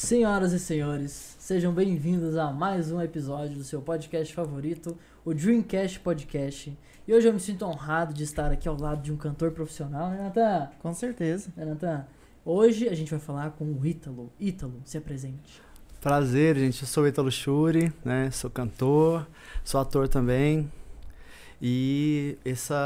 Senhoras e senhores, sejam bem-vindos a mais um episódio do seu podcast favorito, o Dreamcast Podcast. E hoje eu me sinto honrado de estar aqui ao lado de um cantor profissional, né, Natan? Com certeza. Né, Natan? Hoje a gente vai falar com o Ítalo. Ítalo, se apresente. Prazer, gente. Eu sou o Ítalo Shuri, né? Sou cantor, sou ator também. E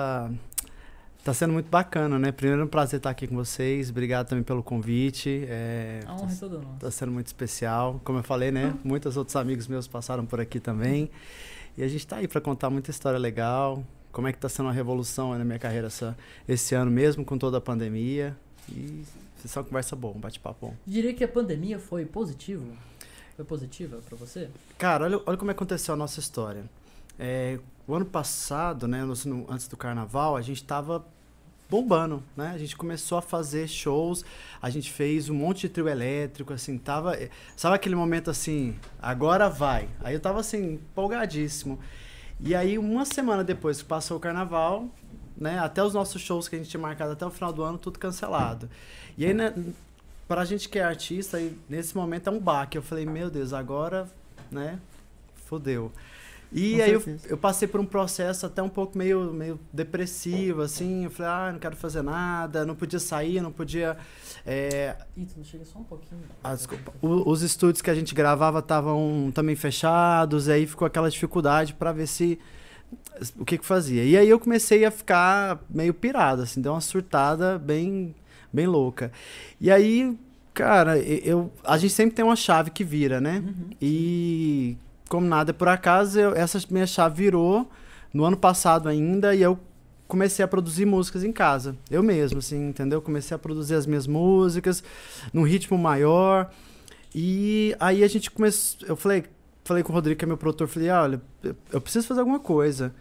tá sendo muito bacana, né? Primeiro é um prazer estar aqui com vocês. Obrigado também pelo convite. A honra é toda nossa. Tá sendo muito especial. Como eu falei, né? Muitos outros amigos meus passaram por aqui também. E a gente tá aí para contar muita história legal. Como é que tá sendo uma revolução na minha carreira esse ano mesmo, com toda a pandemia. E isso é uma conversa boa, um bate-papo bom. Diria que a pandemia foi positiva? Foi positiva para você? Cara, olha como aconteceu a nossa história. O ano passado, né, antes do carnaval, a gente tava bombando, né? A gente começou a fazer shows, a gente fez um monte de trio elétrico, assim, sabe aquele momento assim, agora vai. Aí eu tava assim, empolgadíssimo. E aí, uma semana depois que passou o carnaval, né, até os nossos shows que a gente tinha marcado até o final do ano, tudo cancelado. E aí, né, pra gente que é artista, nesse momento é um baque. Eu falei, meu Deus, agora, né, fodeu. E aí eu passei por um processo até um pouco meio depressivo, assim. Eu falei, não quero fazer nada, não podia sair, não podia... Ítalo, chega só um pouquinho. Desculpa. Os estúdios que a gente gravava estavam também fechados, aí ficou aquela dificuldade para ver o que fazia. E aí eu comecei a ficar meio pirado, assim, deu uma surtada bem louca. E aí, cara, a gente sempre tem uma chave que vira, né? Uhum. E... como nada é por acaso, essa minha chave virou no ano passado ainda e eu comecei a produzir músicas em casa. Eu mesmo, assim, entendeu? Comecei a produzir as minhas músicas num ritmo maior. E aí a gente começou... Eu falei com o Rodrigo, que é meu produtor, falei, olha, eu preciso fazer alguma coisa.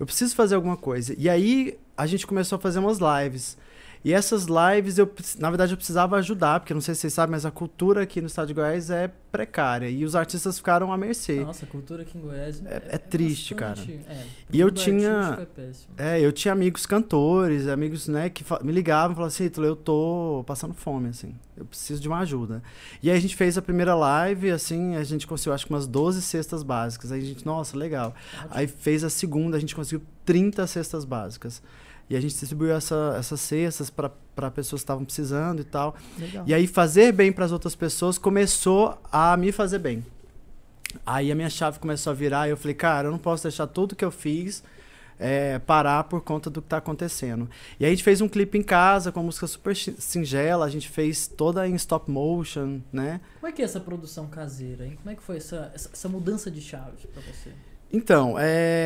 E aí a gente começou a fazer umas lives. E essas lives, na verdade, eu precisava ajudar, porque não sei se vocês sabem, mas a cultura aqui no estado de Goiás é precária. E os artistas ficaram à mercê. Nossa, a cultura aqui em Goiás é triste, bastante, cara. E eu tinha... eu tinha amigos cantores, amigos, né, que me ligavam e falavam assim, Ítalo, eu tô passando fome, assim. Eu preciso de uma ajuda. E aí a gente fez a primeira live, assim, a gente conseguiu, acho que umas 12 cestas básicas. Aí a gente, nossa, legal. Aí fez a segunda, a gente conseguiu 30 cestas básicas. E a gente distribuiu essas cestas para pessoas que estavam precisando e tal. Legal. E aí fazer bem para as outras pessoas começou a me fazer bem. Aí a minha chave começou a virar e eu falei, cara, eu não posso deixar tudo que eu fiz parar por conta do que está acontecendo. E aí a gente fez um clipe em casa com uma música super singela, a gente fez toda em stop motion, né? Como é que é essa produção caseira, hein? Como é que foi essa mudança de chave para você? Então,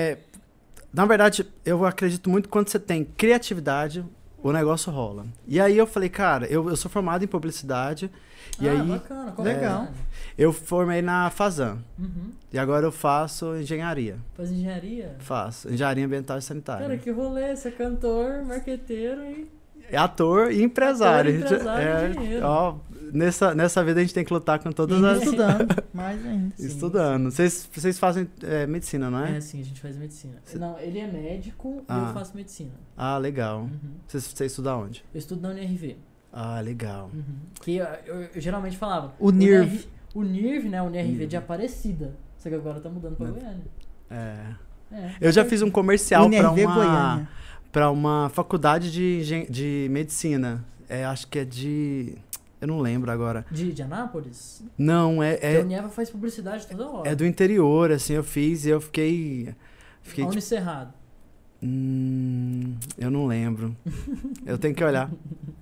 na verdade, eu acredito muito que quando você tem criatividade, o negócio rola. E aí eu falei, cara, eu sou formado em publicidade. E aí, bacana, legal. Eu formei na Fazan. Uhum. E agora eu faço engenharia. Faz engenharia? Faço. Engenharia ambiental e sanitária. Cara, que rolê, você é cantor, marqueteiro e... Ator e empresário. Dinheiro. Ó, nessa vida a gente tem que lutar com todas as... Estudando, mais ainda. Sim, Estudando. Vocês fazem medicina, não é? Sim, a gente faz medicina. Não, ele é médico e eu faço medicina. Ah, legal. Uhum. Você estuda onde? Eu estudo na UNIRV. Ah, legal. Uhum. Que eu geralmente falava... O NIRV. O NIRV, né? O UNIRV de Aparecida. Só que agora tá mudando pra Goiânia. Eu já fiz um comercial Goiânia. para uma faculdade de medicina. Acho que é de... Eu não lembro agora. De Anápolis? Não, A Unieva faz publicidade toda hora. É do interior, assim, eu fiz e eu fiquei Unicerrado. Eu não lembro. Eu tenho que olhar.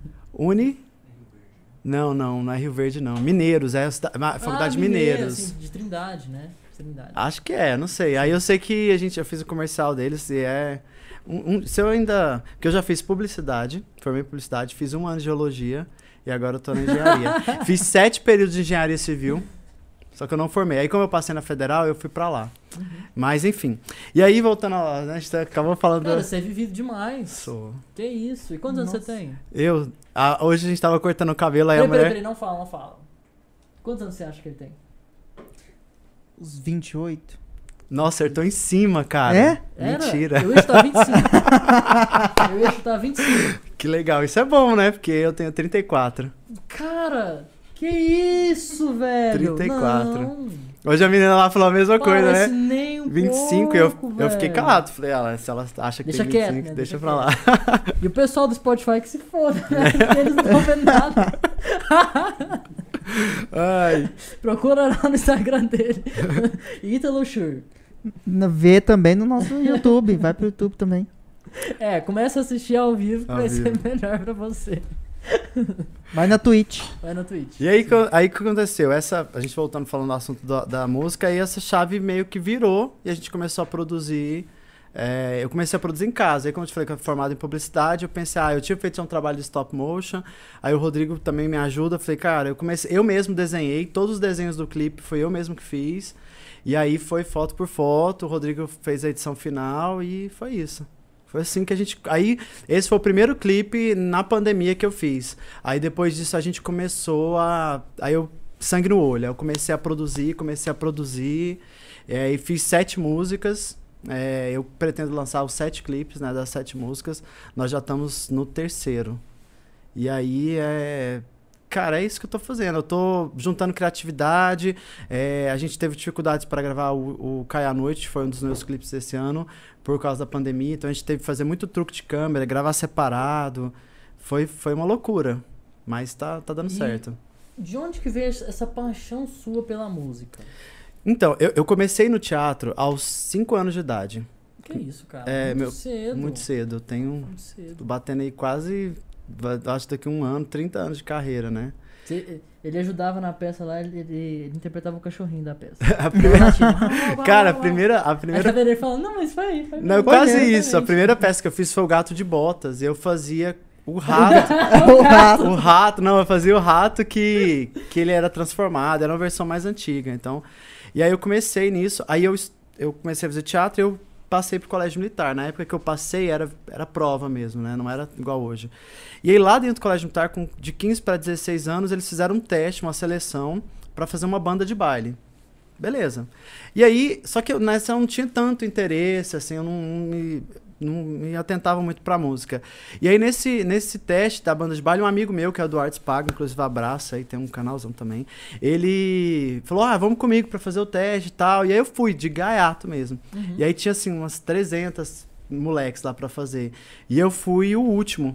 Não é Rio Verde, não. Mineiros, a faculdade de Mineiros. Assim, de Trindade, né? Trindade. Acho que não sei. Aí eu sei que eu fiz o comercial deles e se eu ainda... Porque eu já fiz publicidade, formei em publicidade, fiz 1 ano de geologia e agora eu tô na engenharia. Fiz 7 períodos de engenharia civil, só que eu não formei. Aí como eu passei na federal, eu fui pra lá. Uhum. Mas enfim. E aí voltando lá, né, a gente acabou falando... Cara, você é vivido demais. Sou. Que isso? E quantos anos você tem? Hoje a gente tava cortando o cabelo, aí Peraí, não fala. Quantos anos você acha que ele tem? Os 28. Nossa, eu tô em cima, cara. É? Mentira. Eu ia chutar 25. Que legal. Isso é bom, né? Porque eu tenho 34. Cara, Que isso, velho? 34. Não. Hoje a menina lá falou a mesma coisa, Parece né? nem um 25, pouco, eu fiquei velho. calado. Falei, se ela acha que Deixa tem quieto, 25, né? deixa Deixa pra lá. E o pessoal do Spotify que se foda, né? Porque eles não estão vendo nada. Ai. Procura lá no Instagram dele. Ítalo Shure. Vê também no nosso YouTube. Vai pro YouTube também. Começa a assistir ao vivo que Ao vai vivo. ser melhor pra você. Vai na Twitch. Vai na Twitch. E aí, o que aconteceu? A gente voltando falando do assunto da música, aí essa chave meio que virou e a gente começou a produzir. Eu comecei a produzir em casa. Aí, como eu te falei que eu fui formado em publicidade, eu pensei, eu tinha feito um trabalho de stop motion. Aí o Rodrigo também me ajuda. Eu falei, cara, eu mesmo desenhei, todos os desenhos do clipe foi eu mesmo que fiz. E aí foi foto por foto, o Rodrigo fez a edição final e foi isso. Foi assim que a gente... Aí, esse foi o primeiro clipe na pandemia que eu fiz. Aí, depois disso, a gente começou a... Aí, sangue no olho. Aí eu comecei a produzir. E fiz 7 músicas. Eu pretendo lançar os 7 clipes, né, das 7 músicas. Nós já estamos no 3º. E aí, cara, é isso que eu tô fazendo. Eu tô juntando criatividade. A gente teve dificuldades para gravar o Cai à Noite, foi um dos meus clipes desse ano, por causa da pandemia. Então a gente teve que fazer muito truque de câmera, gravar separado. Foi uma loucura. Mas tá dando certo. De onde que veio essa paixão sua pela música? Então, eu comecei no teatro aos 5 anos de idade. Que isso, cara? Cedo. Muito cedo. Eu tenho... Muito cedo. Tô batendo aí quase... Acho que daqui a 1 ano, 30 anos de carreira, né? Ele ajudava na peça lá, ele interpretava o cachorrinho da peça. Cara, a primeira... Aí ele falando, não, mas foi. Não, quase isso. A primeira peça que eu fiz foi o Gato de Botas. Eu fazia o rato. O rato, não, eu fazia o rato que ele era transformado. Era uma versão mais antiga, então... E aí eu comecei nisso. Aí eu comecei a fazer teatro e eu passei pro colégio militar. Na época que eu passei, era prova mesmo, né? Não era igual hoje. E aí lá dentro do colégio militar, de 15 para 16 anos, eles fizeram um teste, uma seleção, para fazer uma banda de baile. Beleza. E aí, só que nessa eu não tinha tanto interesse, assim, eu não me atentava muito pra música. E aí, nesse teste da banda de baile, um amigo meu, que é o Eduardo Spago, inclusive abraça aí, tem um canalzão também, ele falou, vamos comigo pra fazer o teste e tal. E aí eu fui, de gaiato mesmo. Uhum. E aí tinha, assim, umas 300 moleques lá pra fazer. E eu fui o último.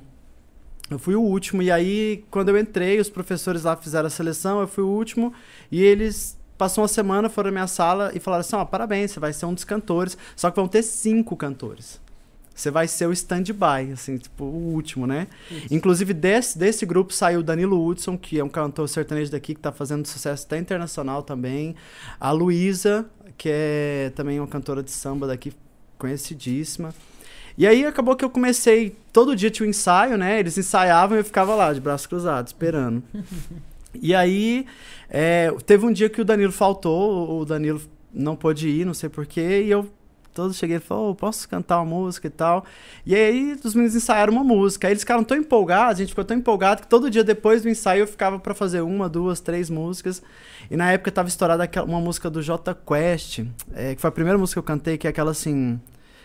E aí, quando eu entrei, os professores lá fizeram a seleção, eu fui o último, e eles... Passou uma semana, foram na minha sala e falaram assim, parabéns, você vai ser um dos cantores, só que vão ter 5 cantores. Você vai ser o stand-by, assim, tipo, o último, né? Isso. Inclusive, desse grupo saiu o Danilo Hudson, que é um cantor sertanejo daqui, que tá fazendo sucesso até internacional também. A Luísa, que é também uma cantora de samba daqui, conhecidíssima. E aí, acabou que eu comecei, todo dia tinha um ensaio, né? Eles ensaiavam e eu ficava lá, de braços cruzados, esperando. E aí, teve um dia que o Danilo faltou, o Danilo não pôde ir, não sei porquê, e eu cheguei e falei, posso cantar uma música e tal? E aí, os meninos ensaiaram uma música, aí eles ficaram tão empolgados, a gente ficou tão empolgado, que todo dia depois do ensaio eu ficava pra fazer 1, 2, 3 músicas, e na época tava estourada uma música do Jota Quest, que foi a primeira música que eu cantei, que é aquela assim...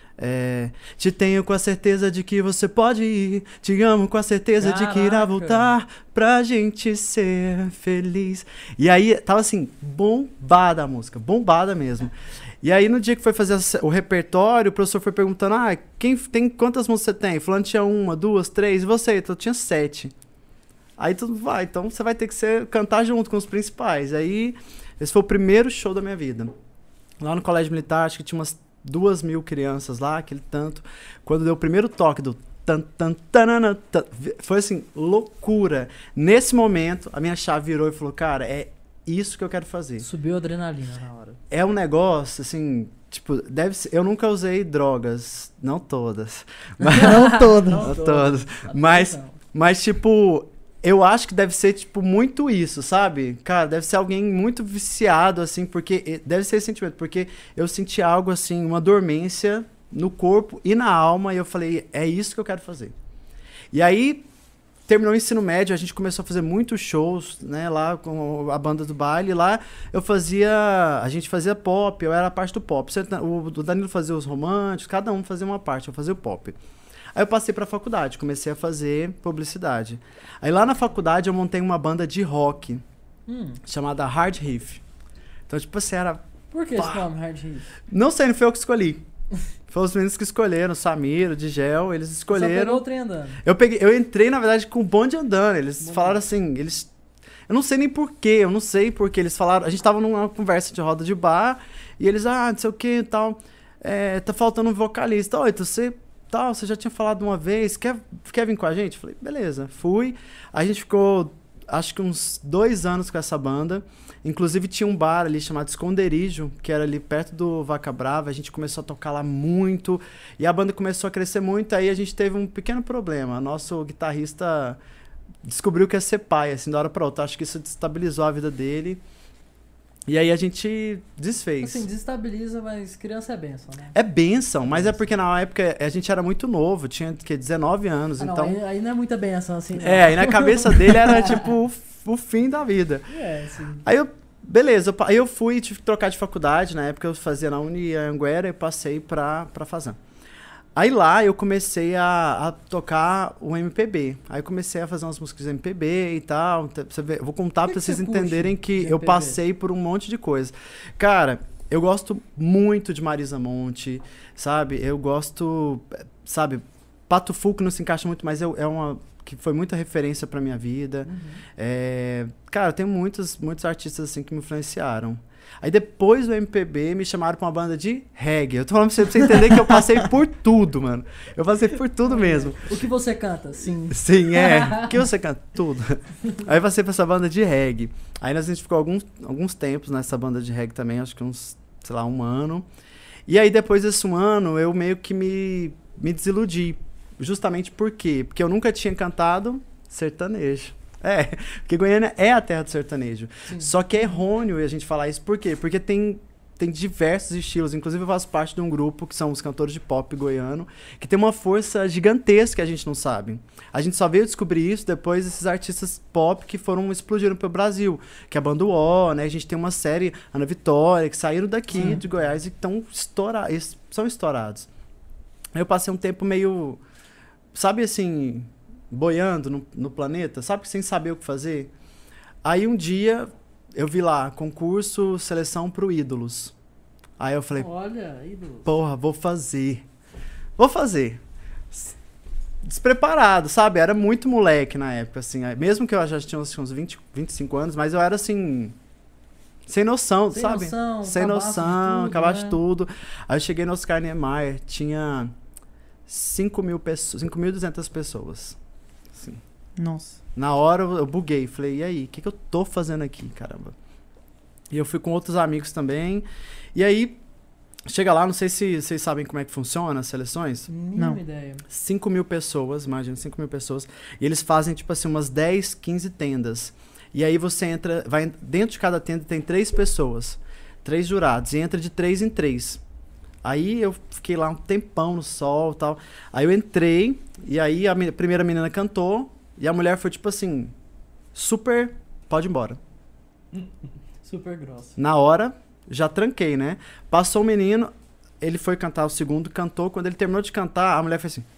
te tenho com a certeza de que você pode ir, te amo com a certeza de que irá voltar pra gente ser feliz. E aí tava assim, bombada a música, bombada mesmo. E aí no dia que foi fazer o repertório, o professor foi perguntando, quantas músicas você tem? Fulano tinha 1, 2, 3, e você? Então eu tinha 7. Aí tudo vai, então você vai ter que cantar junto com os principais. Aí esse foi o primeiro show da minha vida. Lá no colégio militar, acho que tinha umas 2.000 crianças lá, aquele tanto. Quando deu o primeiro toque do tan, tan, tanana, tan, foi assim, loucura. Nesse momento, a minha chave virou e falou, cara, é isso que eu quero fazer. Subiu a adrenalina na hora. É um negócio, assim, tipo, deve ser... Eu nunca usei drogas, não todas. Mas, não todas. Mas, tipo... Eu acho que deve ser, tipo, muito isso, sabe? Cara, deve ser alguém muito viciado, assim, porque... Deve ser esse sentimento, porque eu senti algo, assim, uma dormência no corpo e na alma, e eu falei, é isso que eu quero fazer. E aí, terminou o ensino médio, a gente começou a fazer muitos shows, né, lá com a banda do baile, lá a gente fazia pop, eu era a parte do pop. O Danilo fazia os românticos, cada um fazia uma parte, eu fazia o pop. Aí eu passei pra faculdade, comecei a fazer publicidade. Aí lá na faculdade eu montei uma banda de rock. chamada Hard Riff. Então, tipo assim, era... Por que esse nome, Hard Riff? Não sei, não foi eu que escolhi. Foi os meninos que escolheram, o Samir, o Digel, eles escolheram. Só pegou o trem andando. Eu entrei, na verdade, com o bonde andando. Eles falaram assim, eu não sei nem porquê, eu não sei porque eles falaram... A gente tava numa conversa de roda de bar, e eles, não sei o que e tal, tá faltando um vocalista. Então você já tinha falado uma vez, quer vir com a gente? Eu falei, beleza, fui. A gente ficou, acho que uns 2 anos com essa banda. Inclusive tinha um bar ali chamado Esconderijo, que era ali perto do Vaca Brava. A gente começou a tocar lá muito, e a banda começou a crescer muito. Aí a gente teve um pequeno problema. Nosso guitarrista descobriu que ia ser pai, assim, da hora pra outra. Acho que isso destabilizou a vida dele. E aí a gente desfez. Assim, desestabiliza, mas criança é bênção, né? É bênção, mas é porque na época a gente era muito novo, tinha 19 anos, Não, então... aí não é muita bênção, assim. Não. Aí na cabeça dele era tipo o fim da vida. Sim. Aí aí eu fui, tive que trocar de faculdade, na época eu fazia na Anhanguera e passei pra Fazan. Aí lá eu comecei a tocar o MPB. Aí comecei a fazer umas músicas de MPB e tal. Eu vou contar pra vocês entenderem que eu passei por um monte de coisa. Cara, eu gosto muito de Marisa Monte, sabe? Eu gosto, sabe? Pato Fu, que não se encaixa muito, mas que foi muita referência pra minha vida. Cara, tem muitos artistas assim que me influenciaram. Aí depois do MPB me chamaram pra uma banda de reggae. Eu tô falando pra você entender que eu passei por tudo, mano. Eu passei por tudo mesmo. O que você canta? Sim. Sim, O que você canta? Tudo. Aí eu passei pra essa banda de reggae. Aí a gente ficou alguns tempos nessa banda de reggae também, acho que uns, sei lá, 1 ano. E aí depois desse 1 ano eu meio que me desiludi. Justamente por quê? Porque eu nunca tinha cantado sertanejo. Porque Goiânia é a terra do sertanejo. Sim. Só que é errôneo a gente falar isso. Por quê? Porque tem diversos estilos. Inclusive eu faço parte de um grupo que são os cantores de pop goiano, que tem uma força gigantesca que a gente não sabe. A gente só veio descobrir isso depois desses artistas pop que explodiram pelo Brasil. Que é a Banda O, né? A gente tem uma série, Ana Vitória, que saíram daqui de Goiás e são estourados. Aí eu passei um tempo meio, sabe assim, boiando no planeta, sabe? Sem saber o que fazer. Aí um dia eu vi lá, concurso, seleção pro Ídolos. Aí eu falei, olha, Ídolos. Porra, vou fazer. Despreparado, sabe? Era muito moleque na época, assim. Mesmo que eu já tinha uns 20, 25 anos, mas eu era assim... Sem noção, sabe? Sem noção, acabaste de tudo. Aí eu cheguei no Oscar Niemeyer, tinha 5.200 pessoas. Assim. Nossa. Na hora eu buguei, falei, e aí, o que eu tô fazendo aqui, caramba? E eu fui com outros amigos também. E aí, chega lá, não sei se vocês sabem como é que funciona as seleções. Não. Ideia. 5.000 pessoas, imagina, 5.000 pessoas. E eles fazem, tipo assim, umas 10, 15 tendas. E aí você entra, dentro de cada tenda tem 3 pessoas, 3 jurados, e entra de 3 em 3. Aí eu fiquei lá um tempão no sol e tal. Aí eu entrei, e aí a primeira menina cantou, e a mulher foi tipo assim, super, pode ir embora. Super grossa. Na hora, já tranquei, né? Passou o menino, ele foi cantar o segundo, cantou. Quando ele terminou de cantar, a mulher fez assim.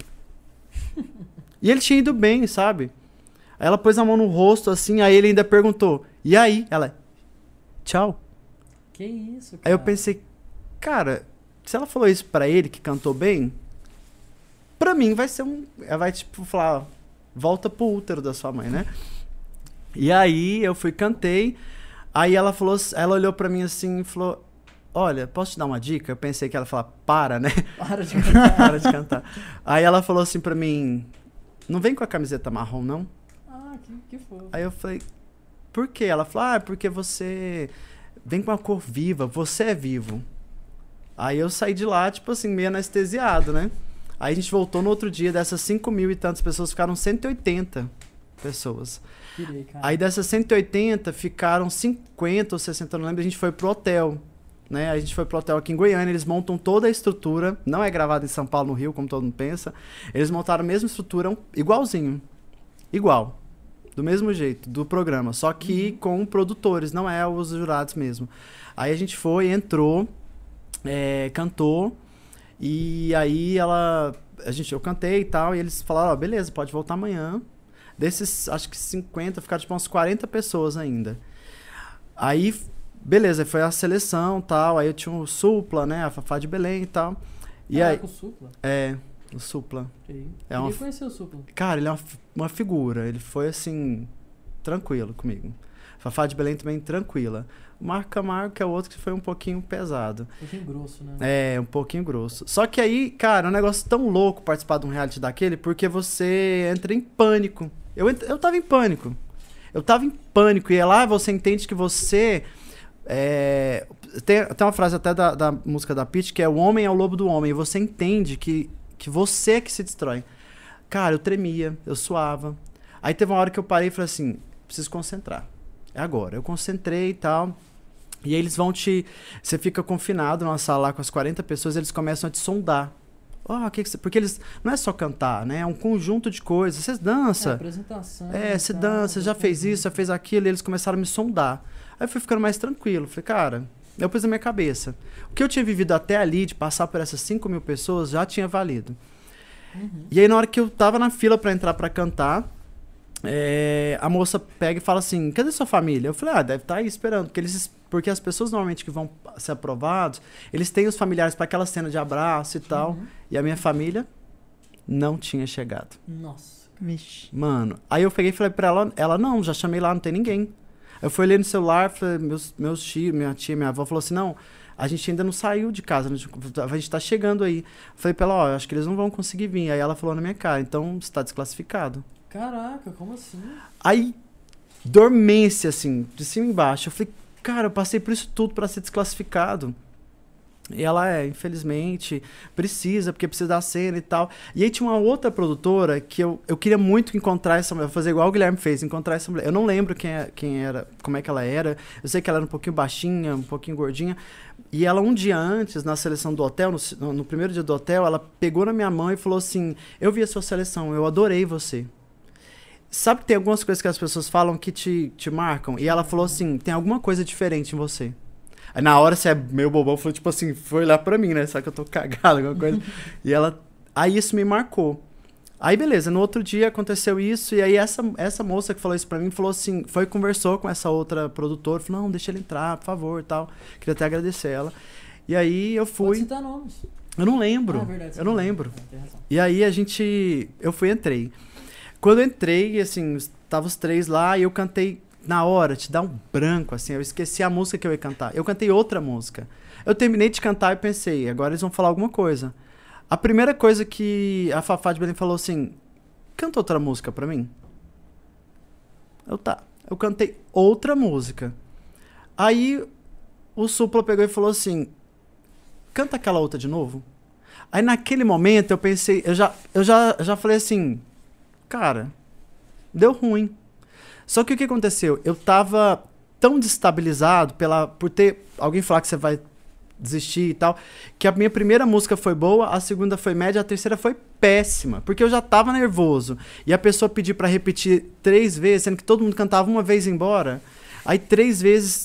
E ele tinha ido bem, sabe? Aí ela pôs a mão no rosto, assim, aí ele ainda perguntou, e aí? Ela, tchau. Que isso, cara? Aí eu pensei, cara, se ela falou isso pra ele, que cantou bem, pra mim vai ser ela vai, tipo, falar, volta pro útero da sua mãe, né? E aí eu fui, cantei, aí ela falou, ela olhou pra mim assim e falou, olha, posso te dar uma dica? Eu pensei que ela ia falar, para, né? Para de cantar. Para de cantar. Aí ela falou assim pra mim, não vem com a camiseta marrom, não? Que fofo. Aí eu falei, por quê? Ela falou, porque você vem com a cor viva, você é vivo. Aí eu saí de lá, tipo assim, meio anestesiado, né? Aí a gente voltou no outro dia, dessas 5.000 e tantas pessoas, ficaram 180 pessoas. Tirei, cara. Aí dessas 180, ficaram 50 ou 60, não lembro, a gente foi pro hotel, né? A gente foi pro hotel aqui em Goiânia, eles montam toda a estrutura, não é gravado em São Paulo, no Rio, como todo mundo pensa. Eles montaram a mesma estrutura, igualzinho, igual. Do mesmo jeito, do programa, só que com produtores, não é os jurados mesmo. Aí a gente foi, entrou, cantou, e aí eu cantei e tal, e eles falaram, beleza, pode voltar amanhã. Desses, acho que 50, ficaram tipo umas 40 pessoas ainda. Aí, beleza, foi a seleção e tal. Aí eu tinha o Supla, né? A Fafá de Belém e tal. E aí, com o Supla? o Supla. Eu É uma, queria conhecer o Supla. cara, ele é uma figura. Ele foi, assim, tranquilo comigo. Fafá de Belém também tranquila. O Marco Camargo, que é o outro que foi um pouquinho pesado. Um pouquinho grosso, né? Um pouquinho grosso. Só que aí, cara, é um negócio tão louco participar de um reality daquele, porque você entra em pânico. Eu tava em pânico. E é lá você entende que você... Tem uma frase até da música da Pitty, que é: o homem é o lobo do homem. E você entende que você é que se destrói. Cara, eu tremia, eu suava. Aí teve uma hora que eu parei e falei assim, preciso concentrar. É agora. Eu concentrei e tal. E aí eles vão você fica confinado numa sala lá com as 40 pessoas, eles começam a te sondar. Porque eles... Não é só cantar, né? É um conjunto de coisas. Você dança. Apresentação. Você dança, já fez isso, já fez aquilo. E eles começaram a me sondar. Aí eu fui ficando mais tranquilo. Falei, cara, eu pus na minha cabeça. O que eu tinha vivido até ali, de passar por essas 5.000 pessoas, já tinha valido. E aí, na hora que eu tava na fila pra entrar pra cantar, a moça pega e fala assim, cadê sua família? Eu falei, deve estar aí esperando. Porque as pessoas normalmente que vão ser aprovados, eles têm os familiares para aquela cena de abraço e tal. E a minha família não tinha chegado. Nossa. Vixe. Mano, aí eu peguei e falei pra ela, não, já chamei lá, não tem ninguém. Eu fui olhando no celular, falei, meus tios, minha tia, minha avó falou assim, não, a gente ainda não saiu de casa, a gente tá chegando aí. Eu falei pra ela, eu acho que eles não vão conseguir vir. Aí ela falou na minha cara, então você tá desclassificado. Caraca, como assim? Aí, dormência, assim, de cima e embaixo. Eu falei, cara, eu passei por isso tudo pra ser desclassificado. E ela infelizmente, precisa, porque precisa da cena e tal. E aí tinha uma outra produtora que eu queria muito encontrar essa mulher, fazer igual o Guilherme fez, encontrar essa mulher. Eu não lembro quem era, como é que ela era. Eu sei que ela era um pouquinho baixinha, um pouquinho gordinha. E ela, um dia antes, na seleção do hotel, no primeiro dia do hotel, ela pegou na minha mão e falou assim, eu vi a sua seleção, eu adorei você. Sabe que tem algumas coisas que as pessoas falam que te marcam? E ela falou assim, tem alguma coisa diferente em você. Aí na hora você é meio bobão, falou tipo assim, foi olhar pra mim, né? Só que eu tô cagado, alguma coisa. E aí isso me marcou. Aí beleza, no outro dia aconteceu isso, e aí essa moça que falou isso pra mim, falou assim, conversou com essa outra produtora, falou, não, deixa ele entrar, por favor, e tal. Queria até agradecer ela. E aí eu fui... Pode citar nomes. Eu não lembro. Verdade, eu não lembro. Tem razão. E aí eu fui e entrei. Quando eu entrei, assim, tava os três lá, e eu cantei... Na hora, te dá um branco, assim, eu esqueci a música que eu ia cantar. Eu cantei outra música. Eu terminei de cantar e pensei, agora eles vão falar alguma coisa. A primeira coisa que a Fafá de Belém falou assim, canta outra música pra mim? Eu cantei outra música. Aí o Supla pegou e falou assim, canta aquela outra de novo? Aí naquele momento eu pensei, eu já falei assim, cara, deu ruim. Só que o que aconteceu? Eu tava tão destabilizado por ter alguém falar que você vai desistir e tal, que a minha primeira música foi boa, a segunda foi média, a terceira foi péssima, porque eu já tava nervoso. E a pessoa pediu pra repetir 3 vezes, sendo que todo mundo cantava uma vez e ia embora. Aí 3 vezes...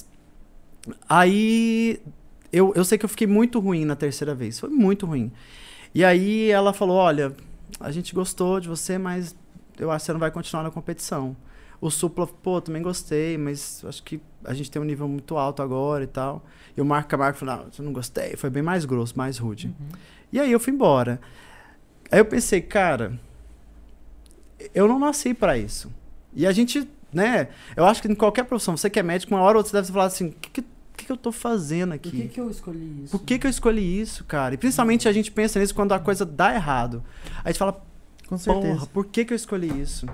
Aí... Eu sei que eu fiquei muito ruim na terceira vez. Foi muito ruim. E aí ela falou, olha, a gente gostou de você, mas eu acho que você não vai continuar na competição. O Supla, também gostei, mas acho que a gente tem um nível muito alto agora e tal. E o Marco Camargo falou, não, eu não gostei. Foi bem mais grosso, mais rude. E aí eu fui embora. Aí eu pensei, cara, eu não nasci pra isso. E a gente, né, eu acho que em qualquer profissão, você que é médico, uma hora ou outra você deve falar assim, o que eu tô fazendo aqui? Por que eu escolhi isso? Por que eu escolhi isso, cara? E principalmente a gente pensa nisso quando a coisa dá errado. Aí a gente fala, Com certeza. porra, por que eu escolhi isso?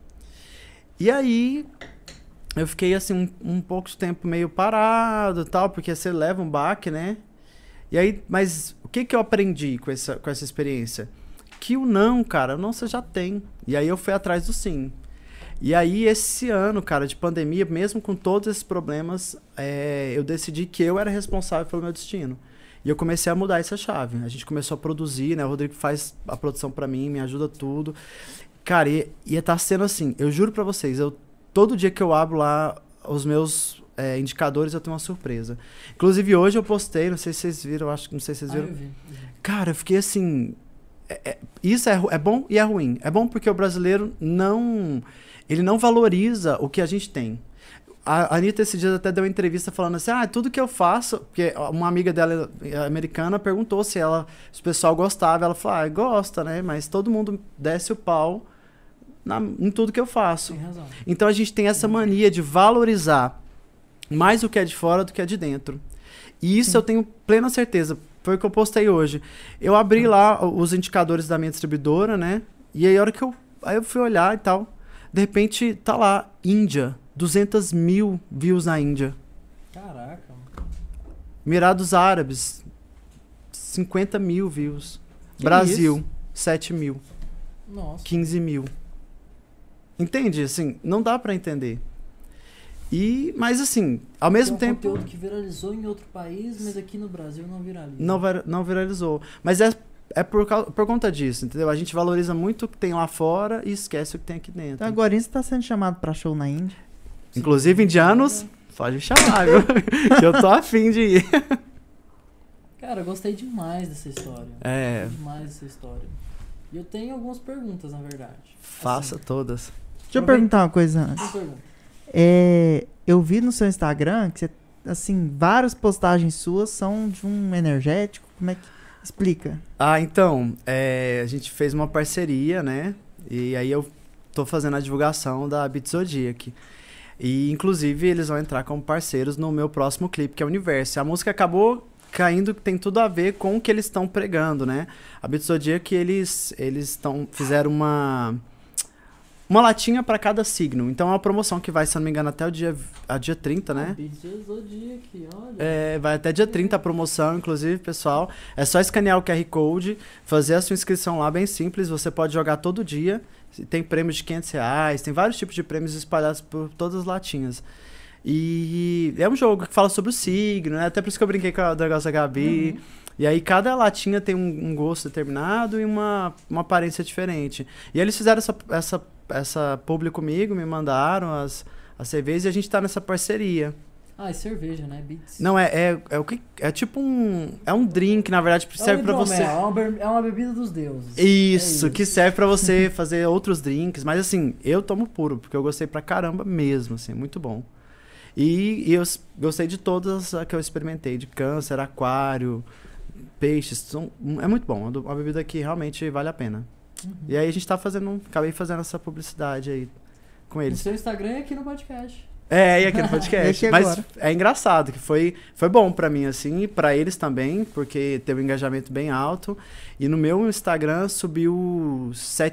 E aí, eu fiquei assim um pouco de tempo meio parado e tal, porque você leva um baque, né? E aí, mas o que eu aprendi com essa experiência? Que o não, cara, o não você já tem. E aí eu fui atrás do sim. E aí, esse ano, cara, de pandemia, mesmo com todos esses problemas, eu decidi que eu era responsável pelo meu destino. E eu comecei a mudar essa chave. A gente começou a produzir, né? O Rodrigo faz a produção pra mim, me ajuda tudo. Cara, ia tá sendo assim, eu juro pra vocês, todo dia que eu abro lá os meus indicadores, eu tenho uma surpresa. Inclusive, hoje eu postei, não sei se vocês viram, não sei se vocês viram. Eu vi. Cara, eu fiquei assim... isso é bom e é ruim. É bom porque o brasileiro ele não valoriza o que a gente tem. A Anitta esses dias até deu uma entrevista falando assim, tudo que eu faço... Porque uma amiga dela, americana, perguntou se o pessoal gostava. Ela falou, gosta, né? Mas todo mundo desce o pau em tudo que eu faço. Tem razão. Então a gente tem essa mania de valorizar mais o que é de fora do que é de dentro. E isso eu tenho plena certeza. Foi o que eu postei hoje. Eu abri lá os indicadores da minha distribuidora, né? E aí a hora que aí eu fui olhar e tal, de repente tá lá, Índia, 200 mil views na Índia. Caraca. Emirados Árabes, 50 mil views. Que Brasil, isso? 7 mil, Nossa. 15 mil. Entende? Assim, não dá pra entender. Mas assim, ao mesmo Tem um tempo... conteúdo que viralizou em outro país, mas aqui no Brasil não viraliza. Não viralizou. Mas é por conta disso, entendeu? A gente valoriza muito o que tem lá fora e esquece o que tem aqui dentro. Então agora você tá sendo chamado pra show na Índia. Inclusive, indianos, pode me chamar, viu? Que eu tô afim de ir. Cara, eu gostei demais dessa história. É. Gostei demais dessa história. E eu tenho algumas perguntas, na verdade. Faça todas. Deixa eu perguntar uma coisa antes. Uma pergunta. Eu vi no seu Instagram que você, assim, várias postagens suas são de um energético. Como é que... Explica. Então, a gente fez uma parceria, né? E aí eu tô fazendo a divulgação da Beat Zodiac. E, inclusive, eles vão entrar como parceiros no meu próximo clipe, que é o Universo. A música acabou caindo, tem tudo a ver com o que eles estão pregando, né? A Beat Zodiac, eles fizeram uma latinha para cada signo. Então é uma promoção que vai, se eu não me engano, até o dia 30, né? Zodiac, olha. Vai até dia 30 a promoção, inclusive, pessoal. É só escanear o QR Code, fazer a sua inscrição lá, bem simples. Você pode jogar todo dia. Tem prêmios de R$500, tem vários tipos de prêmios espalhados por todas as latinhas. E é um jogo que fala sobre o signo, né? Até por isso que eu brinquei com o negócio da Gabi. E aí cada latinha tem um gosto determinado e uma aparência diferente. E eles fizeram essa publi comigo, me mandaram as cervejas e a gente tá nessa parceria. É cerveja, né? Beats. Não, o que é tipo um drink, na verdade, que serve pra você. É uma bebida dos deuses. Isso, que serve pra você fazer outros drinks, mas assim, eu tomo puro, porque eu gostei pra caramba mesmo, assim, muito bom. E eu gostei de todas que eu experimentei, de câncer, aquário, peixes, é muito bom, é uma bebida que realmente vale a pena. E aí a gente acabei fazendo essa publicidade aí com eles. O seu Instagram é aqui no podcast. E aqui no podcast. Mas agora. é engraçado que foi bom pra mim, assim, e pra eles também, porque teve um engajamento bem alto. E no meu Instagram subiu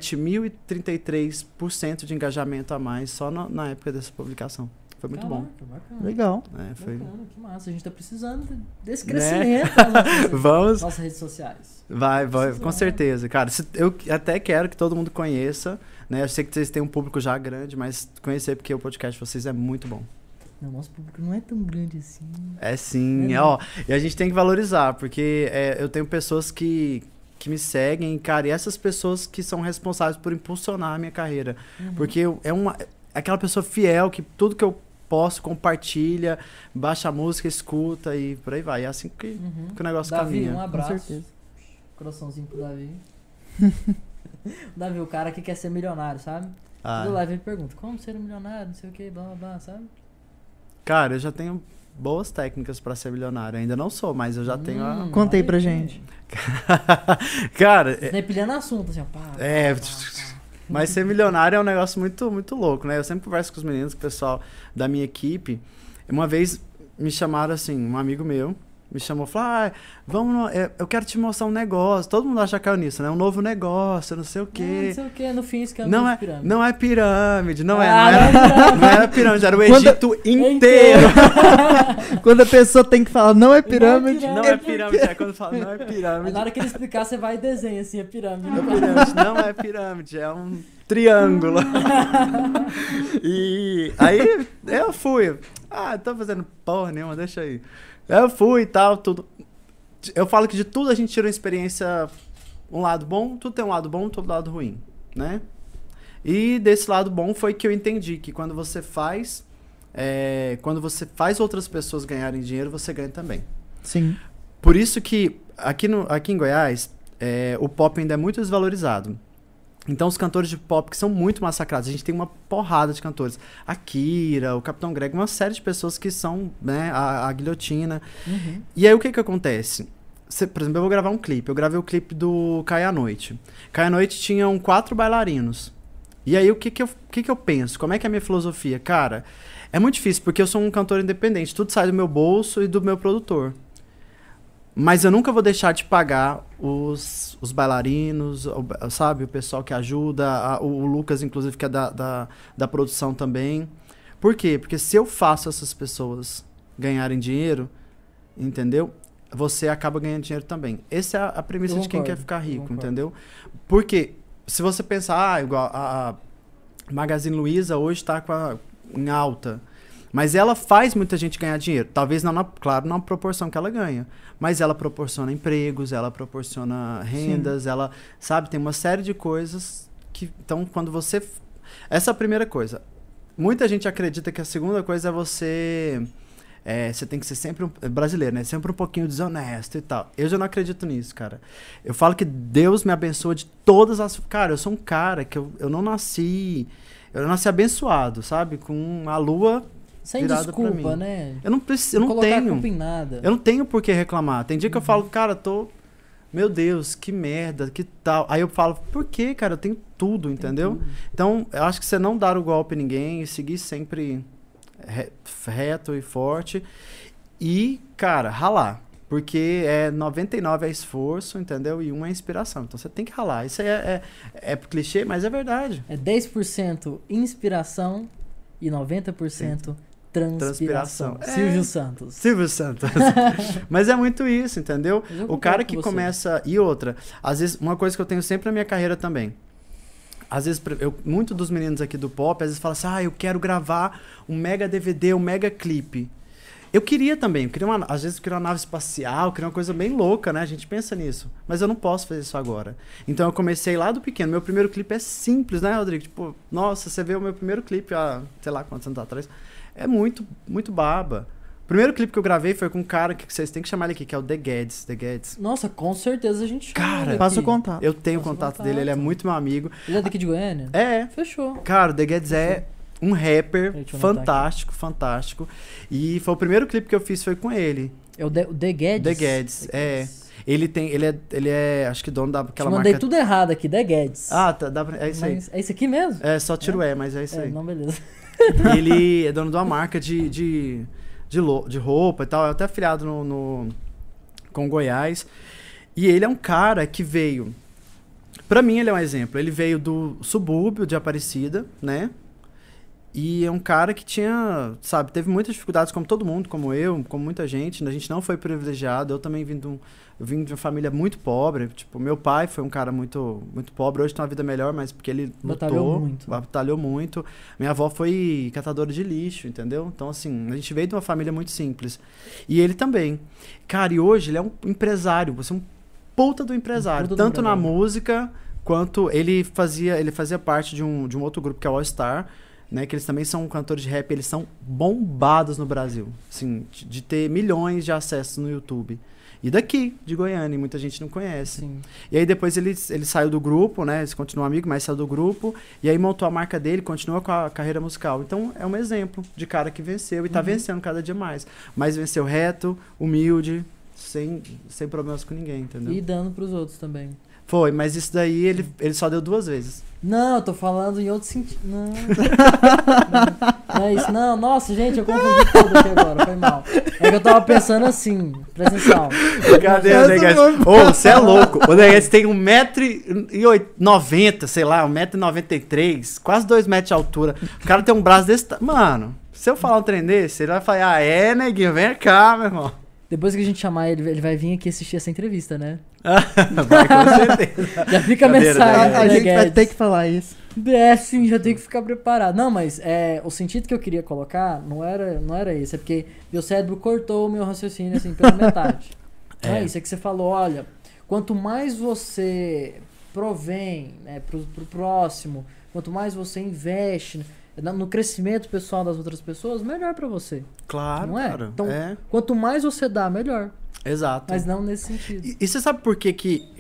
7.033% de engajamento a mais só na época dessa publicação. Foi muito bom. Bacana. Legal. Foi... Bacana, que massa. A gente tá precisando desse crescimento nas Vamos. nossas redes sociais. Vai, com certeza. Cara, eu até quero que todo mundo conheça, né? Eu sei que vocês têm um público já grande, mas conhecer porque o podcast de vocês é muito bom. Não, nosso público não é tão grande assim. É sim, e a gente tem que valorizar, porque eu tenho pessoas que me seguem, cara, e essas pessoas que são responsáveis por impulsionar a minha carreira. Porque aquela pessoa fiel que tudo que eu posto, compartilha, baixa a música, escuta e por aí vai. É assim que o negócio Davi, caminha. um abraço. Com certeza. Coraçãozinho pro Davi. Davi, o cara que quer ser milionário, sabe? Todo live ele pergunta, como ser um milionário, não sei o que, blá blá blá, sabe? Cara, eu já tenho boas técnicas pra ser milionário. Ainda não sou, mas eu já tenho a... Conta aí pra gente. Cara... Pilhando assunto, assim, ó. Pá. Mas ser milionário é um negócio muito, muito louco, né? Eu sempre converso com os meninos, com o pessoal da minha equipe. Uma vez me chamaram assim, um amigo meu me chamou e falou, vamos, eu quero te mostrar um negócio. Todo mundo acha que é nisso, né? Um novo negócio, não sei o quê. Não sei o quê, no fim isso que é não pirâmide. Não é pirâmide, não não era pirâmide, era o Egito inteiro. Quando a pessoa tem que falar não é pirâmide. Não é pirâmide, é quando fala não é pirâmide. Na hora que ele explicar, você vai e desenha assim, a pirâmide. Não é pirâmide, é um triângulo. E aí eu fui. Tô fazendo porra nenhuma, deixa aí. Eu fui e tal, tudo. Eu falo que de tudo a gente tira uma experiência, um lado bom, tudo tem um lado bom, todo lado ruim, né? E desse lado bom foi que eu entendi que quando você faz outras pessoas ganharem dinheiro, você ganha também. Sim. Por isso que aqui em Goiás, o pop ainda é muito desvalorizado. Então, os cantores de pop que são muito massacrados. A gente tem uma porrada de cantores. A Kira, o Capitão Greg, uma série de pessoas que são, né, a Guilhotina. Uhum. E aí, o que acontece? Por exemplo, eu vou gravar um clipe. Eu gravei o clipe do Cai à Noite. Cai à Noite tinham 4 bailarinos. E aí, o que eu penso? Como é que é a minha filosofia? Cara, é muito difícil, porque eu sou um cantor independente. Tudo sai do meu bolso e do meu produtor. Mas eu nunca vou deixar de pagar os bailarinos, sabe? O pessoal que ajuda, o Lucas, inclusive, que é da produção também. Por quê? Porque se eu faço essas pessoas ganharem dinheiro, entendeu? Você acaba ganhando dinheiro também. Essa é a premissa de quem quer ficar rico, entendeu? Porque se você pensar, igual a Magazine Luiza hoje está em alta. Mas ela faz muita gente ganhar dinheiro. Talvez, claro, não na proporção que ela ganha. Mas ela proporciona empregos, ela proporciona rendas, ela, sabe, tem uma série de coisas que... Então, quando você... Essa é a primeira coisa. Muita gente acredita que a segunda coisa é você... você tem que ser sempre brasileiro, né? Sempre um pouquinho desonesto e tal. Eu já não acredito nisso, cara. Eu falo que Deus me abençoa de todas as... Cara, eu sou um cara que eu não nasci... Eu nasci abençoado, sabe? Com a lua... Sem desculpa, né? Eu não tenho. Culpa em nada. Eu não tenho por que reclamar. Tem dia que eu falo, cara, meu Deus, que merda, que tal. Aí eu falo, por quê, cara? Eu tenho tudo, entendeu? Tudo. Então, eu acho que você não dar o golpe em ninguém e seguir sempre reto e forte. E, cara, ralar. Porque 99 é esforço, entendeu? E 1 é inspiração. Então você tem que ralar. Isso aí é clichê, mas é verdade. É 10% inspiração e 90% transpiração. Silvio Santos. Silvio Santos. Mas é muito isso, entendeu? O cara que começa... E outra, às vezes, uma coisa que eu tenho sempre na minha carreira também. Às vezes, muitos dos meninos aqui do pop, às vezes falam assim, eu quero gravar um mega DVD, um mega clipe. Eu queria também, às vezes eu queria uma nave espacial, eu queria uma coisa bem louca, né? A gente pensa nisso. Mas eu não posso fazer isso agora. Então eu comecei lá do pequeno. Meu primeiro clipe é simples, né, Rodrigo? Tipo, nossa, você vê o meu primeiro clipe há, sei lá quantos anos atrás. É muito, muito baba. O primeiro clipe que eu gravei foi com um cara que vocês têm que chamar ele aqui, que é o The Guedes. Nossa, com certeza a gente chama. Cara, passa o contato. Eu tenho o contato dele, ele é muito meu amigo. Ele é daqui de Goiânia? É. Fechou. Cara, o The Guedes é um rapper fantástico, fantástico. E foi o primeiro clipe que eu fiz, foi com ele. É o The Guedes? The Guedes, Ele é, acho que dono daquela marca... mandei tudo errado aqui, The Guedes. Ah, tá, é isso aí. É isso aqui mesmo? É, só tiro mas é isso aí. Não, beleza. Ele é dono de uma marca de roupa e tal, é até afiliado com Goiás. E ele é um cara que veio... Pra mim, ele é um exemplo. Ele veio do subúrbio de Aparecida, né? E é um cara que tinha, sabe, teve muitas dificuldades, como todo mundo, como eu, como muita gente. A gente não foi privilegiado. Eu também vim de uma família muito pobre. Tipo, meu pai foi um cara muito, muito pobre. Hoje tem uma vida melhor, mas porque ele batalhou muito. Minha avó foi catadora de lixo, entendeu? Então, assim, a gente veio de uma família muito simples. E ele também. Cara, e hoje ele é um empresário. Você é um puta do empresário. Tanto na música, quanto ele fazia parte de um outro grupo que é o All Star, né, que eles também são cantores de rap, eles são bombados no Brasil, assim, de ter milhões de acessos no YouTube. E daqui, de Goiânia, muita gente não conhece. Sim. E aí depois ele saiu do grupo, né, eles continuam amigos, mas saiu do grupo, e aí montou a marca dele, continua com a carreira musical. Então é um exemplo de cara que venceu e tá vencendo cada dia mais. Mas venceu reto, humilde, sem problemas com ninguém, entendeu? E dando pros outros também. Foi, mas isso daí ele só deu 2 vezes. Não, eu tô falando em outro sentido. Não. Não é isso. Não, nossa, gente, eu confundi tudo aqui agora, foi mal. É que eu tava pensando assim, presta atenção. Cadê o Neguete? Você é louco. O Neguete tem 1,90m, sei lá, 1,93m, quase 2 metros de altura. O cara tem um braço desse... Mano, se eu falar um trem desse, ele vai falar, neguinho, vem cá, meu irmão. Depois que a gente chamar ele vai vir aqui assistir essa entrevista, né? Vai, com certeza. Já fica a mensagem. A gente vai ter que falar isso. Sim, já tem que ficar preparado. Não, mas o sentido que eu queria colocar não era esse. É porque meu cérebro cortou o meu raciocínio, assim, pela metade. Não é isso, é que você falou, olha, quanto mais você provém, né, pro próximo, quanto mais você investe no crescimento pessoal das outras pessoas, melhor pra você. Claro, não é? Cara, então, quanto mais você dá, melhor. Exato. Mas não nesse sentido. E você sabe por que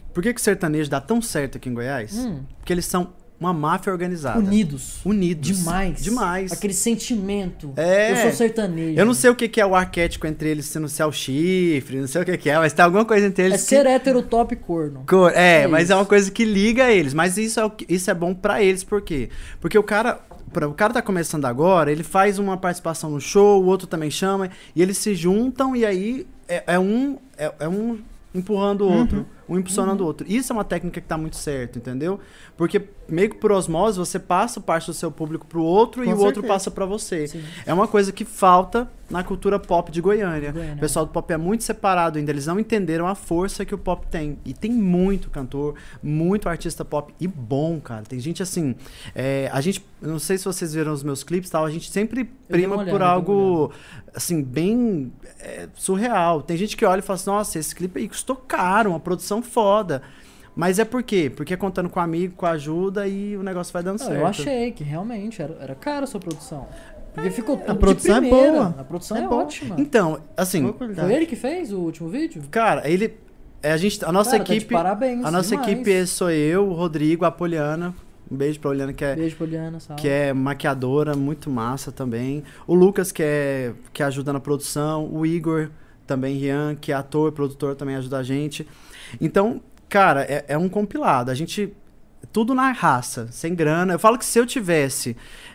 Por que o sertanejo dá tão certo aqui em Goiás? Porque eles são uma máfia organizada. Unidos. Demais. Demais. Aquele sentimento. É. Eu sou sertanejo. Eu não sei o que é o arquétipo entre eles, sendo ser o chifre, não sei o que é, mas tem alguma coisa entre eles. É ser hétero top corno. Mas isso. é uma coisa que liga eles. Mas isso é bom pra eles, por quê? Porque o cara tá começando agora, ele faz uma participação no show, o outro também chama, e eles se juntam e aí é um empurrando o outro, um impulsionando o outro. Isso é uma técnica que tá muito certo, entendeu? Porque meio que por osmose, você passa parte do seu público pro outro e o outro passa pra você. Sim. É uma coisa que falta na cultura pop de Goiânia. O pessoal do pop é muito separado ainda, eles não entenderam a força que o pop tem. E tem muito cantor, muito artista pop e bom, cara. Tem gente assim, a gente, eu não sei se vocês viram os meus clipes e tal, a gente sempre prima por algo assim, bem surreal. Tem gente que olha e fala assim, nossa, esse clipe aí custou caro, uma produção foda. Mas é por quê? Porque é contando com amigo, com ajuda e o negócio vai dando certo. Eu achei que realmente era cara a sua produção. Porque ficou tudo a produção de primeira. é boa. A produção É é boa. ótima. Então, assim, Foi ele que fez o último vídeo? cara, a nossa Cara, tá de equipe, parabéns, a nossa demais. equipe sou eu, o Rodrigo, a Poliana. Um beijo pra Poliana Beijo, Poliana, salve. que é maquiadora, muito massa também. O Lucas, que ajuda na produção. O Igor, também, Rian, que é ator, produtor, também ajuda a gente. Então, cara, é um compilado. A gente... Tudo na raça, sem grana. Eu falo que se eu tivesse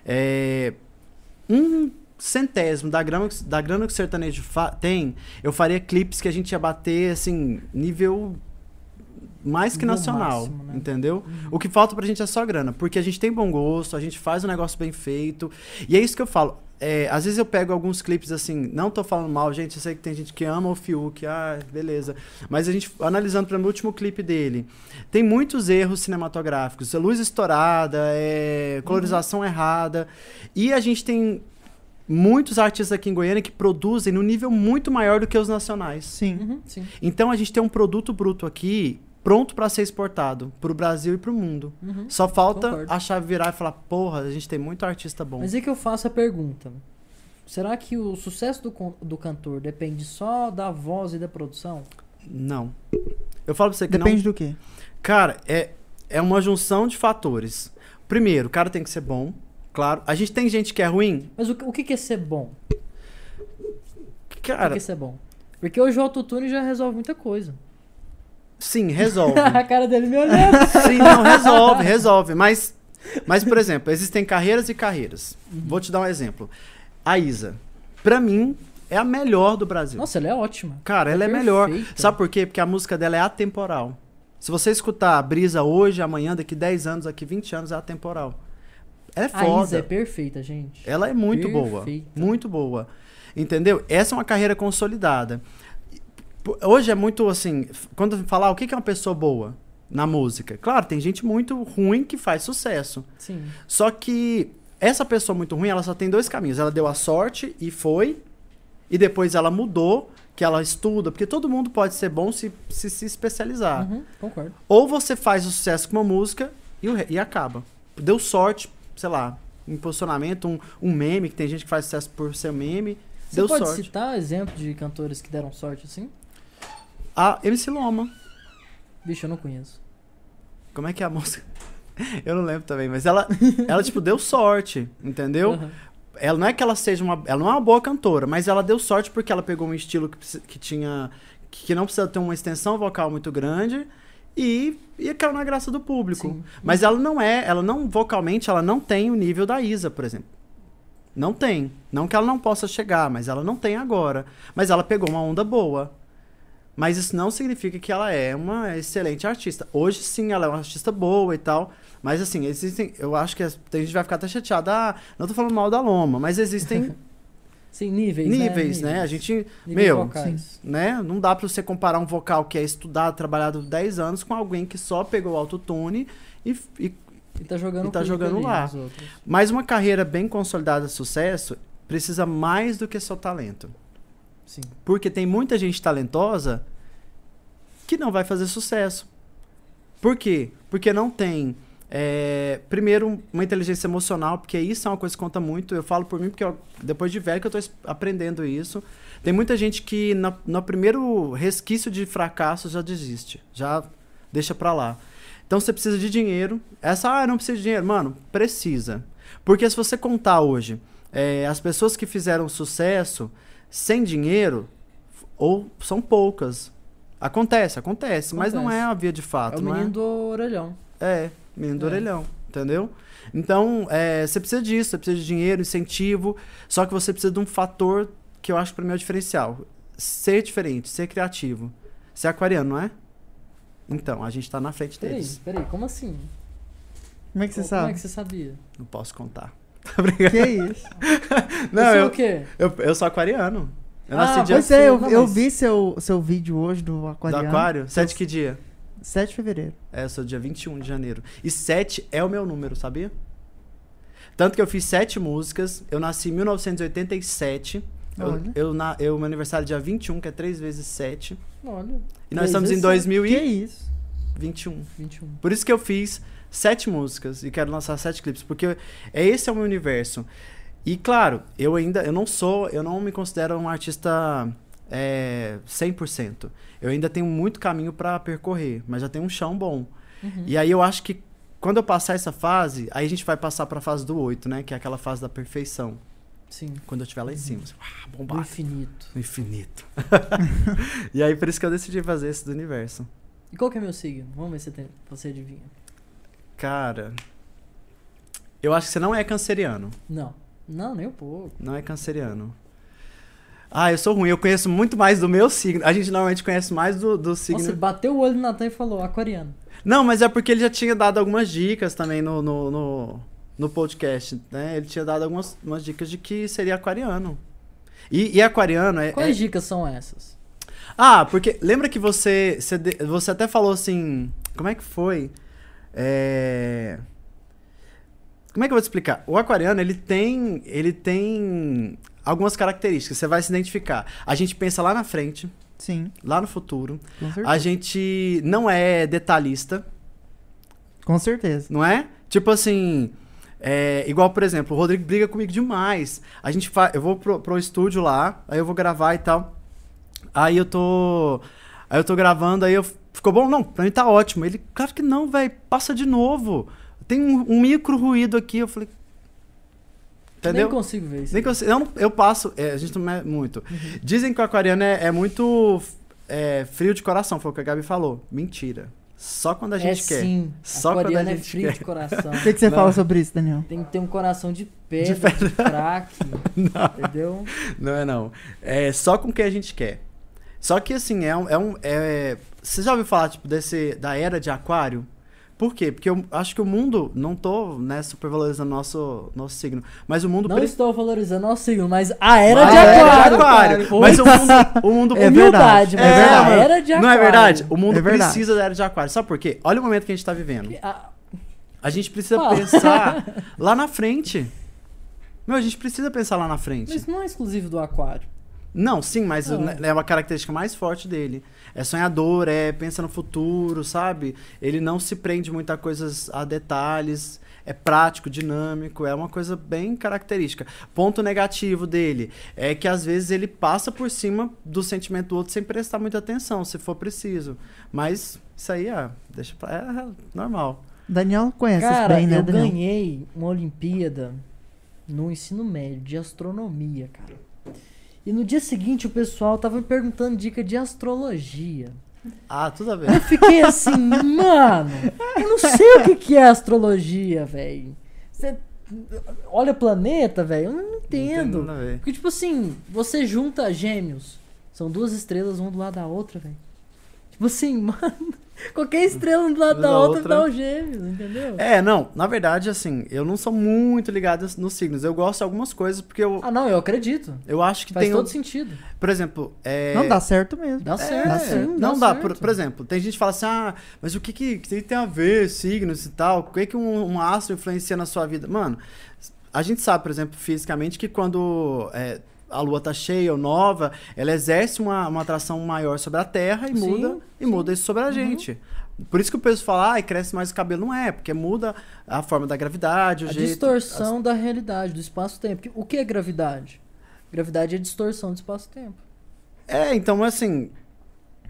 1/100 da grana que o sertanejo tem, eu faria clipes que a gente ia bater, assim, nível... mais que No nacional, máximo, né? entendeu? O que falta pra gente é só grana, porque a gente tem bom gosto, a gente faz um negócio bem feito, e é isso que eu falo. Às vezes eu pego alguns clipes assim, não tô falando mal, gente, eu sei que tem gente que ama o Fiuk, beleza. Mas a gente, analisando para o último clipe dele, tem muitos erros cinematográficos, luz estourada, colorização errada, e a gente tem muitos artistas aqui em Goiânia que produzem no nível muito maior do que os nacionais. Sim. Sim. Então a gente tem um produto bruto aqui pronto para ser exportado pro Brasil e pro mundo. Só falta Concordo. a chave virar e falar, porra, a gente tem muito artista bom. Mas é que eu faço a pergunta. Será que o sucesso do cantor depende só da voz e da produção? Não. Eu falo pra você que Depende não... do quê? Cara, é uma junção de fatores. Primeiro, o cara tem que ser bom, claro. A gente tem gente que é ruim. Mas o que é ser bom? O Cara, que é ser bom? Porque hoje o autotune já resolve muita coisa. sim, resolve. A cara dele me olhando. Sim, não, resolve. Mas, por exemplo, existem carreiras e carreiras. Vou te dar um exemplo. A Isa, pra mim, é a melhor do Brasil. Nossa, ela é ótima. Cara, ela é melhor. perfeita. Sabe por quê? Porque a música dela é atemporal. Se você escutar a Brisa hoje, amanhã, daqui 10 anos, daqui 20 anos, é atemporal. Ela é A Isa foda. é perfeita, gente. Ela é muito Perfeita. boa. Muito boa. Entendeu? Essa é uma carreira consolidada. Hoje é muito assim, quando falar o que é uma pessoa boa na música. Claro, tem gente muito ruim que faz sucesso. Sim. Só que essa pessoa muito ruim, ela só tem dois caminhos. Ela deu a sorte e foi, e depois ela mudou, que ela estuda, porque todo mundo pode ser bom se especializar. Concordo. Ou você faz o sucesso com uma música e acaba. Deu sorte, sei lá, um posicionamento, um meme, que tem gente que faz sucesso por ser meme. Você Deu pode sorte. citar exemplo de cantores que deram sorte assim? A MC Loma. Bicho, eu não conheço. Como é que é a música? Eu não lembro também, mas ela tipo, deu sorte, entendeu? Aham. Ela não é que ela seja ela não é uma boa cantora, mas ela deu sorte porque ela pegou um estilo que não precisa ter uma extensão vocal muito grande e caiu na graça do público. Sim. Mas vocalmente, ela não tem o nível da Isa, por exemplo. Não tem. Não que ela não possa chegar, mas ela não tem agora. Mas ela pegou uma onda boa. Mas isso não significa que ela é uma excelente artista. Hoje, sim, ela é uma artista boa e tal. Mas, assim, eu acho que tem gente que vai ficar até chateada. Não tô falando mal da Loma, mas existem Sim, níveis, níveis, né? A gente, Níveis vocais. né? Não dá pra você comparar um vocal que é estudado, trabalhado 10 anos com alguém que só pegou o autotune e E tá jogando, E tá clipe jogando ali lá. nos outros. Mas uma carreira bem consolidada de sucesso precisa mais do que só talento. Sim. Porque tem muita gente talentosa que não vai fazer sucesso. Por quê? Porque não tem, primeiro, uma inteligência emocional, porque isso é uma coisa que conta muito. Eu falo por mim, porque depois de velho que eu tô aprendendo isso. Tem muita gente que no primeiro resquício de fracasso já desiste. Já deixa pra lá. Então você precisa de dinheiro. Não precisa de dinheiro. Mano, precisa. Porque se você contar hoje, as pessoas que fizeram sucesso sem dinheiro, ou são poucas. Acontece, mas não é a via de fato. É o menino do orelhão. Menino do orelhão, entendeu? Então, você precisa disso, você precisa de dinheiro, incentivo, só que você precisa de um fator que eu acho que pra mim é o diferencial. Ser diferente, ser criativo. Ser aquariano, não é? Então, a gente tá na frente deles. Peraí, como assim? Como é que você sabe? Como é que você sabia? Não posso contar. Que isso? Não, o quê? Eu sou aquariano. Eu nasci dia pois é, eu vi seu vídeo hoje do aquariano. Do aquário? 7 que dia? 7 de fevereiro. Eu sou dia 21 de janeiro. E 7 é o meu número, sabia? Tanto que eu fiz 7 músicas. Eu nasci em 1987. Meu aniversário é dia 21, que é 3 vezes 7. Olha. E nós estamos em 2021. Que isso? 21. Por isso que eu fiz 7 músicas e quero lançar 7 clipes. Porque esse é o meu universo. E claro, eu não me considero um artista 100%. Eu ainda tenho muito caminho pra percorrer, mas já tenho um chão bom. Uhum. E aí eu acho que quando eu passar essa fase, aí a gente vai passar pra fase do 8, né? Que é aquela fase da perfeição. Sim. Quando eu estiver lá em cima. Bombado. Do infinito. Do infinito. E aí por isso que eu decidi fazer esse do universo. E qual que é meu signo? Vamos ver se você adivinha. Cara, eu acho que você não é canceriano. Não, nem um pouco. Não é canceriano. Eu sou ruim. Eu conheço muito mais do meu signo. A gente normalmente conhece mais do signo. Nossa, ele bateu o olho no Natan e falou, aquariano. Não, mas é porque ele já tinha dado algumas dicas também no podcast, né? Ele tinha dado algumas dicas de que seria aquariano. E aquariano é... Quais dicas são essas? Porque lembra que você até falou assim... Como é que foi? Como é que eu vou te explicar? O aquariano, ele tem algumas características, você vai se identificar. A gente pensa lá na frente. Sim. Lá no futuro. Com certeza. A gente não é detalhista. Com certeza. Não é? Tipo assim... igual, por exemplo, o Rodrigo briga comigo demais. Eu vou pro estúdio lá, aí eu vou gravar e tal. Aí eu tô gravando, aí ficou bom? Não, pra mim tá ótimo. Ele, claro que não, velho, passa de novo. Tem um micro ruído aqui. Eu falei... Entendeu? Nem consigo ver isso. Nem consigo, eu passo... a gente não é muito. Uhum. Dizem que o aquariano é muito frio de coração, foi o que a Gabi falou. Mentira. Só quando a gente quer. Sim. Só quando a gente é frio quer. de coração. O que você fala sobre isso, Daniel? Tem que ter um coração de pedra, de craque. Entendeu? Não. É só com o que a gente quer. Só que assim, você já ouviu falar tipo, da era de aquário? Por quê? Porque eu acho que o mundo, não tô supervalorizando nosso signo, mas o mundo... Não estou valorizando nosso signo, mas a era de aquário. Mas o mundo... É verdade, mas a era de aquário. Não é verdade? O mundo precisa da era de aquário. Sabe por quê? Olha o momento que a gente tá vivendo. A gente precisa pensar lá na frente. A gente precisa pensar lá na frente. Mas não é exclusivo do aquário. Não, sim, mas é uma característica mais forte dele. É sonhador, pensa no futuro, sabe? Ele não se prende muito a detalhes, é prático, dinâmico, é uma coisa bem característica. Ponto negativo dele é que às vezes ele passa por cima do sentimento do outro sem prestar muita atenção, se for preciso. Mas isso aí é normal. Daniel conhece isso bem, né, eu Daniel? ganhei uma Olimpíada no ensino médio de astronomia, cara. E no dia seguinte o pessoal tava me perguntando dica de astrologia. Tudo a ver. Eu fiquei assim, mano, eu não sei o que é astrologia, velho. Você olha planeta, velho, eu não entendo. Não tem nada a ver. Porque, tipo assim, você junta gêmeos, são 2 estrelas, uma do lado da outra, velho. Tipo assim, mano, qualquer estrela do lado da outra dá os gêmeos, entendeu? Não, na verdade, assim, eu não sou muito ligado nos signos. Eu gosto de algumas coisas porque eu... não, eu acredito. Eu acho que faz todo sentido. Por exemplo, Não, dá certo mesmo. Dá certo. Não dá. Por exemplo, tem gente que fala assim, mas o que tem a ver signos e tal? O que um astro influencia na sua vida? Mano, a gente sabe, por exemplo, fisicamente, que quando... a lua tá cheia ou nova, ela exerce uma atração maior sobre a Terra e muda isso sobre a gente. Por isso que o pessoal fala, cresce mais o cabelo. Não é, porque muda a forma da gravidade, o jeito... distorção da realidade, do espaço-tempo. O que é gravidade? Gravidade é distorção do espaço-tempo. Então, assim...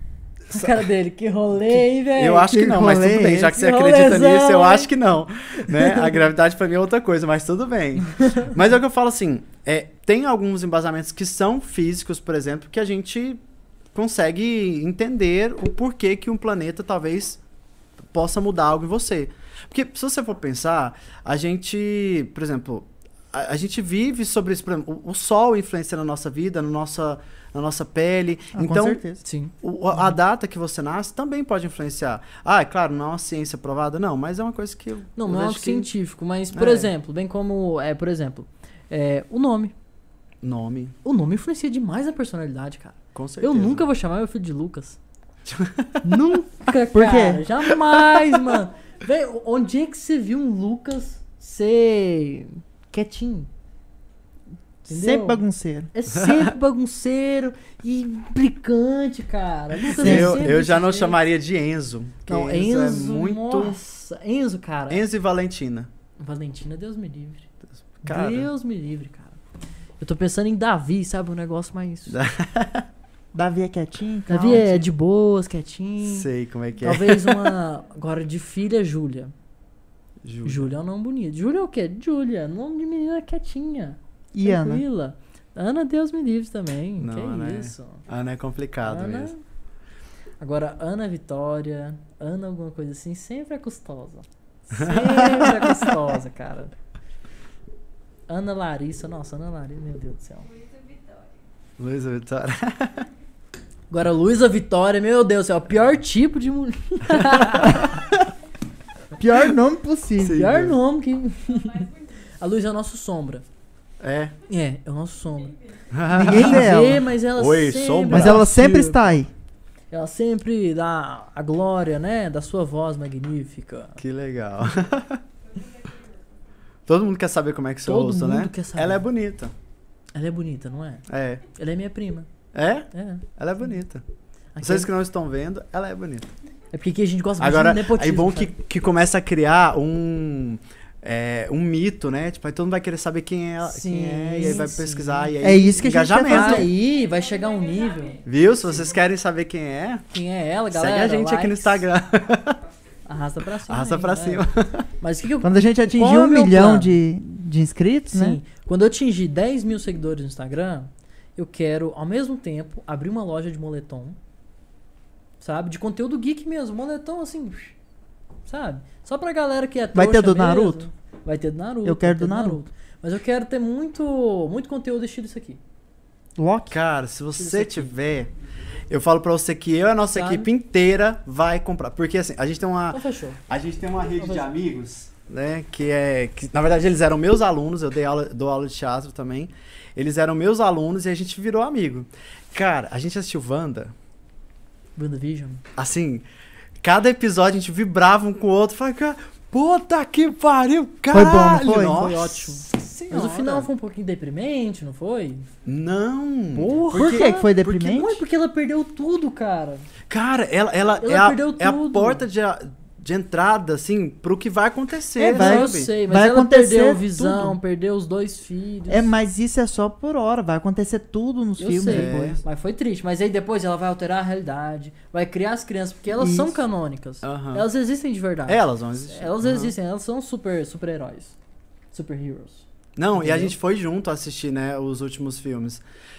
A cara dele, que rolê, hein, velho? Eu acho que não, mas tudo bem, já que você acredita nisso, eu acho que não. Né? A gravidade pra mim é outra coisa, mas tudo bem. Mas é o que eu falo assim, tem alguns embasamentos que são físicos, por exemplo, que a gente consegue entender o porquê que um planeta talvez possa mudar algo em você. Porque se você for pensar, a gente, por exemplo, a gente vive sobre isso, por exemplo, o Sol influencia na nossa vida, na nossa pele. Então, com certeza. Sim. A data que você nasce também pode influenciar. Ah, é claro, não é uma ciência provada, não, mas é uma coisa que Não é vejo algo científico, mas, por exemplo, bem como, por exemplo, o nome. Nome, O nome influencia demais a personalidade, cara. com certeza. Eu nunca vou chamar meu filho de Lucas. Nunca, Por quê? cara. Jamais, mano. Velho, onde é que você viu um Lucas ser quietinho? Entendeu? Sempre bagunceiro. É sempre bagunceiro e implicante, cara. Lucas Eu já não desse jeito. chamaria de Enzo. Porque Não, Enzo é Enzo, muito. nossa. Enzo, cara. Enzo e Valentina. Valentina, Deus me livre. Cara. Deus me livre, cara. Eu tô pensando em Davi, sabe? Um negócio mais... Davi é quietinho. Davi calma, é de boas, quietinho. Sei como é que é. Talvez uma... Agora, de filha, Júlia. Júlia. Júlia é um nome bonito. Júlia é o quê? Júlia. Nome de menina quietinha. E Ana? Tranquila. Ana, Deus me livre também. Não, que Ana isso. Ana é complicado Ana... mesmo. Agora, Ana Vitória, Ana alguma coisa assim, sempre é custosa. Sempre é custosa, cara. Ana Larissa, nossa, Ana Larissa, meu Deus do céu. Luísa Vitória. Agora, Luísa Vitória, meu Deus do céu, pior tipo de mulher. Pior nome possível. Sim. Pior nome que... A Luísa é o nosso sombra. É. É o nosso sombra. Ninguém vê ela. Vê, mas ela Oi, sempre... sombra. Mas ela sempre está aí. Ela sempre dá a glória, né, da sua voz magnífica. Que legal. Todo mundo quer saber como é que seu Todo rosto, mundo né? quer saber. Ela é bonita. Ela é bonita, não é? É. Ela é minha prima. É? É. Ela é bonita. Aqui Vocês que não estão vendo, ela é bonita. é porque aqui a gente gosta Agora, muito de nepotismo. aí bom sabe? que começa a criar um mito, né? Tipo, aí todo mundo vai querer saber quem é, Sim, quem é e aí vai sim. pesquisar. E aí, É isso que a gente quer engajamento. fazer. Aí vai chegar um nível. Viu? Se vocês querem saber quem é, Quem é ela, galera? segue a gente aqui no likes. Instagram. Arrasta pra cima. Arrasta aí, pra né? cima. Mas o que eu... Quando a gente atingir Qual é 1 o meu milhão plano? de inscritos, Sim. né? Quando eu atingir 10 mil seguidores no Instagram, eu quero, ao mesmo tempo, abrir uma loja de moletom. Sabe? De conteúdo geek mesmo. Moletom, assim... Sabe? Só pra galera que é Vai ter trouxa do mesmo. Naruto? Vai ter do Naruto. Eu quero vai ter do Naruto. Mas eu quero ter muito conteúdo estilo isso aqui. Loki. Cara, se Isso você aqui. tiver... Eu falo pra você que eu e a nossa Sabe? equipe inteira vai comprar. Porque assim, a gente tem uma... Então fechou. A gente tem uma rede de fazer. amigos, né? Que na verdade eles eram meus alunos, eu dou aula de teatro também. Eles eram meus alunos e a gente virou amigo. Cara, a gente assistiu Wanda, WandaVision. assim, cada episódio a gente vibrava um com o outro, falava, cara, puta que pariu, Foi bom, não caralho! foi? Nossa Foi ótimo. Senhora. Mas o final foi um pouquinho deprimente, não foi? Não! Por que foi deprimente? Não é porque ela perdeu tudo, cara. Cara, ela perdeu é a tudo. porta de entrada, assim, pro que vai acontecer, É, vai- Eu sabe? sei, mas vai ela acontecer perdeu Visão, tudo. perdeu os 2 filhos. Mas isso é só por hora. Vai acontecer tudo nos Eu filmes sei, depois. mas foi triste. Mas aí depois ela vai alterar a realidade, vai criar as crianças, porque elas são Isso. canônicas. Aham. Elas existem de verdade. Elas vão existir. Elas Aham. existem, elas são super-heróis. Super-heroes. Não, e a Entendeu? gente foi junto assistir, né, os últimos filmes.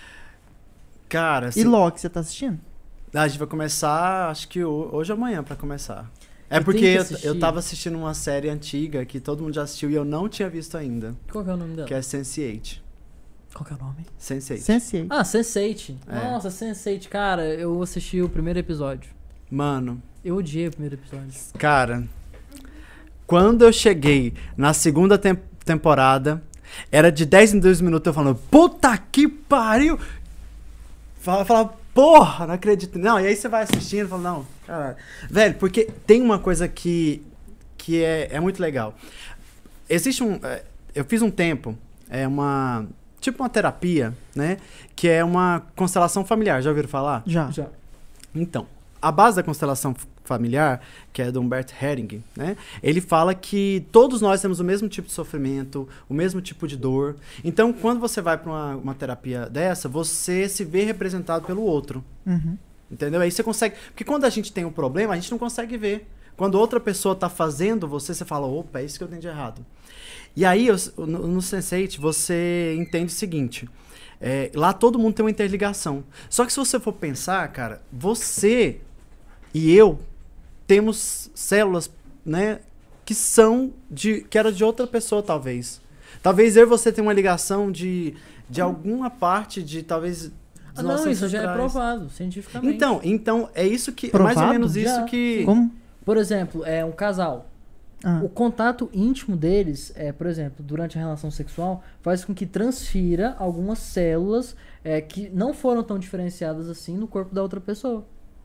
Cara, E assim, Loki, você tá assistindo? a gente vai começar, acho que hoje ou amanhã pra começar. É Eu porque tenho que eu assistir. tava assistindo uma série antiga que todo mundo já assistiu e eu não tinha visto ainda, Qual que é o nome dela? que é Sense8. Qual que é o nome? Sense8. Sensei. Ah, Sense8. É. Nossa, Sense8. Cara, eu assisti o primeiro episódio. Mano, Eu odiei o primeiro episódio. cara, quando eu cheguei na segunda temporada, era de 10 em 2 minutos eu falando, puta que pariu! Falava, porra, não acredito. Não, e aí você vai assistindo e fala, não, caralho. Velho, porque tem uma coisa que é muito legal. Existe eu fiz um tempo, tipo uma terapia, né? Que é uma constelação familiar, já ouviram falar? Já. Já. Então, a base da constelação familiar, que é do Humberto Hering, né? Ele fala que todos nós temos o mesmo tipo de sofrimento, o mesmo tipo de dor. Então, quando você vai para uma terapia dessa, você se vê representado pelo outro. Uhum. Entendeu? Aí você consegue... Porque quando a gente tem um problema, a gente não consegue ver. Quando outra pessoa tá fazendo você fala, opa, é isso que eu tenho de errado. E aí, no Sense8, você entende o seguinte... lá todo mundo tem uma interligação. Só que se você for pensar, cara, você e eu temos células, né, que era de outra pessoa, talvez. Talvez eu e você tenham uma ligação de alguma parte de, talvez... Não, isso já é provado, cientificamente. Então é isso que... Provado? É mais ou menos isso Já. que... Como? Por exemplo, um casal. O contato íntimo deles, por exemplo, durante a relação sexual, faz com que transfira algumas células que não foram tão diferenciadas assim no corpo da outra pessoa.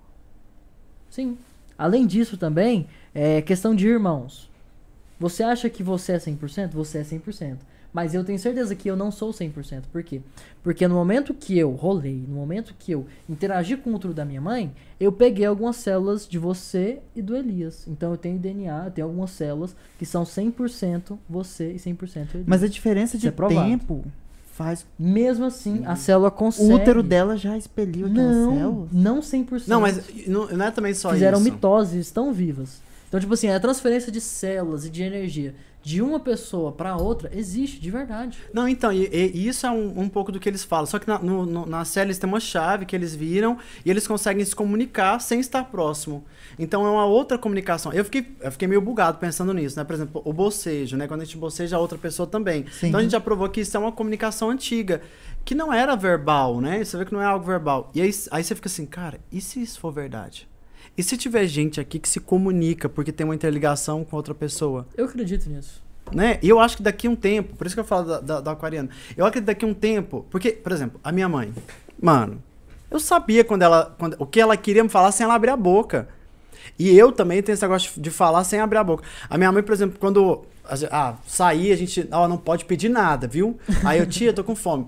Sim. Além disso também, questão de irmãos. Você acha que você é 100%? Você é 100%. Mas eu tenho certeza que eu não sou 100%. Por quê? Porque no momento que eu rolei, no momento que eu interagi com o útero da minha mãe, eu peguei algumas células de você e do Elias. Então eu tenho DNA, eu tenho algumas células que são 100% você e 100% Elias. Mas a diferença de tempo faz... Mesmo assim, a célula consegue... O útero dela já expeliu aquelas células? Não 100%. Não, mas não é também só Fizeram isso. mitose, estão vivas. Então, tipo assim, a transferência de células e de energia de uma pessoa para outra existe, de verdade. Não, então, e isso é um pouco do que eles falam. Só que na célula eles têm uma chave que eles viram e eles conseguem se comunicar sem estar próximo. Então é uma outra comunicação. Eu fiquei meio bugado pensando nisso, né? Por exemplo, o bocejo, né? Quando a gente boceja, a outra pessoa também. Sim. Então a gente já provou que isso é uma comunicação antiga, que não era verbal, né? Você vê que não é algo verbal. E aí você fica assim, cara, e se isso for verdade? E se tiver gente aqui que se comunica porque tem uma interligação com outra pessoa? Eu acredito nisso. Né? E eu acho que daqui a um tempo, por isso que eu falo da aquariana, eu acredito que daqui a um tempo, porque, por exemplo, a minha mãe, mano, eu sabia o que ela queria me falar sem ela abrir a boca. E eu também tenho esse negócio de falar sem abrir a boca. A minha mãe, por exemplo, quando sair, a gente não pode pedir nada, viu? Aí eu, tia, tô com fome.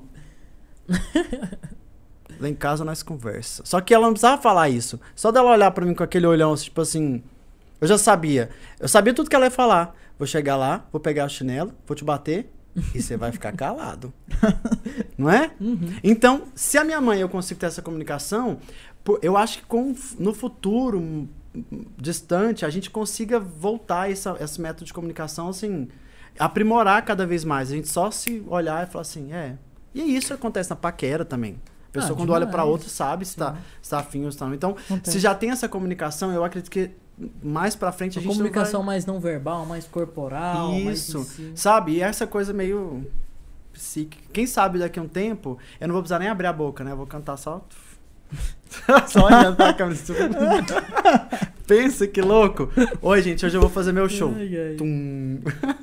Lá em casa nós conversa. Só que ela não precisava falar isso. Só dela olhar pra mim com aquele olhão, tipo assim, eu já sabia. Eu sabia tudo que ela ia falar. Vou chegar lá, vou pegar o chinelo, vou te bater e você vai ficar calado. Não é? Uhum. Então, se a minha mãe eu consigo ter essa comunicação, eu acho que no futuro distante a gente consiga voltar esse método de comunicação, assim, aprimorar cada vez mais. A gente só se olhar e falar assim, E isso acontece na paquera também. A pessoa quando olha pra outra sabe se tá afim ou se tá não. Então, se já tem essa comunicação, eu acredito que mais pra frente a gente comunicação não vai... mais não verbal, mais corporal. Isso, mais si. sabe? E essa coisa meio psíquica. Quem sabe daqui a um tempo, eu não vou precisar nem abrir a boca, né? Eu vou cantar só... só olhando pra câmera. Pensa que louco. Oi, gente, hoje eu vou fazer meu show. Ai, ai. Tum.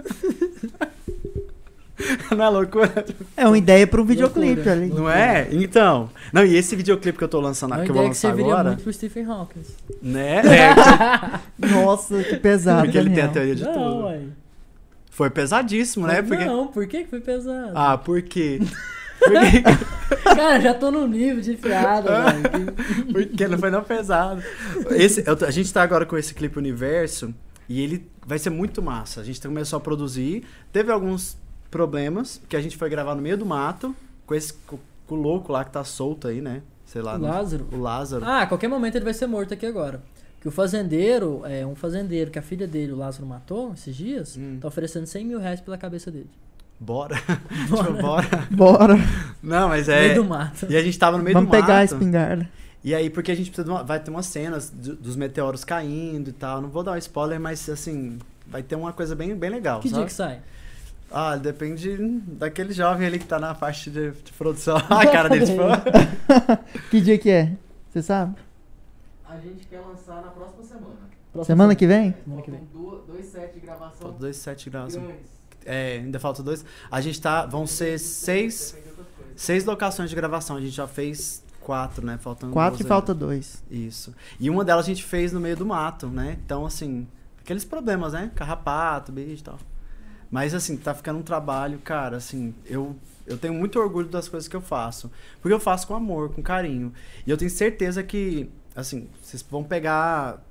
Não é loucura? É uma ideia para um videoclipe ali. Não é? Então. Não, e esse videoclipe que eu tô lançando, que eu vou lançar que você agora. viria muito pro Stephen Hawking. Né? Nossa, que pesado. Porque ele tem a Daniel. teoria de tudo. Ué. Foi pesadíssimo, né? Porque... Não, por que foi pesado? Ah, por quê? Cara, já tô no nível de piada, velho. Porque não foi não pesado. A gente tá agora com esse clipe Universo e ele vai ser muito massa. A gente começou a produzir, teve alguns problemas, que a gente foi gravar no meio do mato, com o louco lá que tá solto aí, né? Sei lá. O Lázaro? O Lázaro. Ah, a qualquer momento ele vai ser morto aqui agora. Que o fazendeiro, um fazendeiro que a filha dele, o Lázaro, matou esses dias, tá oferecendo 100 mil reais pela cabeça dele. Bora. Bora. Bora. Não, mas No meio do mato. E a gente tava no meio Vamos do mato. pegar a espingarda. E aí, porque a gente precisa vai ter umas cenas dos meteoros caindo e tal. Não vou dar um spoiler, mas assim, vai ter uma coisa bem, bem legal. Que sabe? dia que sai? Ah, depende daquele jovem ali que tá na parte de produção. A cara dele, tipo... Que dia que é? Você sabe? A gente quer lançar na próxima semana. Semana que vem? Semana que vem. Faltam 2 sets de gravação Falta 2 sets de gravação. grandes. Ainda falta 2. A gente vão ser 6 locações de gravação. A gente já fez 4, né? Faltam 4 duas e falta 2. Isso. E uma delas a gente fez no meio do mato, né? Então, assim, aqueles problemas, né? Carrapato, bicho e tal. Mas, assim, tá ficando um trabalho, cara, assim, eu tenho muito orgulho das coisas que eu faço. Porque eu faço com amor, com carinho. E eu tenho certeza que, assim, vocês vão pegar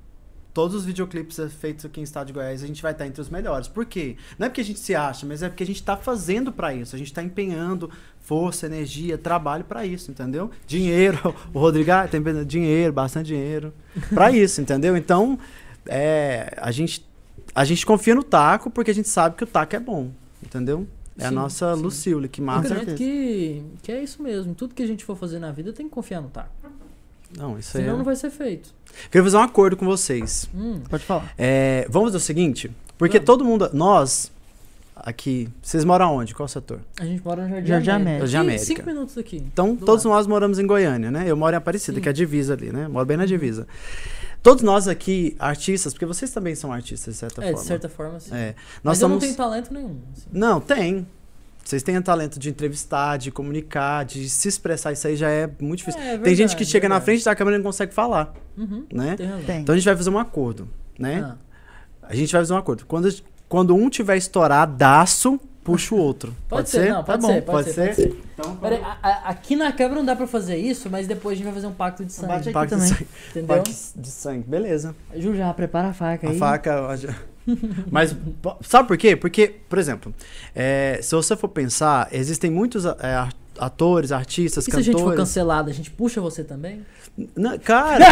todos os videoclipes feitos aqui em Estado de Goiás, a gente vai estar entre os melhores. Por quê? Não é porque a gente se acha, mas é porque a gente tá fazendo pra isso. A gente tá empenhando força, energia, trabalho pra isso, entendeu? Dinheiro. O Rodrigo tem dinheiro, bastante dinheiro. Pra isso, entendeu? Então, a gente confia no Taco porque a gente sabe que o Taco é bom, entendeu? É a nossa Lucille, que Eu massa. acredito que é isso mesmo. Tudo que a gente for fazer na vida tem que confiar no Taco. Não, isso aí. Senão não vai ser feito. Queria fazer um acordo com vocês. Pode falar. Vamos fazer o seguinte, porque Vamos. todo mundo, nós aqui, vocês moram onde? Qual setor? A gente mora no Jardim Jardim América. América. Jardim América. 5 minutos daqui. Então, do todos lado. nós moramos em Goiânia, né? Eu moro em Aparecida, Sim. que é a divisa ali, né? Moro bem na divisa. Todos nós aqui, artistas, porque vocês também são artistas, de certa forma. De certa forma, sim. Nós Mas eu não somos... tenho talento nenhum. assim. Não, tem. Vocês têm o talento de entrevistar, de comunicar, de se expressar. Isso aí já é muito difícil. É Tem gente que verdade, chega na verdade. frente da câmera e não consegue falar, Uhum, né? tem razão. Tem. Então a gente vai fazer um acordo, né? Ah, A gente vai fazer um acordo. Quando um tiver estouradaço, puxa o outro. Pode ser? Não, pode Tá ser, bom, pode ser. Então, Peraí, aqui na câmera não dá pra fazer isso, mas depois a gente vai fazer um pacto de sangue. Bate aqui Pacto de também. sangue. Entendeu? Pacto de sangue, beleza. Ju, já prepara a faca aí. A faca. Mas sabe por quê? Porque, por exemplo, se você for pensar, existem muitos atores, artistas, E se a cantores. gente for cancelado, a gente puxa você também? Não, cara,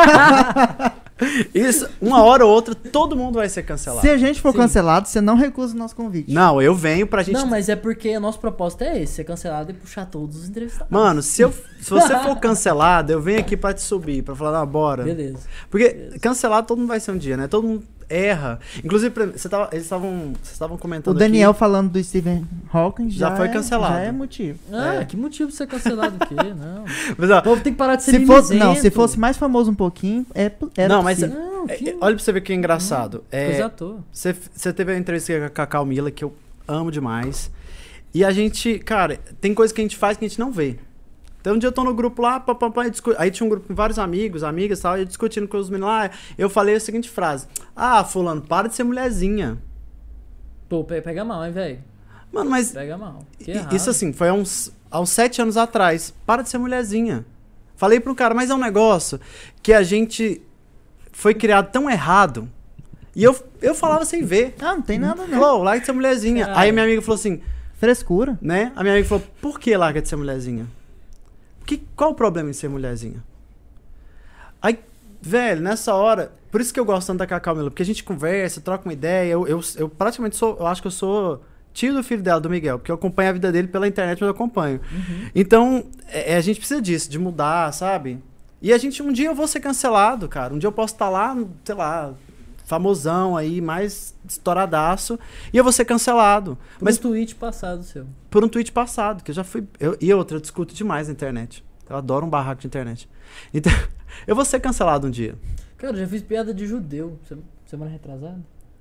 isso, uma hora ou outra, todo mundo vai ser cancelado. Se a gente for Sim. cancelado, você não recusa o nosso convite. Não, eu venho pra gente. Não, mas é porque o nosso propósito é esse, ser cancelado e puxar todos os entrevistados. Mano, se você for cancelado, eu venho aqui pra te subir, pra falar, não, bora. Beleza. Porque cancelado todo mundo vai ser um dia, né? Todo mundo erra. Inclusive, vocês estavam comentando O Daniel aqui, falando do Stephen Hawking Já foi cancelado. Já é motivo. Que motivo de ser cancelado o quê? Não. mas, ó, O povo tem que parar de ser Se fosse, não, se mimizento. fosse mais famoso um pouquinho, era Não, mas- possível. Não, que olha pra você ver que é engraçado. coisa à toa. Você teve a entrevista com a Cacau Mila, que eu amo demais. E a gente, cara, tem coisa que a gente faz que a gente não vê. Então um dia eu tô no grupo lá, aí tinha um grupo com vários amigos, amigas e tal, e eu discutindo com os meninos lá, eu falei a seguinte frase: ah, fulano, para de ser mulherzinha. Pô, pega mal, hein, velho? Mano, mas Pega mal. Que isso errado. assim, foi há uns 7 anos atrás. Para de ser mulherzinha. Falei pro cara, mas é um negócio que a gente foi criado tão errado. E eu falava sem ver. Ah, não tem nada não. Falou, larga de ser mulherzinha. Caralho. Aí minha amiga falou assim, Frescura. né? A minha amiga falou, por que larga de ser mulherzinha? Qual o problema em ser mulherzinha? Aí, velho, nessa hora, por isso que eu gosto tanto da Cacau Mila, porque a gente conversa, troca uma ideia, eu praticamente eu acho que eu sou tio do filho dela, do Miguel, porque eu acompanho a vida dele pela internet, mas eu acompanho. Então, a gente precisa disso, de mudar, sabe? E um dia eu vou ser cancelado, cara. Um dia eu posso estar lá, sei lá, famosão aí, mais estouradaço, e eu vou ser cancelado. Mas tweet passado seu. Por um tweet passado, que eu já fui... E outra, eu discuto demais na internet. Eu adoro um barraco de internet. Então, eu vou ser cancelado um dia. Cara, eu já fiz piada de judeu. Semana retrasada?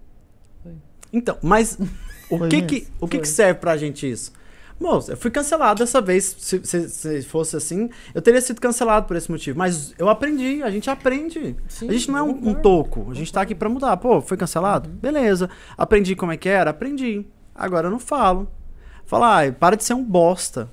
Então, mas o Foi que mesmo? que serve pra gente isso? Moça, eu fui cancelado dessa vez. Se fosse assim, eu teria sido cancelado por esse motivo. Mas eu aprendi, a gente aprende. Sim, A gente não é um concordo. toco. A gente tá aqui pra mudar. Pô, foi cancelado? Beleza. Aprendi como é que era? Aprendi. Agora eu não falo. Falar, para de ser um bosta.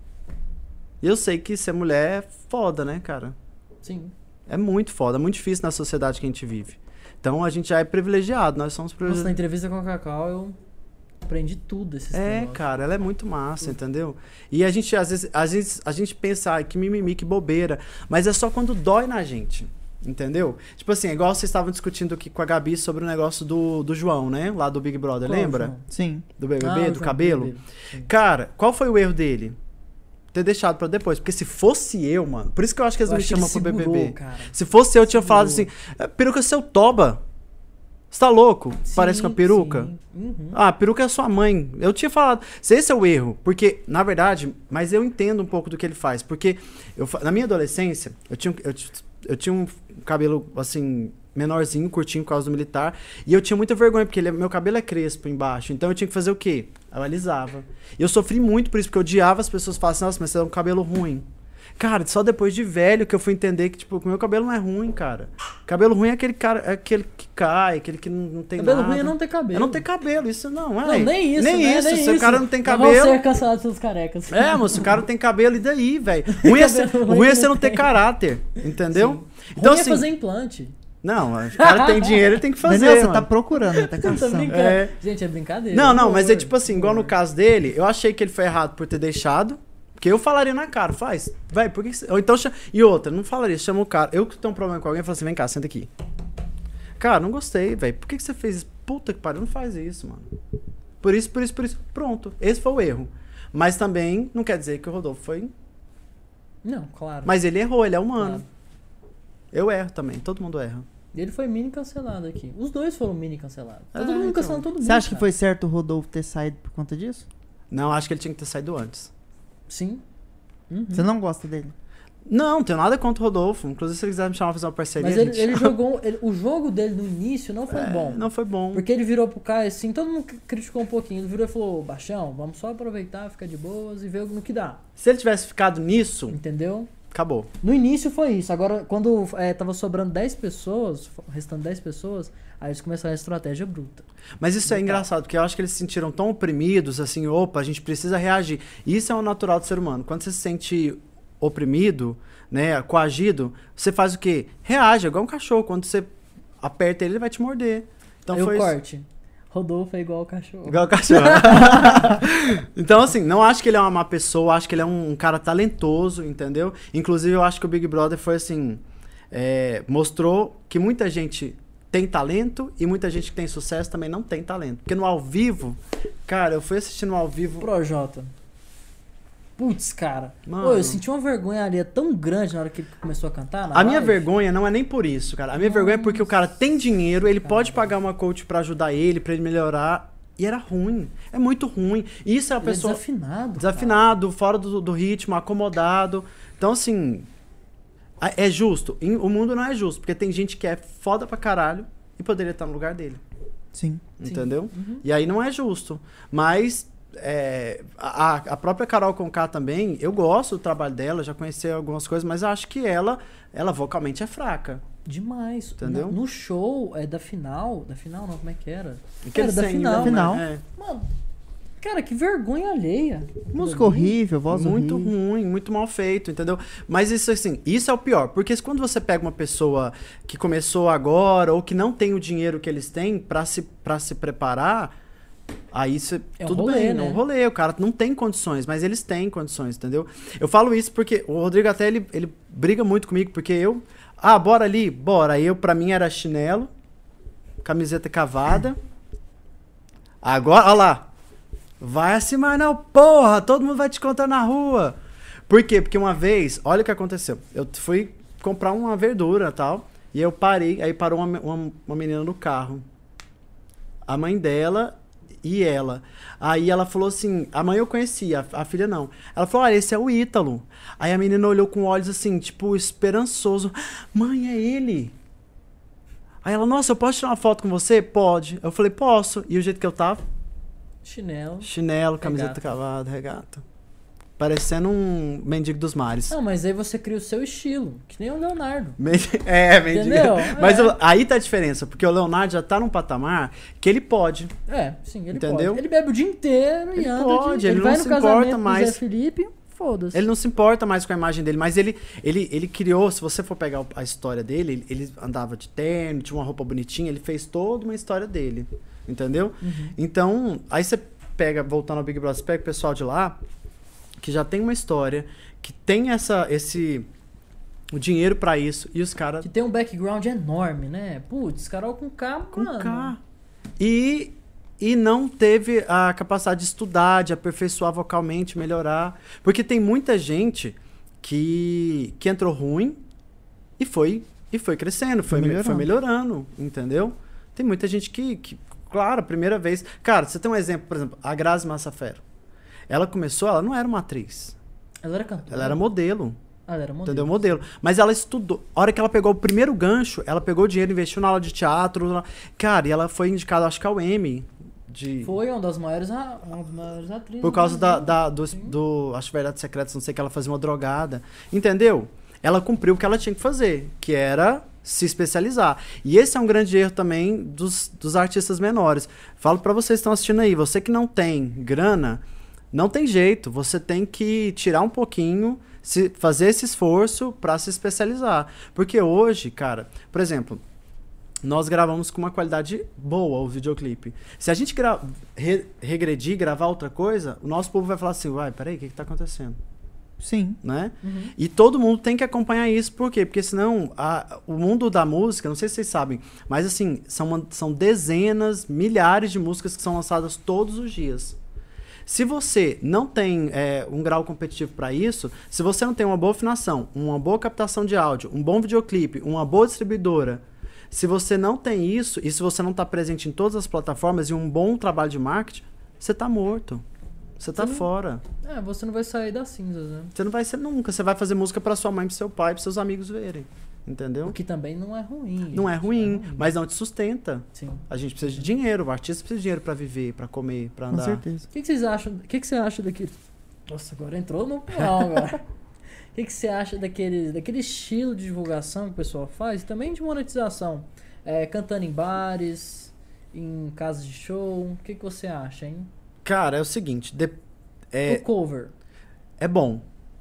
E eu sei que ser mulher é foda, né, cara? Sim. É muito foda, é muito difícil na sociedade que a gente vive. Então a gente já é privilegiado, nós somos Nossa, na privilegiados. entrevista com a Cacau eu aprendi tudo esses negócios. Cara, ela é muito massa, entendeu? E a gente, às vezes, a gente pensa, ai, que mimimi, que bobeira. Mas é só quando dói na gente, entendeu? Tipo assim, igual vocês estavam discutindo aqui com a Gabi sobre o negócio do João, né? Lá do Big Brother, Qual, lembra? João? Sim. Do BBB, Ah, o do João, cabelo. BBB, sim. Cara, qual foi o erro dele? Ter deixado pra depois. Porque se fosse eu, mano... Por isso que eu acho que eles Eu me acho que ele chamam pro segurou, BBB. cara. Se fosse eu, tinha Segurou. falado assim... Peruca, seu toba. Você tá louco? Parece com a Sim, peruca. sim. Uhum. Ah, a peruca é sua mãe. Eu tinha falado. Se esse é o erro, porque, na verdade, mas eu entendo um pouco do que ele faz. Porque na minha adolescência, eu tinha um cabelo, assim, menorzinho, curtinho por causa do militar. E eu tinha muita vergonha, porque meu cabelo é crespo embaixo. Então eu tinha que fazer o quê? Eu alisava. E eu sofri muito por isso, porque eu odiava as pessoas falarem assim, nossa, mas você é um cabelo ruim. Cara, só depois de velho que eu fui entender que, tipo, o meu cabelo não é ruim, cara. Cabelo ruim é aquele cara, é aquele que cai, aquele que não tem Cabelo nada. ruim é não ter cabelo. É não ter cabelo, isso não, Não, é. nem isso, Nem né? isso, Nem se o isso. cara não tem Nós vamos cabelo... ser cancelados pelos carecas. É, moço, o cara não tem cabelo, e daí, velho? Ruim é Cabelo ruim é ruim você não ter tem. caráter, entendeu? Sim. Então, Ruim assim... é fazer implante. Não, o cara tem dinheiro, ele tem que fazer, Daniel, você mano. tá procurando, né? Tá Tô caçando. brincando. É. Gente, é brincadeira. Não, mas é Humor, tipo assim, igual no humor. caso dele, eu achei que ele foi errado por ter deixado, porque eu falaria na cara, faz, vai, por que você... Ou então, e outra, não falaria, chama o cara, eu que tenho um problema com alguém, eu falo assim, vem cá, senta aqui. Cara, não gostei, velho, por que você fez isso? Puta que pariu, não faz isso, mano. Por isso. Pronto, esse foi o erro. Mas também não quer dizer que o Rodolfo foi... Não, claro. Mas ele errou, ele é humano. Claro. Eu erro também, todo mundo erra. Ele foi mini cancelado aqui. Os dois foram mini cancelados. Tá É, todo mundo então. cancelando todo mundo. Você acha que cara. foi certo o Rodolfo ter saído por conta disso? Não, acho que ele tinha que ter saído antes. Sim. Uhum. Você não gosta dele? Não, não tenho nada contra o Rodolfo. Inclusive, se ele quiser me chamar pra fazer uma parceria, Mas gente... ele jogou. O jogo dele no início não foi bom. Não foi bom. Porque ele virou pro Caio assim, todo mundo criticou um pouquinho. Ele virou e falou: Baixão, vamos só aproveitar, ficar de boas e ver no que dá. Se ele tivesse ficado nisso, Entendeu? acabou. No início foi isso. Agora, quando tava sobrando 10 pessoas, restando 10 pessoas, aí eles começaram a estratégia bruta. Mas isso é engraçado, porque eu acho que eles se sentiram tão oprimidos, assim, opa, a gente precisa reagir. Isso é o natural do ser humano. Quando você se sente oprimido, né, coagido, você faz o quê? Reage, é igual um cachorro. Quando você aperta ele, ele vai te morder. Então aí foi o isso. corte. Rodolfo é igual o cachorro. Igual o cachorro. Então, assim, não acho que ele é uma má pessoa, acho que ele é um cara talentoso, entendeu? Inclusive, eu acho que o Big Brother foi assim, mostrou que muita gente tem talento e muita gente que tem sucesso também não tem talento. Porque no ao vivo, cara, eu fui assistindo ao vivo... Projota. Putz, cara. Mano. Pô, eu senti uma vergonha ali tão grande na hora que ele começou a cantar. A minha live. vergonha não é nem por isso, cara. A minha vergonha é porque o cara tem dinheiro, ele pode pagar uma coach pra ajudar ele, pra ele melhorar. E era ruim. É muito ruim. E isso é a Ele pessoa... é desafinado. Desafinado, fora do ritmo, acomodado. Então, assim... É justo. O mundo não é justo, porque tem gente que é foda pra caralho e poderia estar no lugar dele. Sim. Entendeu? Uhum. E aí não é justo. Mas... a própria Carol Conká também, eu gosto do trabalho dela, já conheci algumas coisas, mas eu acho que ela vocalmente é fraca. Demais. Entendeu? No show da final não, como é que era? Aquele da sem, final. né? Final. É. Mano, cara, que vergonha alheia. Música horrível, voz Muito horrível. ruim, muito mal feito, entendeu? Mas isso assim, isso é o pior, porque quando você pega uma pessoa que começou agora ou que não tem o dinheiro que eles têm pra se preparar, aí você, É um tudo rolê, bem, né? é um rolê, o cara não tem condições, mas eles têm condições, entendeu? Eu falo isso porque o Rodrigo até ele briga muito comigo, porque bora ali, bora. Aí pra mim era chinelo, camiseta cavada. Agora, olha lá. Vai assim, mas não, porra, todo mundo vai te contar na rua. Por quê? Porque uma vez, olha o que aconteceu. Eu fui comprar uma verdura e tal, e eu parei, aí parou uma menina no carro. A mãe dela e ela. Aí ela falou assim, a mãe eu conhecia, a filha não. Ela falou, olha, esse é o Ítalo. Aí a menina olhou com olhos assim, tipo, esperançoso. Mãe, é ele. Aí ela, nossa, eu posso tirar uma foto com você? Pode. Eu falei, posso. E o jeito que eu tava? Chinelo, camiseta Regata. cavada, regata. Parecendo um mendigo dos mares. Não, mas aí você cria o seu estilo, que nem o Leonardo. Mendigo. Entendeu? Mas É. aí tá a diferença, porque o Leonardo já tá num patamar que ele pode. Sim, ele Entendeu? pode. Ele bebe o dia inteiro e Ele anda pode, de... ele vai não no se casamento importa do mais. Zé Felipe, foda-se. Ele não se importa mais com a imagem dele, mas ele criou, se você for pegar a história dele, ele andava de terno, tinha uma roupa bonitinha, ele fez toda uma história dele, entendeu? Uhum. Então, aí você pega, voltando ao Big Brother, você pega o pessoal de lá, que já tem uma história, que tem o dinheiro pra isso, e os caras... Que tem um background enorme, né? Putz, Carol com K, Com mano. K. E não teve a capacidade de estudar, de aperfeiçoar vocalmente, melhorar. Porque tem muita gente que entrou ruim e foi crescendo, foi melhorando, entendeu? Tem muita gente que, claro, a primeira vez... Cara, você tem um exemplo, por exemplo, a Grazi Massafera. Ela começou, ela não era uma atriz. Ela era cantora. Ela era modelo. Ela era modelo. Entendeu? Modelo. Mas ela estudou. A hora que ela pegou o primeiro gancho, ela pegou o dinheiro, investiu na aula de teatro. Cara, e ela foi indicada, acho que ao Emmy. Foi uma das maiores atrizes. Por causa Sim. do acho Verdades Secretas, não sei, que ela fazia uma drogada. Entendeu? Ela cumpriu o que ela tinha que fazer, que era se especializar. E esse é um grande erro também dos artistas menores. Falo pra vocês que estão assistindo aí, você que não tem grana, não tem jeito. Você tem que tirar um pouquinho, fazer esse esforço pra se especializar. Porque hoje, cara, por exemplo, nós gravamos com uma qualidade boa o videoclipe. Se a gente regredir, gravar outra coisa, o nosso povo vai falar assim, uai, peraí, o que tá acontecendo? Sim. Né? E todo mundo tem que acompanhar isso. Por quê? Porque senão o mundo da música, não sei se vocês sabem, mas assim, são dezenas, milhares de músicas que são lançadas todos os dias. Se você não tem um grau competitivo para isso, se você não tem uma boa afinação, uma boa captação de áudio, um bom videoclipe, uma boa distribuidora, se você não tem isso, e se você não está presente em todas as plataformas e um bom trabalho de marketing, você está morto. Você tá fora. Você não vai sair das cinzas, né? Você não vai ser nunca. Você vai fazer música pra sua mãe, pro seu pai, pros seus amigos verem. Entendeu? O que também não é ruim. Não é ruim, mas não te sustenta. Sim. A gente precisa de dinheiro, o artista precisa de dinheiro pra viver, pra comer, pra andar. Com certeza. O que vocês acham? O que você acha daquele... Nossa, agora entrou no pau, agora. O que você acha daquele estilo de divulgação que o pessoal faz? E também de monetização. Cantando em bares, em casas de show. O que você acha, hein? Cara, é o seguinte, O cover. é bom,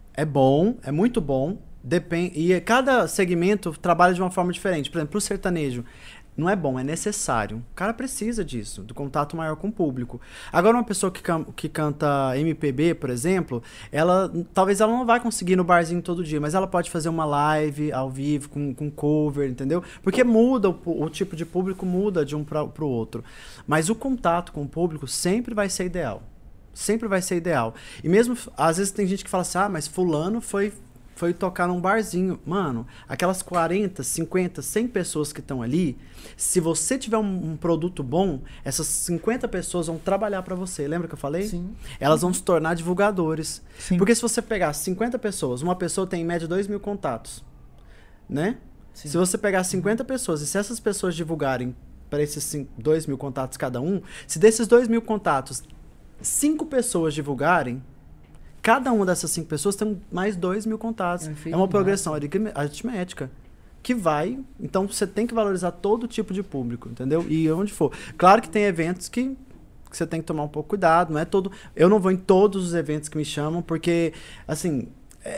é muito bom, e cada segmento trabalha de uma forma diferente. Por exemplo, pro sertanejo, não é bom, é necessário. O cara precisa disso, do contato maior com o público. Agora, uma pessoa que canta MPB, por exemplo, talvez ela não vai conseguir ir no barzinho todo dia, mas ela pode fazer uma live ao vivo com cover, entendeu? Porque muda, o tipo de público muda de um pro outro. Mas o contato com o público sempre vai ser ideal. Sempre vai ser ideal. E mesmo, às vezes tem gente que fala assim, mas fulano foi tocar num barzinho. Mano, aquelas 40, 50, 100 pessoas que estão ali, se você tiver um produto bom, essas 50 pessoas vão trabalhar pra você. Lembra que eu falei? Sim. Elas vão se tornar divulgadores. Sim. Porque se você pegar 50 pessoas, uma pessoa tem em média 2.000 contatos, né? Sim. Se você pegar 50 pessoas e se essas pessoas divulgarem para esses 2.000 contatos cada um, se desses 2.000 contatos, 5 pessoas divulgarem, cada uma dessas 5 pessoas tem mais 2.000 contatos. É uma progressão aritmética que vai... Então, você tem que valorizar todo tipo de público, entendeu? E onde for. Claro que tem eventos que você tem que tomar um pouco cuidado, não é todo... Eu não vou em todos os eventos que me chamam, porque, assim,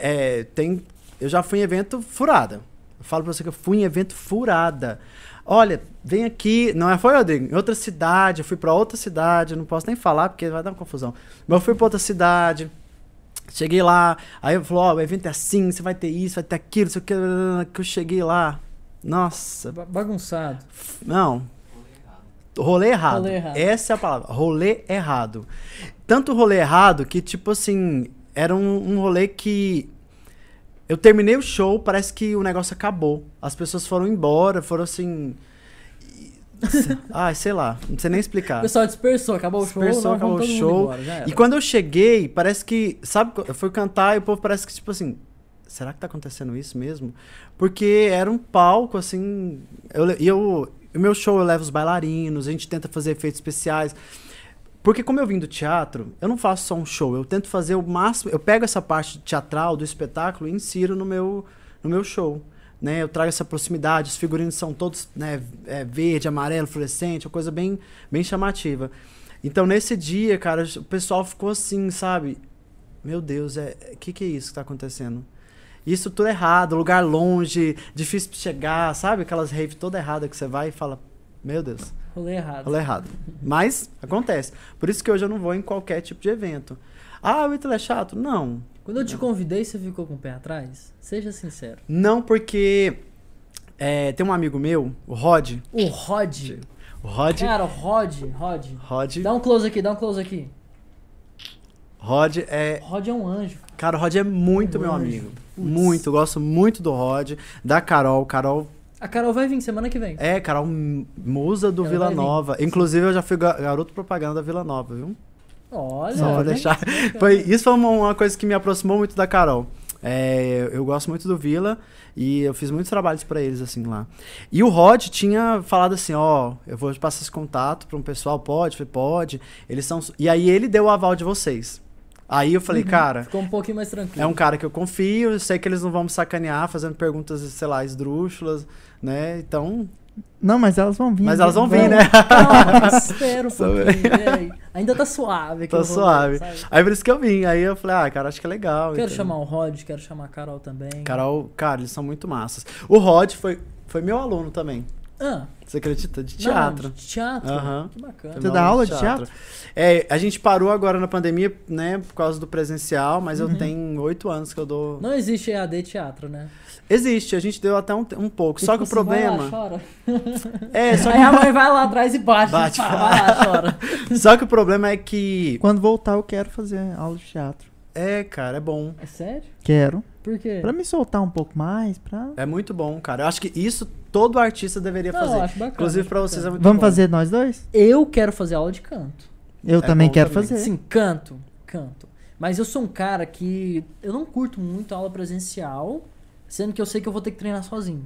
eu já fui em evento furada. Eu falo pra você que eu fui em evento furada. Olha, vem aqui... Não foi, Rodrigo? Em outra cidade, eu fui pra outra cidade, eu não posso nem falar, porque vai dar uma confusão. Mas eu fui pra outra cidade... Cheguei lá, aí eu falou, o evento é assim, você vai ter isso, vai ter aquilo, não sei o que eu cheguei lá. Nossa. Bagunçado. Não. Rolê errado. Rolê errado. Essa é a palavra. Rolê errado. Tanto rolê errado que, tipo assim, era um rolê que... Eu terminei o show, parece que o negócio acabou. As pessoas foram embora, foram assim... sei lá, não sei nem explicar. O pessoal dispersou, acabou o show. Acabou o show. Embora, e quando eu cheguei, parece que, sabe, eu fui cantar e o povo parece que, tipo assim, será que tá acontecendo isso mesmo? Porque era um palco, assim, o meu show eu levo os bailarinos, a gente tenta fazer efeitos especiais. Porque como eu vim do teatro, eu não faço só um show, eu tento fazer o máximo, eu pego essa parte teatral do espetáculo e insiro no meu show. Né, eu trago essa proximidade, os figurinos são todos, né, verde, amarelo, fluorescente, uma coisa bem, bem chamativa. Então, nesse dia, cara, o pessoal ficou assim, sabe? Meu Deus, que é isso que tá acontecendo? Isso tudo errado, lugar longe, difícil de chegar, sabe? Aquelas rave toda errada que você vai e fala, meu Deus. Rolê errado. Rolê errado. Mas, acontece. Por isso que hoje eu não vou em qualquer tipo de evento. O Ítalo é chato? Não. Quando eu te convidei, você ficou com o pé atrás? Seja sincero. Não, porque tem um amigo meu, o Rod. O Rod? O Rod. Cara, o Rod. Dá um close aqui. Rod é... Rod é um anjo. Cara, o Rod é muito meu amigo. Putz. Muito, gosto muito do Rod. Da Carol. A Carol vai vir semana que vem. Carol, musa do Vila Nova. Inclusive, eu já fui garoto propaganda da Vila Nova, viu? Olha, só pra deixar. Isso foi uma coisa que me aproximou muito da Carol. Eu gosto muito do Vila e eu fiz muitos trabalhos pra eles, assim, lá. E o Rod tinha falado assim, eu vou passar esse contato pra um pessoal, pode? Eu falei, pode. Eles são... E aí ele deu o aval de vocês. Aí eu falei, cara... Ficou um pouquinho mais tranquilo. É um cara que eu confio, eu sei que eles não vão me sacanear fazendo perguntas, sei lá, esdrúxulas, né? Então... Não, mas elas vão vir. Mas elas vão vir, né? Calma, espera um pouquinho. Ainda tá suave aqui. Tá suave. Aí por isso que eu vim. Aí eu falei, cara, acho que é legal. Quero chamar o Rod, quero chamar a Carol também. Carol, cara, eles são muito massas. O Rod foi meu aluno também. Ah, Você acredita? De teatro. não, de teatro. Aham. Que bacana. Você dá aula de teatro? A gente parou agora na pandemia, né, por causa do presencial, mas eu tenho 8 anos que eu dou... Não existe EAD teatro, né? Existe, a gente deu até um pouco. Só que o Tipo assim, vai lá, problema... chora. Só Aí a mãe vai lá atrás e bate. Bate. Vai lá, chora. Só que o problema é que... Quando voltar, eu quero fazer aula de teatro. Cara, é bom. É sério? Quero. Por quê? Pra me soltar um pouco mais, pra... É muito bom, cara. Eu acho que isso todo artista deveria Não, fazer. eu acho bacana, Inclusive acho pra vocês é bacana. muito Vamos bom. fazer nós dois? Eu quero fazer aula de canto. Eu É também bom quero também. fazer. Sim, canto. Mas eu sou um cara que eu não curto muito aula presencial, sendo que eu sei que eu vou ter que treinar sozinho.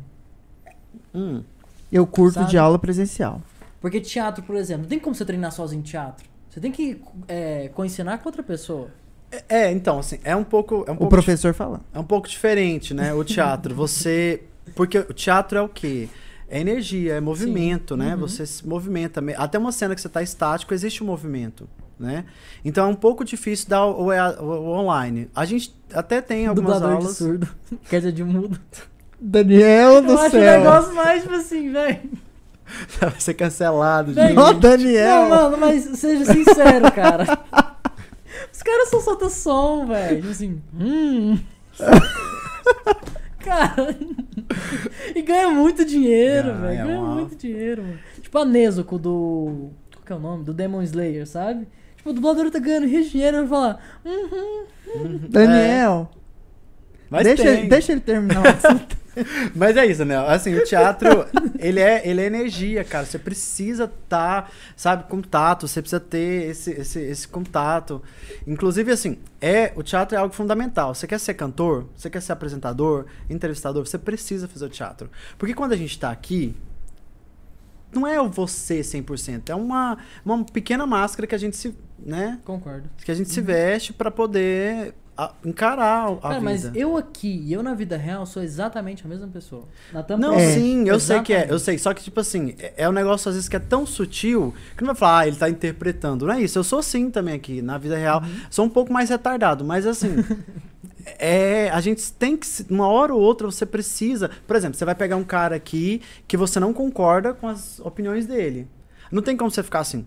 Eu curto Sabe? de aula presencial. Porque teatro, por exemplo, não tem como você treinar sozinho em teatro. Você tem que co-ensinar com outra pessoa. Então, assim, é um pouco O professor falando. é um pouco diferente, né? O teatro, porque o teatro é o quê? É energia, é movimento, né? Você se movimenta. Até uma cena que você tá estático, existe um movimento, né? Então é um pouco difícil dar o online. A gente até tem algumas Dublador aulas... de surdo. Quer dizer, de mudo. Daniel do Eu acho o céu. negócio mais, tipo assim, velho. Vai ser cancelado, Bem, gente. Ó, Daniel. Não, mano, mas seja sincero, cara. Os caras só soltam som, velho. Tipo assim. Cara. E ganha muito dinheiro, velho. Ganha muito dinheiro, mano. Tipo a Nezuko do. Qual que é o nome? Do Demon Slayer, sabe? Tipo, o dublador tá ganhando rios de dinheiro e vai falar. Daniel. Mas deixa ele terminar o assunto. Mas é isso, né? Assim, o teatro, ele é energia, cara. Você precisa estar, sabe, contato. Você precisa ter esse contato. Inclusive, assim, o teatro é algo fundamental. Você quer ser cantor? Você quer ser apresentador? Entrevistador? Você precisa fazer o teatro. Porque quando a gente tá aqui, não é o você 100%. É uma pequena máscara que a gente se, né? Concordo. Que a gente se veste pra poder encarar a Cara, vida. mas eu aqui e eu na vida real sou exatamente a mesma pessoa. Na tampa Não, É. sim, eu sei que é, eu Exatamente. sei. Só que, tipo assim, é um negócio às vezes que é tão sutil que não vai falar, ele tá interpretando. Não é isso, eu sou assim também aqui, na vida real. Sou um pouco mais retardado, mas assim, a gente tem que, uma hora ou outra você precisa. Por exemplo, você vai pegar um cara aqui que você não concorda com as opiniões dele. Não tem como você ficar assim.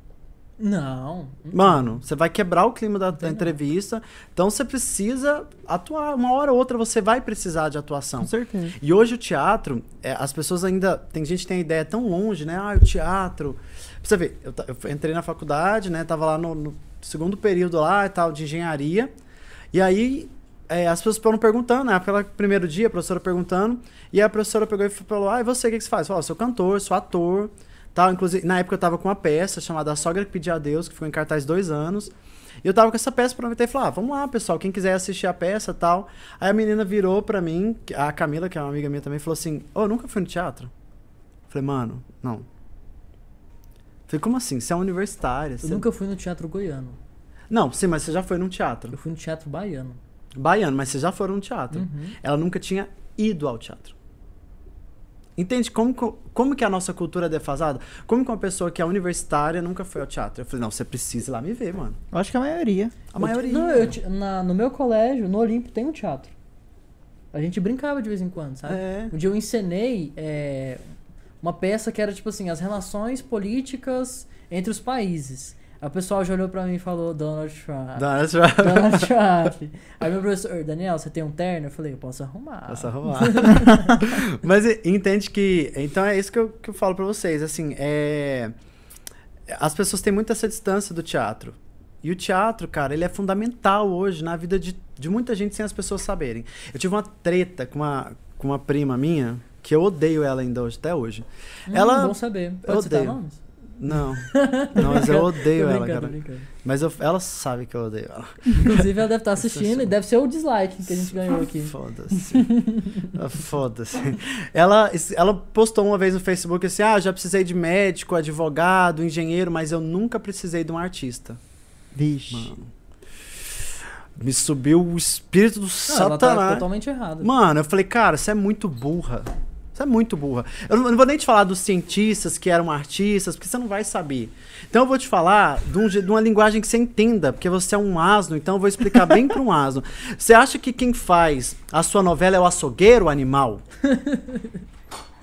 Não. Mano, você vai quebrar o clima da tem não. entrevista, então você precisa atuar. Uma hora ou outra você vai precisar de atuação. Com certeza. E hoje o teatro, as pessoas ainda... Tem gente que tem a ideia tão longe, né? O teatro... Pra você ver, eu entrei na faculdade, né? Tava lá no segundo período lá e tal, de engenharia. E aí, as pessoas foram perguntando, né? Pelo primeiro dia, a professora perguntando. E a professora pegou e falou, e você, o que você faz? Eu falei, eu sou cantor, sou ator... Tal. Inclusive, na época eu tava com uma peça chamada A Sogra que Pedia a Deus, que ficou em cartaz 2 anos. E eu tava com essa peça pra mim e falei, vamos lá, pessoal, quem quiser assistir a peça e tal. Aí a menina virou pra mim, a Camila, que é uma amiga minha também, falou assim, eu nunca fui no teatro. Eu falei, mano, não. Eu falei, como assim? Você é universitária. Eu nunca fui no teatro goiano. Não, sim, mas você já foi num teatro. Eu fui no teatro baiano. Baiano, mas você já foi num teatro. Uhum. Ela nunca tinha ido ao teatro. Entende como que a nossa cultura é defasada? Como que uma pessoa que é universitária nunca foi ao teatro? Eu falei, não, você precisa ir lá me ver, mano. Eu acho que a maioria. A maioria. Não, no meu colégio, no Olímpio, tem um teatro. A gente brincava de vez em quando, sabe? É. Um dia eu encenei uma peça que era tipo assim, as relações políticas entre os países. Aí o pessoal já olhou pra mim e falou, Donald Trump. Donald Trump. Aí meu professor, Daniel, você tem um terno? Eu falei, eu posso arrumar. Posso arrumar. Mas entende que... Então é isso que eu falo pra vocês. Assim, as pessoas têm muito essa distância do teatro. E o teatro, cara, ele é fundamental hoje na vida de muita gente sem as pessoas saberem. Eu tive uma treta com uma prima minha, que eu odeio ela ainda hoje, até hoje. Ela... Bom saber. Pode citar nomes? Não, mas eu odeio ela, cara. Brincando. Mas ela sabe que eu odeio ela. Inclusive, ela deve estar assistindo e deve ser o dislike que a gente ganhou aqui. Foda-se. Foda-se. Ela postou uma vez no Facebook assim, já precisei de médico, advogado, engenheiro, mas eu nunca precisei de um artista. Vixe. Mano. Me subiu o espírito do Ela tá Satanás. totalmente errada. Mano, eu falei, cara, você é muito burra. Você é muito burra. Eu não vou nem te falar dos cientistas que eram artistas, porque você não vai saber. Então eu vou te falar de uma linguagem que você entenda, porque você é um asno, então eu vou explicar bem para um asno. Você acha que quem faz a sua novela é o açougueiro, o animal?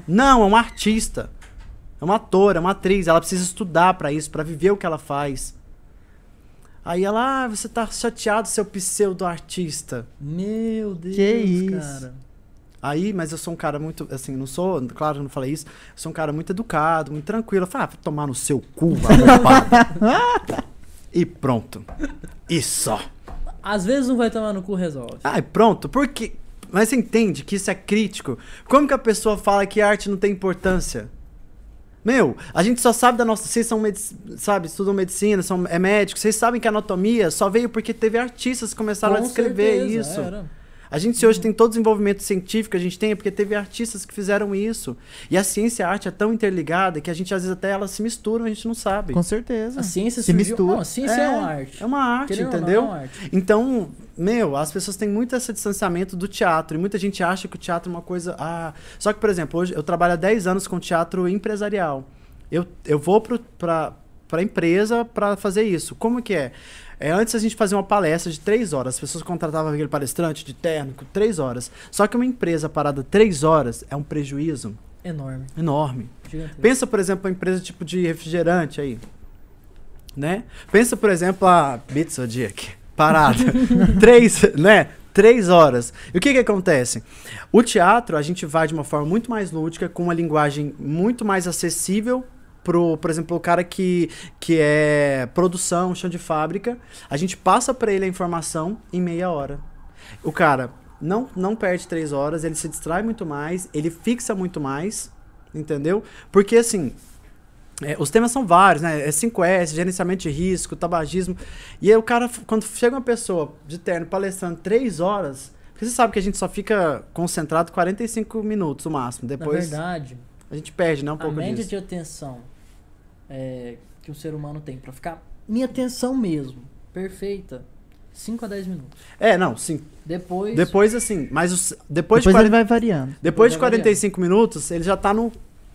Não, é uma artista. É uma atora, é uma atriz. Ela precisa estudar pra isso, pra viver o que ela faz. Aí ela, você tá chateado, seu pseudo-artista. Meu Deus, Que isso? cara. Aí, mas eu sou um cara muito, assim, não sou, claro, eu não falei isso, eu sou um cara muito educado, muito tranquilo. Eu falei, vai tomar no seu cu, arrombado. E pronto. E só. Às vezes não vai tomar no cu, resolve. Ah, e pronto. Porque... Mas você entende que isso é crítico? Como que a pessoa fala que a arte não tem importância? Meu, a gente só sabe da nossa... Vocês são, sabe, estudam medicina, é médicos. Vocês sabem que a anatomia só veio porque teve artistas que começaram a descrever isso. A gente, se hoje tem todo o desenvolvimento científico que a gente tem, é porque teve artistas que fizeram isso. E a ciência e a arte é tão interligada que a gente, às vezes, até elas se misturam, a gente não sabe. Com certeza. A ciência se mistura. Não, a ciência é uma arte. É uma arte, Querendo ou não, entendeu? é uma arte. Então, meu, as pessoas têm muito esse distanciamento do teatro. E muita gente acha que o teatro é uma coisa... Só que, por exemplo, hoje eu trabalho há 10 anos com teatro empresarial. Eu vou pra empresa pra fazer isso. Como que é? Antes a gente fazia uma palestra de 3 horas. As pessoas contratavam aquele palestrante de terno, 3 horas. Só que uma empresa parada 3 horas é um prejuízo Enorme. enorme. Gigantesco. Pensa, por exemplo, uma empresa tipo de refrigerante aí. Né? Pensa, por exemplo, a Bitsodik, parada. 3 horas. E o que acontece? O teatro, a gente vai de uma forma muito mais lúdica, com uma linguagem muito mais acessível por exemplo, o cara que é produção, chão de fábrica, a gente passa para ele a informação em meia hora. O cara não perde 3 horas, ele se distrai muito mais, ele fixa muito mais, entendeu? Porque, assim, os temas são vários, né? 5S, gerenciamento de risco, tabagismo. E aí o cara, quando chega uma pessoa de terno palestrando 3 horas, porque você sabe que a gente só fica concentrado 45 minutos no máximo. Depois Na verdade, a gente perde, né? Um a pouco média disso. de atenção que o ser humano tem pra ficar minha atenção mesmo, perfeita, 5 a 10 minutos. Não, sim. Depois assim, mas Depois ele vai variando. Depois de vai 45 minutos, ele já tá no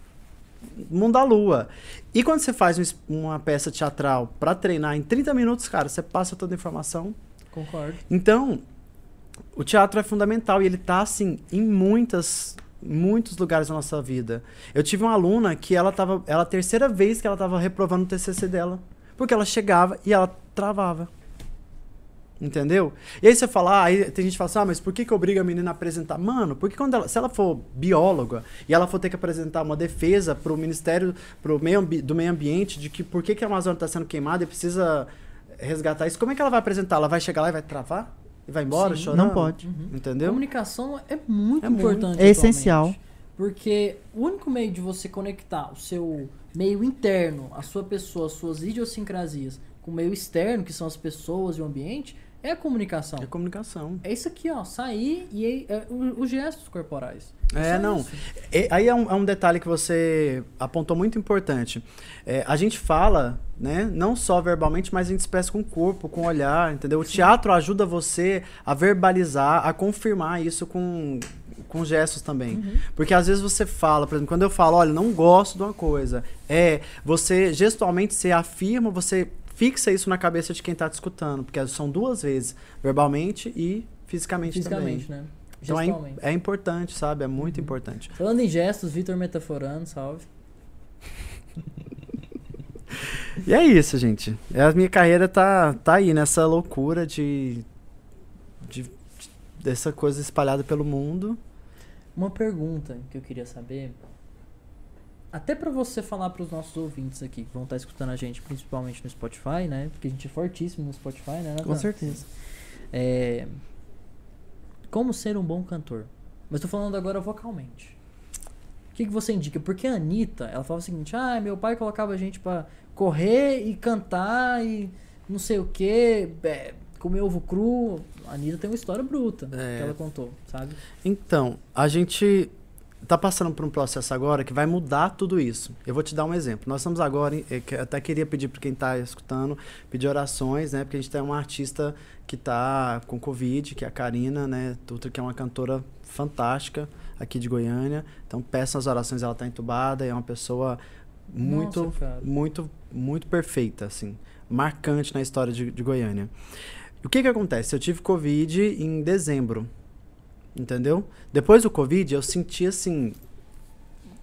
mundo da lua. E quando você faz uma peça teatral pra treinar em 30 minutos, cara, você passa toda a informação. Concordo. Então, o teatro é fundamental e ele tá, assim, em muitos lugares da nossa vida. Eu tive uma aluna que ela a terceira vez que ela tava reprovando o TCC dela. Porque ela chegava e ela travava. Entendeu? E aí você fala, aí tem gente que fala assim, mas por que obriga a menina a apresentar? Mano, porque se ela for bióloga e ela for ter que apresentar uma defesa pro Ministério do Meio Ambiente de que por que a Amazônia está sendo queimada e precisa resgatar isso, como é que ela vai apresentar? Ela vai chegar lá e vai travar? E vai embora chorando? Não pode. Entendeu? Comunicação é muito É muito. importante. É essencial. atualmente, porque o único meio de você conectar o seu meio interno, a sua pessoa, as suas idiosincrasias, com o meio externo, que são as pessoas e o ambiente, é a comunicação. É comunicação. É isso aqui, ó, sair e os gestos corporais. É, só não. isso. Aí é um detalhe que você apontou muito importante. A gente fala, né, não só verbalmente, mas a gente expressa com o corpo, com o olhar, entendeu? O teatro ajuda você a verbalizar, a confirmar isso com gestos também. Porque às vezes você fala, por exemplo, quando eu falo, olha, não gosto de uma coisa, você gestualmente, você afirma, você fixa isso na cabeça de quem tá te escutando, porque são 2 vezes, verbalmente e fisicamente também. Fisicamente, né? Então Gestualmente. é importante, sabe? É muito importante. Falando em gestos, Vitor Metaforando, salve. E é isso, gente. A minha carreira tá aí nessa loucura dessa coisa espalhada pelo mundo. Uma pergunta que eu queria saber, até pra você falar pros nossos ouvintes aqui, que vão estar escutando a gente principalmente no Spotify, né? Porque a gente é fortíssimo no Spotify, né? Com certeza. Como ser um bom cantor? Mas tô falando agora vocalmente. O que você indica? Porque a Anitta, ela fala o seguinte, meu pai colocava a gente pra correr e cantar e não sei o que, comer ovo cru. A Anitta tem uma história bruta que ela contou, sabe? Então, a gente tá passando por um processo agora que vai mudar tudo isso. Eu vou te dar um exemplo. Nós estamos agora, eu até queria pedir para quem tá escutando, pedir orações, né? Porque a gente tem uma artista que tá com Covid, que é a Karina, né? Que é uma cantora fantástica aqui de Goiânia. Então, peçam as orações, ela tá entubada, é uma pessoa muito, Nossa, cara. muito, muito perfeita, assim. Marcante na história de Goiânia. O que acontece? Eu tive Covid em dezembro. Entendeu? Depois do Covid, eu senti, assim,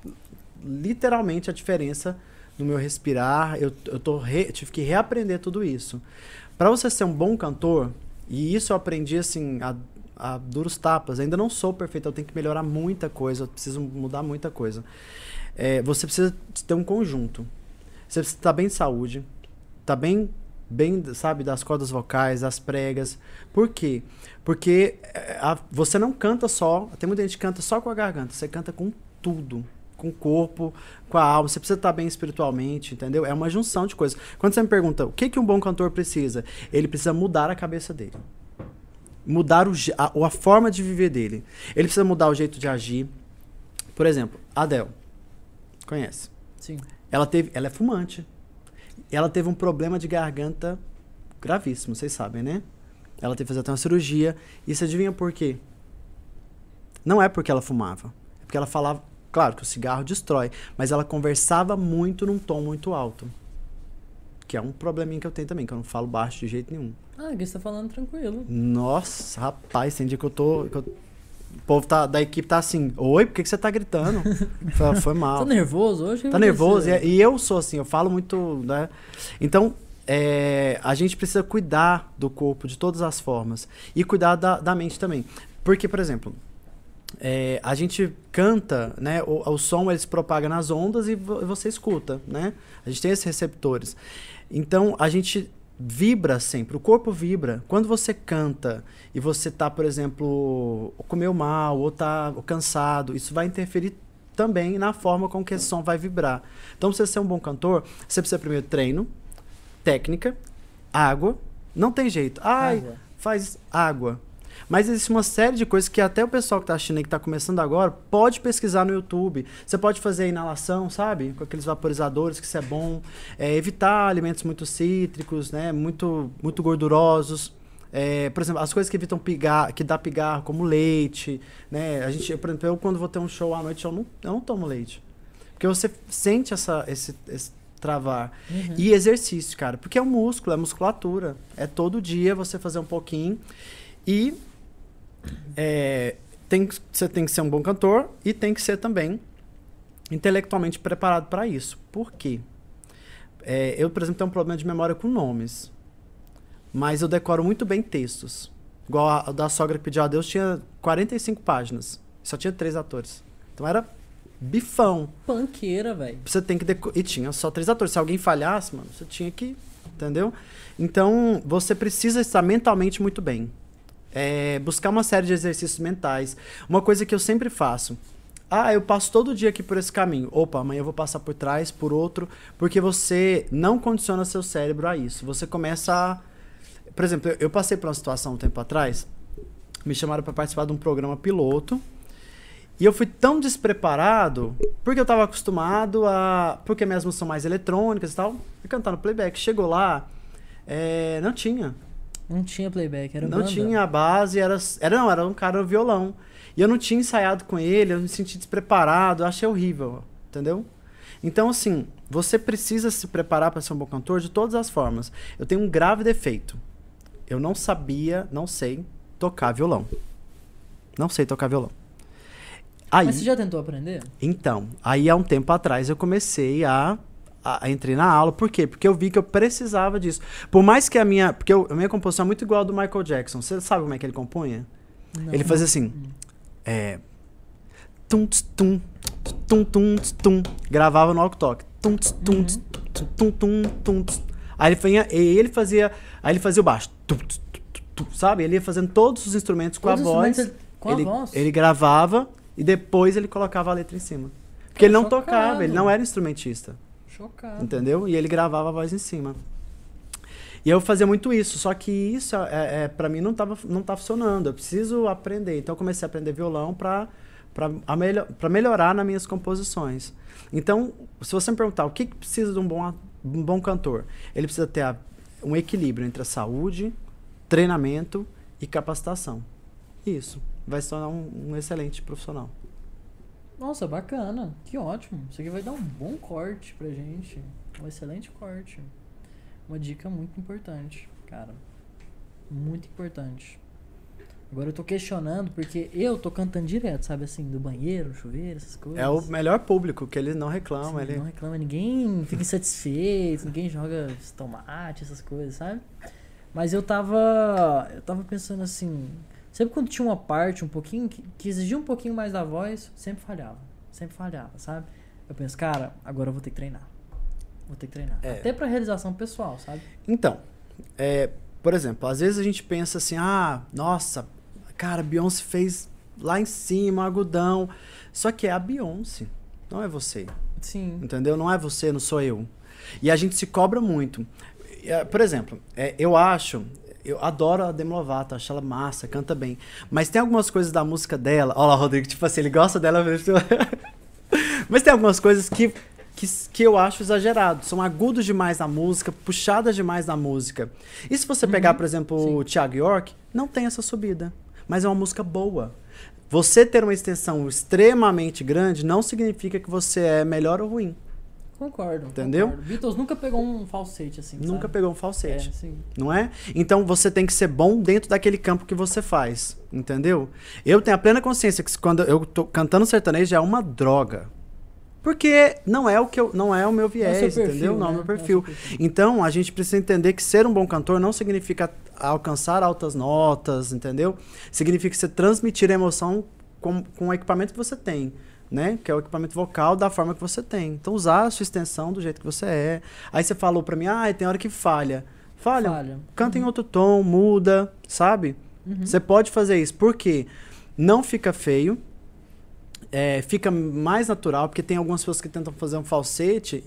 literalmente a diferença no meu respirar. Eu tive que reaprender tudo isso. Para você ser um bom cantor, e isso eu aprendi assim a duros tapas, ainda não sou perfeito, eu tenho que melhorar muita coisa, eu preciso mudar muita coisa. Você precisa ter um conjunto. Você precisa estar bem de saúde, estar bem, sabe, das cordas vocais, das pregas. Por quê? Porque você não canta só, tem muita gente que canta só com a garganta, você canta com tudo. Com o corpo, com a alma, você precisa estar bem espiritualmente, entendeu? É uma junção de coisas. Quando você me pergunta o que um bom cantor precisa, ele precisa mudar a cabeça dele. Mudar a forma de viver dele. Ele precisa mudar o jeito de agir. Por exemplo, a Adele. Conhece? Sim. Ela é fumante. Ela teve um problema de garganta gravíssimo, vocês sabem, né? Ela teve que fazer até uma cirurgia. E você adivinha por quê? Não é porque ela fumava. É porque ela falava... Claro que o cigarro destrói, mas ela conversava muito num tom muito alto. Que é um probleminha que eu tenho também, que eu não falo baixo de jeito nenhum. Aqui você tá falando tranquilo. Nossa, rapaz, tem dia que o povo da equipe tá assim, oi, por que você tá gritando? Foi mal. Tá nervoso hoje? Tá nervoso, e eu sou assim, eu falo muito, né? Então, a gente precisa cuidar do corpo de todas as formas. E cuidar da mente também. Porque, por exemplo... a gente canta, né? O som ele se propaga nas ondas e você escuta, né? A gente tem esses receptores. Então, a gente vibra sempre, o corpo vibra. Quando você canta e você tá, por exemplo, comeu mal ou tá cansado, isso vai interferir também na forma com que esse som vai vibrar. Então, pra você ser um bom cantor, você precisa primeiro treino, técnica, água. Não tem jeito. Faz água. Mas existe uma série de coisas que até o pessoal que está assistindo aí, que está começando agora, pode pesquisar no YouTube. Você pode fazer a inalação, sabe? Com aqueles vaporizadores, que isso é bom. Evitar alimentos muito cítricos, né? Muito gordurosos. Por exemplo, as coisas que evitam que dá pigarro, como leite, né? Por exemplo, eu quando vou ter um show à noite, eu não tomo leite. Porque você sente esse travar. Uhum. E exercício, cara. Porque é um músculo, é musculatura. É todo dia você fazer um pouquinho. E... você tem que ser um bom cantor e tem que ser também intelectualmente preparado para isso. Por quê? Eu, por exemplo, tenho um problema de memória com nomes, mas eu decoro muito bem textos. Igual a da Sogra que Pediu a Deus tinha 45 páginas, só tinha 3 atores. Então era bifão. Panqueira, velho. Você tem que e tinha só 3 atores. Se alguém falhasse, mano, você tinha que... Entendeu? Então, você precisa estar mentalmente muito bem. Buscar uma série de exercícios mentais. Uma coisa que eu sempre faço. Eu passo todo dia aqui por esse caminho. Opa, amanhã eu vou passar por trás, por outro. Porque você não condiciona seu cérebro a isso. Você começa a... Por exemplo, eu passei por uma situação um tempo atrás. Me chamaram para participar de um programa piloto. E eu fui tão despreparado, porque eu estava acostumado a... Porque minhas músicas são mais eletrônicas e tal. E cantar no playback. Chegou lá, não tinha. Não tinha playback, era não banda. tinha a base, era um cara no violão. E eu não tinha ensaiado com ele, eu me senti despreparado, eu achei horrível, entendeu? Então, assim, você precisa se preparar para ser um bom cantor de todas as formas. Eu tenho um grave defeito. Eu não sei tocar violão. Não sei tocar violão. Aí, mas você já tentou aprender? Então, aí há um tempo atrás eu comecei entrei na aula. Por quê? Porque eu vi que eu precisava disso. Por mais que a minha composição é muito igual a do Michael Jackson. Você sabe como é que ele compunha? Não. Ele fazia assim. Tum, tum, tum, tum, tum. Gravava no walk-talk. Tum, tum, tum, tum, tum. Aí ele fazia o baixo. Tum, tum, tum, sabe? Ele ia fazendo todos os instrumentos com a voz. Com a voz? Ele gravava e depois ele colocava a letra em cima. Porque ele não chocado. tocava, ele não era instrumentista. Chocado. Entendeu? E ele gravava a voz em cima. E eu fazia muito isso, só que isso pra mim não tá funcionando. Eu preciso aprender. Então eu comecei a aprender violão pra melhorar nas minhas composições. Então, se você me perguntar o que precisa de um bom cantor, ele precisa ter um equilíbrio entre a saúde, treinamento e capacitação. Isso. Vai se tornar um excelente profissional. Nossa, bacana. Que ótimo. Isso aqui vai dar um bom corte pra gente. Um excelente corte. Uma dica muito importante, cara. Muito importante. Agora eu tô questionando porque eu tô cantando direto, sabe assim, do banheiro, chuveiro, essas coisas. É o melhor público, que ele não reclama. Assim, Ele... não reclama, ninguém fica insatisfeito, ninguém joga tomate, essas coisas, sabe? Mas eu tava pensando assim, sempre quando tinha uma parte um pouquinho, que exigia um pouquinho mais da voz, sempre falhava, sabe? Eu penso, cara, agora eu vou ter que treinar. Até pra realização pessoal, sabe? Então, por exemplo, às vezes a gente pensa assim, nossa, cara, Beyoncé fez lá em cima, agudão. Só que é a Beyoncé, não é você. Sim. Entendeu? Não é você, não sou eu. E a gente se cobra muito. Por exemplo, eu adoro a Demi Lovato, acho ela massa, canta bem. Mas tem algumas coisas da música dela. Olha lá, Rodrigo, tipo assim, ele gosta dela. Mas tem algumas coisas que eu acho exagerado. São agudos demais na música, puxadas demais na música. E se você pegar, por exemplo, o Thiago York, não tem essa subida. Mas é uma música boa. Você ter uma extensão extremamente grande não significa que você é melhor ou ruim. Concordo. Entendeu? Concordo. Beatles nunca pegou um falsete assim, Nunca sabe? pegou um falsete. Sim. Não é? Então você tem que ser bom dentro daquele campo que você faz. Entendeu? Eu tenho a plena consciência que quando eu tô cantando sertanejo é uma droga. Porque não é o meu viés, perfil, entendeu? Não é o meu né? perfil. Então, a gente precisa entender que ser um bom cantor não significa alcançar altas notas, entendeu? Significa você transmitir a emoção com o equipamento que você tem, né? Que é o equipamento vocal da forma que você tem. Então, usar a sua extensão do jeito que você é. Aí você falou pra mim, tem hora que falha. Falha. Canta em outro tom, muda, sabe? Você pode fazer isso. Por quê? Não fica feio. Fica mais natural, porque tem algumas pessoas que tentam fazer um falsete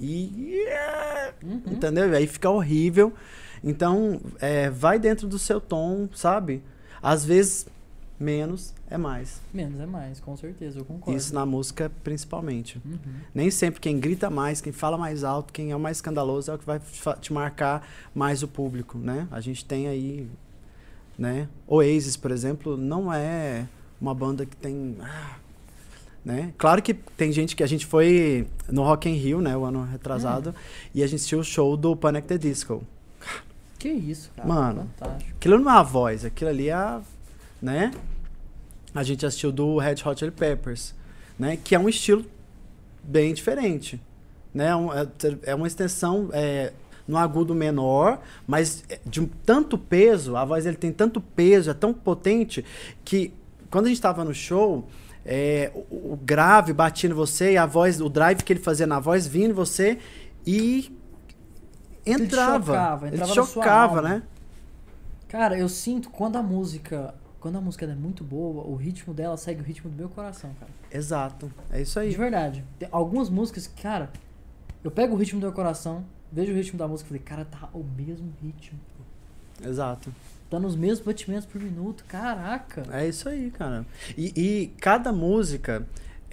entendeu? Aí fica horrível. Então, vai dentro do seu tom, sabe? Às vezes, menos é mais. Menos é mais, com certeza, eu concordo. Isso na música, principalmente. Nem sempre quem grita mais, quem fala mais alto, quem é o mais escandaloso é o que vai te marcar mais o público, né? A gente tem aí, né? Oasis, por exemplo, não é uma banda que tem... né? Claro que tem gente que a gente foi no Rock in Rio, né, o ano retrasado, e a gente assistiu o show do Panic! The Disco. Que isso, cara. Mano, fantástico. aquilo não é a voz, aquilo ali é né? A gente assistiu do Red Hot Chili Peppers, né, que é um estilo bem diferente, né? É uma extensão no agudo menor, mas de tanto peso, a voz dele tem tanto peso, é tão potente que quando a gente estava no show, o grave batia em você e a voz, o drive que ele fazia na voz vinha em você e entrava. Ele chocava, né? Cara, eu sinto quando a música é muito boa, o ritmo dela segue o ritmo do meu coração, cara. Exato. É isso aí. De verdade. Tem algumas músicas que, cara, eu pego o ritmo do meu coração, vejo o ritmo da música e falei, cara, tá o mesmo ritmo. Exato. Tá nos mesmos batimentos por minuto, caraca. É isso aí, cara. E cada música,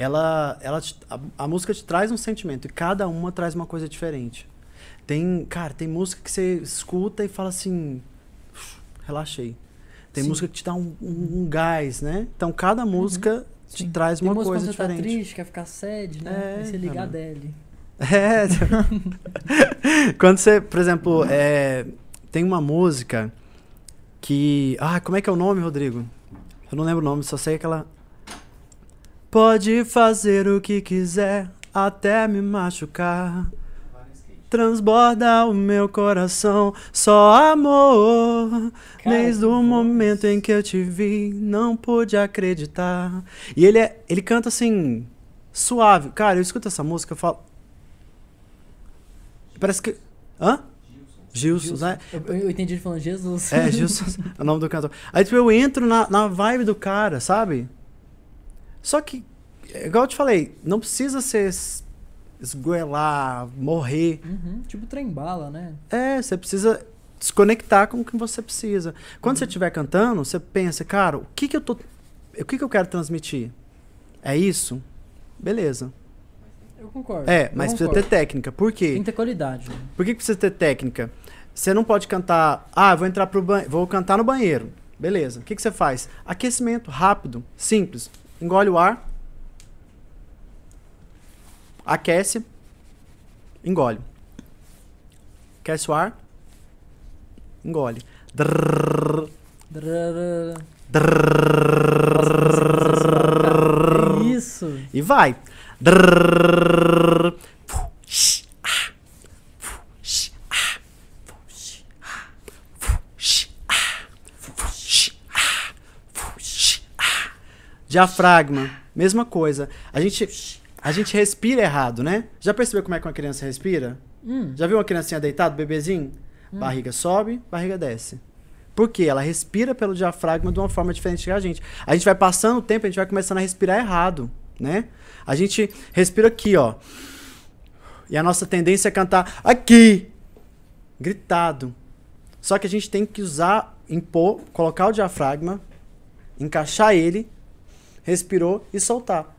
a música te traz um sentimento, e cada uma traz uma coisa diferente. Tem música que você escuta e fala assim, relaxei. Tem música que te dá um gás, né? Então cada música te traz uma coisa diferente. Quando você tá triste, quer ficar sad, né? Aí você liga a Adele. Quando você, por exemplo, tem uma música que... como é que é o nome, Rodrigo? Eu não lembro o nome, só sei aquela... Pode fazer o que quiser, até me machucar. Transborda o meu coração, só amor. Cara, desde o momento em que eu te vi, não pude acreditar. E ele canta assim, suave. Cara, eu escuto essa música, eu falo... Parece que... Gilson, né? Eu entendi ele falando Jesus. Gilson é o nome do cantor. Aí tipo, eu entro na vibe do cara, sabe? Só que, igual eu te falei, não precisa ser esgoelar, morrer. Tipo trem-bala, né? Você precisa desconectar com o que você precisa. Quando você estiver cantando, você pensa, cara, o que eu quero transmitir? É isso? Beleza. Eu concordo. Mas precisa ter técnica. Por quê? Tem que ter qualidade. Né? Por que precisa ter técnica? Você não pode cantar, vou cantar no banheiro. Beleza. O que você faz? Aquecimento rápido, simples. Engole o ar. Aquece. Engole. Aquece o ar. Engole. Drrr. É isso. E vai. Diafragma, mesma coisa. A gente respira errado, né? Já percebeu como é que uma criança respira? Já viu uma criancinha deitada, bebezinho? Barriga sobe, barriga desce. Por quê? Ela respira pelo diafragma de uma forma diferente que a gente. A gente vai passando o tempo, a gente vai começando a respirar errado, né? A gente respira aqui, ó. E a nossa tendência é cantar aqui, gritado. Só que a gente tem que colocar o diafragma, encaixar ele, respirou e soltar.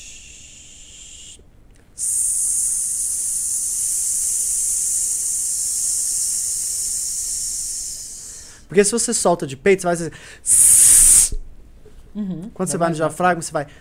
Porque se você solta de peito, você vai fazer... Quando você vai no diafragma, você vai...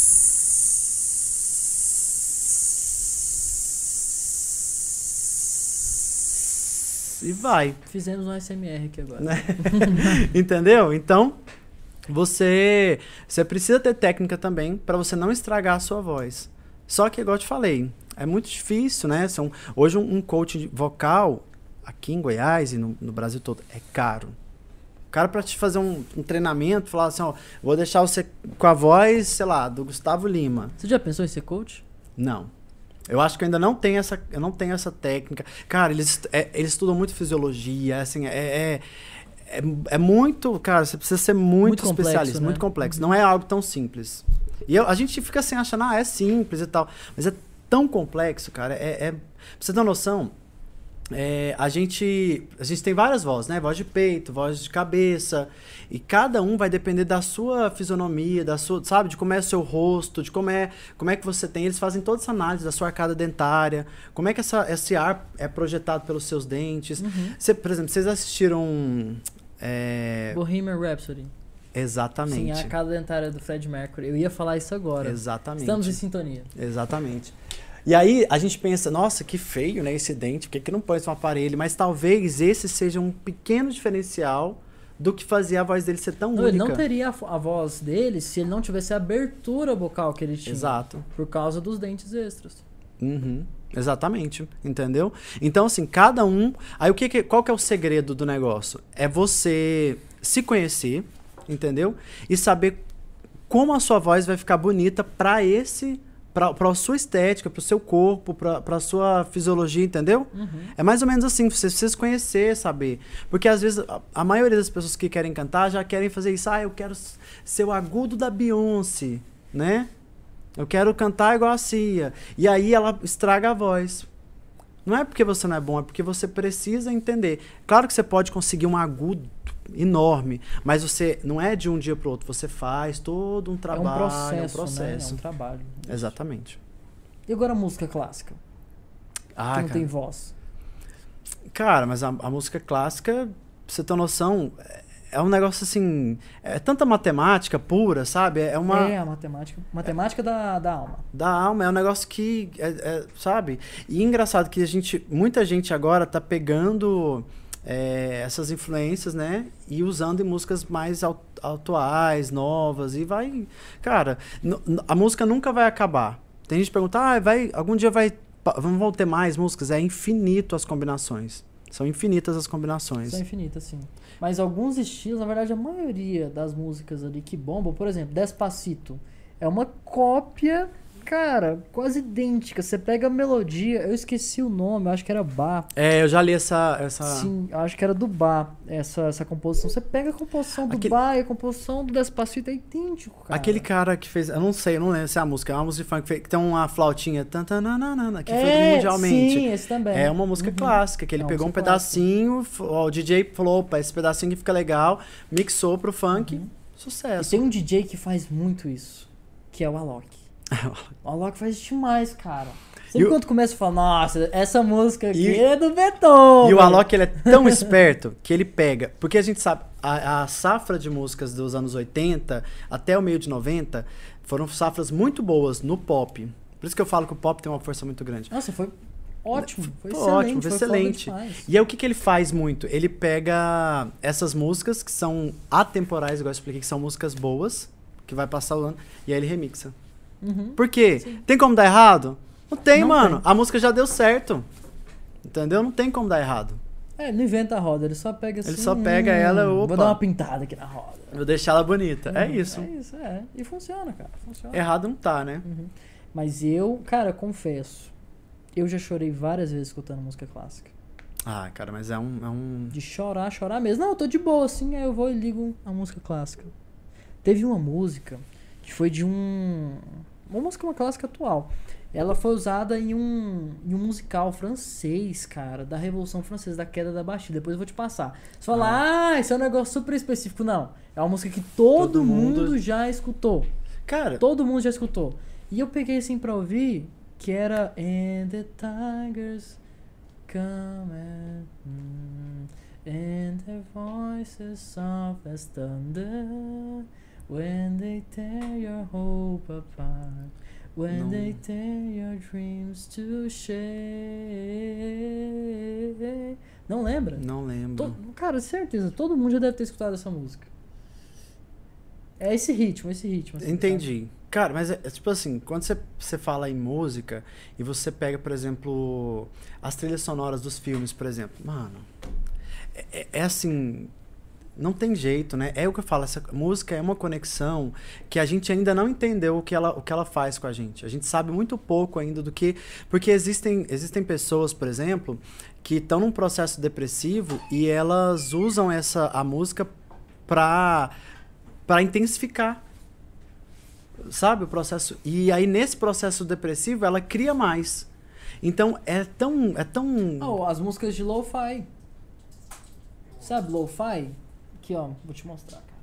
E vai. Fizemos um ASMR aqui agora. Entendeu? Então, você precisa ter técnica também para você não estragar a sua voz. Só que, igual eu te falei, é muito difícil, né? Hoje um coach vocal, aqui em Goiás e no Brasil todo, é caro. O cara, para te fazer um treinamento, falar assim, ó, vou deixar você com a voz, sei lá, do Gustavo Lima. Você já pensou em ser coach? Não. Eu acho que eu ainda não tenho essa técnica. Cara, eles estudam muito fisiologia, assim, é muito, cara, você precisa ser muito especialista, complexo, né? muito complexo. Não é algo tão simples. E a gente fica assim, achando, é simples e tal. Mas é tão complexo, cara. Pra você ter uma noção, a gente tem várias vozes, né? Voz de peito, voz de cabeça. E cada um vai depender da sua fisionomia, sabe? De como é o seu rosto, de como é que você tem. Eles fazem toda essa análise da sua arcada dentária, como é que esse ar é projetado pelos seus dentes. Por exemplo, vocês assistiram... Bohemian Rhapsody. Exatamente. Sim, a arcada dentária do Freddie Mercury. Eu ia falar isso agora. Exatamente. Estamos em sintonia. Exatamente. E aí a gente pensa, nossa, que feio, né, esse dente, por que não põe esse aparelho? Mas talvez esse seja um pequeno diferencial do que fazia a voz dele ser tão única. Ele não teria a voz dele se ele não tivesse a abertura vocal que ele tinha. Exato. Por causa dos dentes extras. Exatamente, entendeu? Então, assim, cada um... Aí qual que é o segredo do negócio? É você se conhecer, entendeu? E saber como a sua voz vai ficar bonita para a sua estética, para o seu corpo, para a sua fisiologia, entendeu? É mais ou menos assim, você precisa se conhecer, saber. Porque às vezes a maioria das pessoas que querem cantar já querem fazer isso. Eu quero ser o agudo da Beyoncé, né? Eu quero cantar igual a Cia. E aí ela estraga a voz. Não é porque você não é bom, é porque você precisa entender. Claro que você pode conseguir um agudo enorme, mas você não é de um dia para o outro. Você faz todo um trabalho. É um processo. Né? É um trabalho. Exatamente. E agora a música clássica? Que não tem voz. Cara, mas a música clássica, pra você ter noção, é um negócio assim... É tanta matemática pura, sabe? É a matemática. Matemática da alma. Da alma, é um negócio que... sabe? E engraçado que muita gente agora tá pegando essas influências, né? E usando em músicas mais atuais, novas. E vai... Cara, a música nunca vai acabar. Tem gente que pergunta, algum dia vão ter mais músicas? É infinito as combinações. São infinitas as combinações. São infinitas, sim. Mas alguns estilos, na verdade, a maioria das músicas ali que bombam, por exemplo, Despacito, é uma cópia, cara, quase idêntica. Você pega a melodia, eu esqueci o nome, eu acho que era Bach. Eu já li essa... Sim, eu acho que era do Bach, essa composição. Você pega a composição do Bach e a composição do Despacito, é idêntico, cara. Aquele cara que fez... eu não lembro se é a música. É uma música de funk que tem uma flautinha... que foi mundialmente. Sim, esse também. É uma música clássica, que ele pegou um pedacinho, o DJ falou, opa, esse pedacinho que fica legal, mixou pro funk, sucesso. E tem um DJ que faz muito isso, que é o Alok. O Alok faz demais, cara. Sempre quando começa a falar, nossa, essa música aqui é do Beethoven. E o Alok, ele é tão esperto que ele pega... Porque a gente sabe, a safra de músicas dos anos 80 até o meio de 90 foram safras muito boas no pop. Por isso que eu falo que o pop tem uma força muito grande. Nossa, foi Ótimo, foi Ótimo, excelente, foi excelente. foda demais. E aí o que ele faz muito? Ele pega essas músicas que são atemporais, igual eu expliquei, que são músicas boas, que vai passar o ano, e aí ele remixa. Uhum. Por quê? Sim. Tem como dar errado? Não tem, Não mano. tem. A música já deu certo. Entendeu? Não tem como dar errado. Não inventa a roda, ele só pega assim. Ele só pega ela, opa. Vou dar uma pintada aqui na roda. Vou deixar ela bonita. É isso. É isso, é. E funciona, cara. Funciona. Errado não tá, né? Mas eu, cara, confesso, eu já chorei várias vezes escutando música clássica. Ah, cara, mas é um... De chorar mesmo. Não, eu tô de boa, assim, aí eu vou e ligo a música clássica. Teve uma música que foi de uma música, uma clássica atual. Ela foi usada em um musical francês, cara, da Revolução Francesa, da Queda da Bastille. Depois eu vou te passar. Você fala, esse é um negócio super específico. Não, é uma música que todo mundo já escutou. Cara... Todo mundo já escutou. E eu peguei assim pra ouvir, que era And the Tigers come and their voices soft as thunder when they tear your hope apart, when they tear your dreams to shade. Não lembra? Não lembro. Cara, certeza, todo mundo já deve ter escutado essa música. É esse ritmo. Assim, Entendi. sabe? Cara, mas é tipo assim, quando você fala em música e você pega, por exemplo, as trilhas sonoras dos filmes, por exemplo, mano, é assim, não tem jeito, né? É o que eu falo, essa música é uma conexão que a gente ainda não entendeu o que ela faz com a gente. A gente sabe muito pouco ainda do que... Porque existem pessoas, por exemplo, que estão num processo depressivo e elas usam a música pra intensificar, sabe, o processo. E aí, nesse processo depressivo, ela cria mais. Então, é tão... As músicas de lo-fi. Sabe lo-fi? Aqui, ó. Vou te mostrar, cara.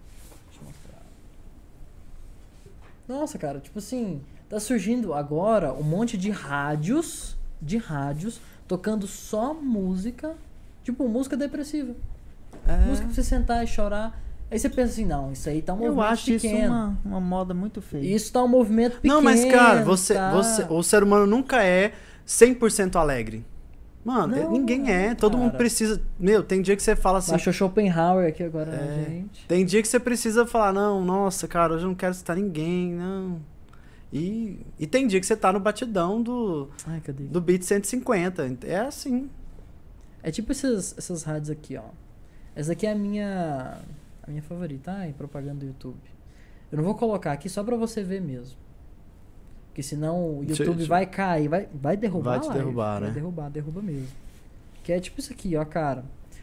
Nossa, cara, tipo assim... Tá surgindo agora um monte de rádios tocando só música, tipo, música depressiva. Música pra você sentar e chorar. Aí você pensa assim, não, isso aí tá um movimento Eu acho pequeno. isso uma moda muito feia. Isso tá um movimento pequeno. Não, mas, cara, tá? o ser humano nunca é 100% alegre. Mano, Não, ninguém é. Todo mundo precisa... Meu, tem dia que você fala assim... Baixou Schopenhauer aqui agora, né, gente? Tem dia que você precisa falar, não, nossa, cara, hoje eu não quero citar ninguém, não. E tem dia que você tá no batidão do beat 150. É assim. É tipo essas rádios aqui, ó. Essa aqui é a minha favorita, em propaganda do YouTube. Eu não vou colocar aqui só pra você ver mesmo. Porque senão o YouTube vai cair, vai derrubar. Vai te derrubar, né? Vai derruba mesmo. Que é tipo isso aqui, ó, cara.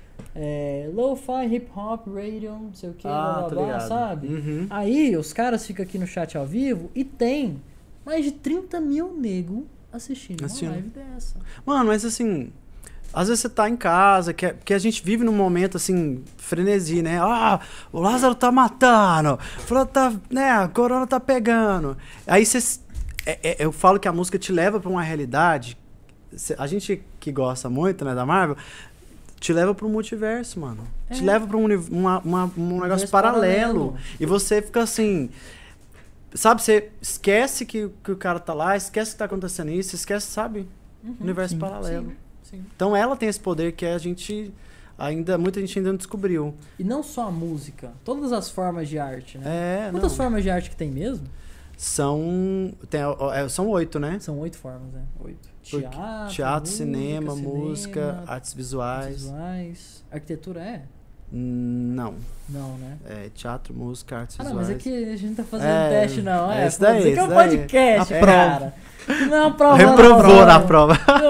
Lo-fi, hip hop, radio, não sei o que, blá blá blá, sabe? Uhum. Aí os caras ficam aqui no chat ao vivo e tem mais de 30 mil nego assistindo uma live dessa. Mano, mas assim... Às vezes você tá em casa, porque a gente vive num momento, assim, frenesi, né? Ah, o Lázaro tá matando, a corona tá pegando. Aí você... eu falo que a música te leva pra uma realidade... A gente que gosta muito, né, da Marvel... Te leva pro multiverso, mano. Te leva pra um negócio paralelo. E você fica assim... Sabe, você esquece que o cara tá lá, esquece que tá acontecendo isso, esquece, sabe? Universo paralelo. Sim. Então ela tem esse poder que muita gente ainda não descobriu. E não só a música, todas as formas de arte, né? É, Quantas formas de arte que tem mesmo? São 8, né? São 8 formas, né? 8. Teatro, cinema, música, artes visuais. Arquitetura é? Não. Não, né? É teatro, música, artes visuais. Não, mas aqui a gente não tá fazendo teste, não. Isso daí, isso aqui é um podcast, cara. Não é uma prova. Reprovou na prova.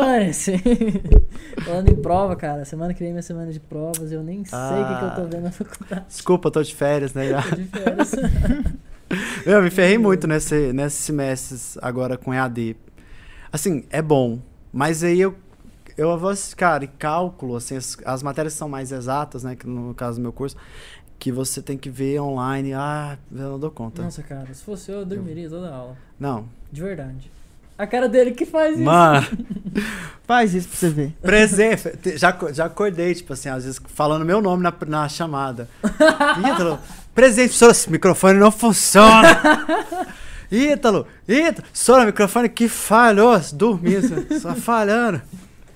Falando em prova, cara, semana que vem é minha semana de provas, eu nem sei o que eu tô vendo na faculdade. Desculpa, eu tô de férias, né? Tô de férias. Eu me ferrei muito nesses semestres agora com EAD. Assim, é bom, mas aí eu vou, cara, e cálculo, assim, as matérias são mais exatas, né, que no caso do meu curso, que você tem que ver online, eu não dou conta. Nossa, cara, se fosse eu dormiria toda a aula. Não. De verdade. A cara dele que faz isso. Mano. Faz isso pra você ver. Presente. Já acordei, tipo assim, às vezes falando meu nome na chamada. Ítalo, presente, professor, esse microfone não funciona. Ítalo, professor, o microfone que falhou, dormi, só falhando.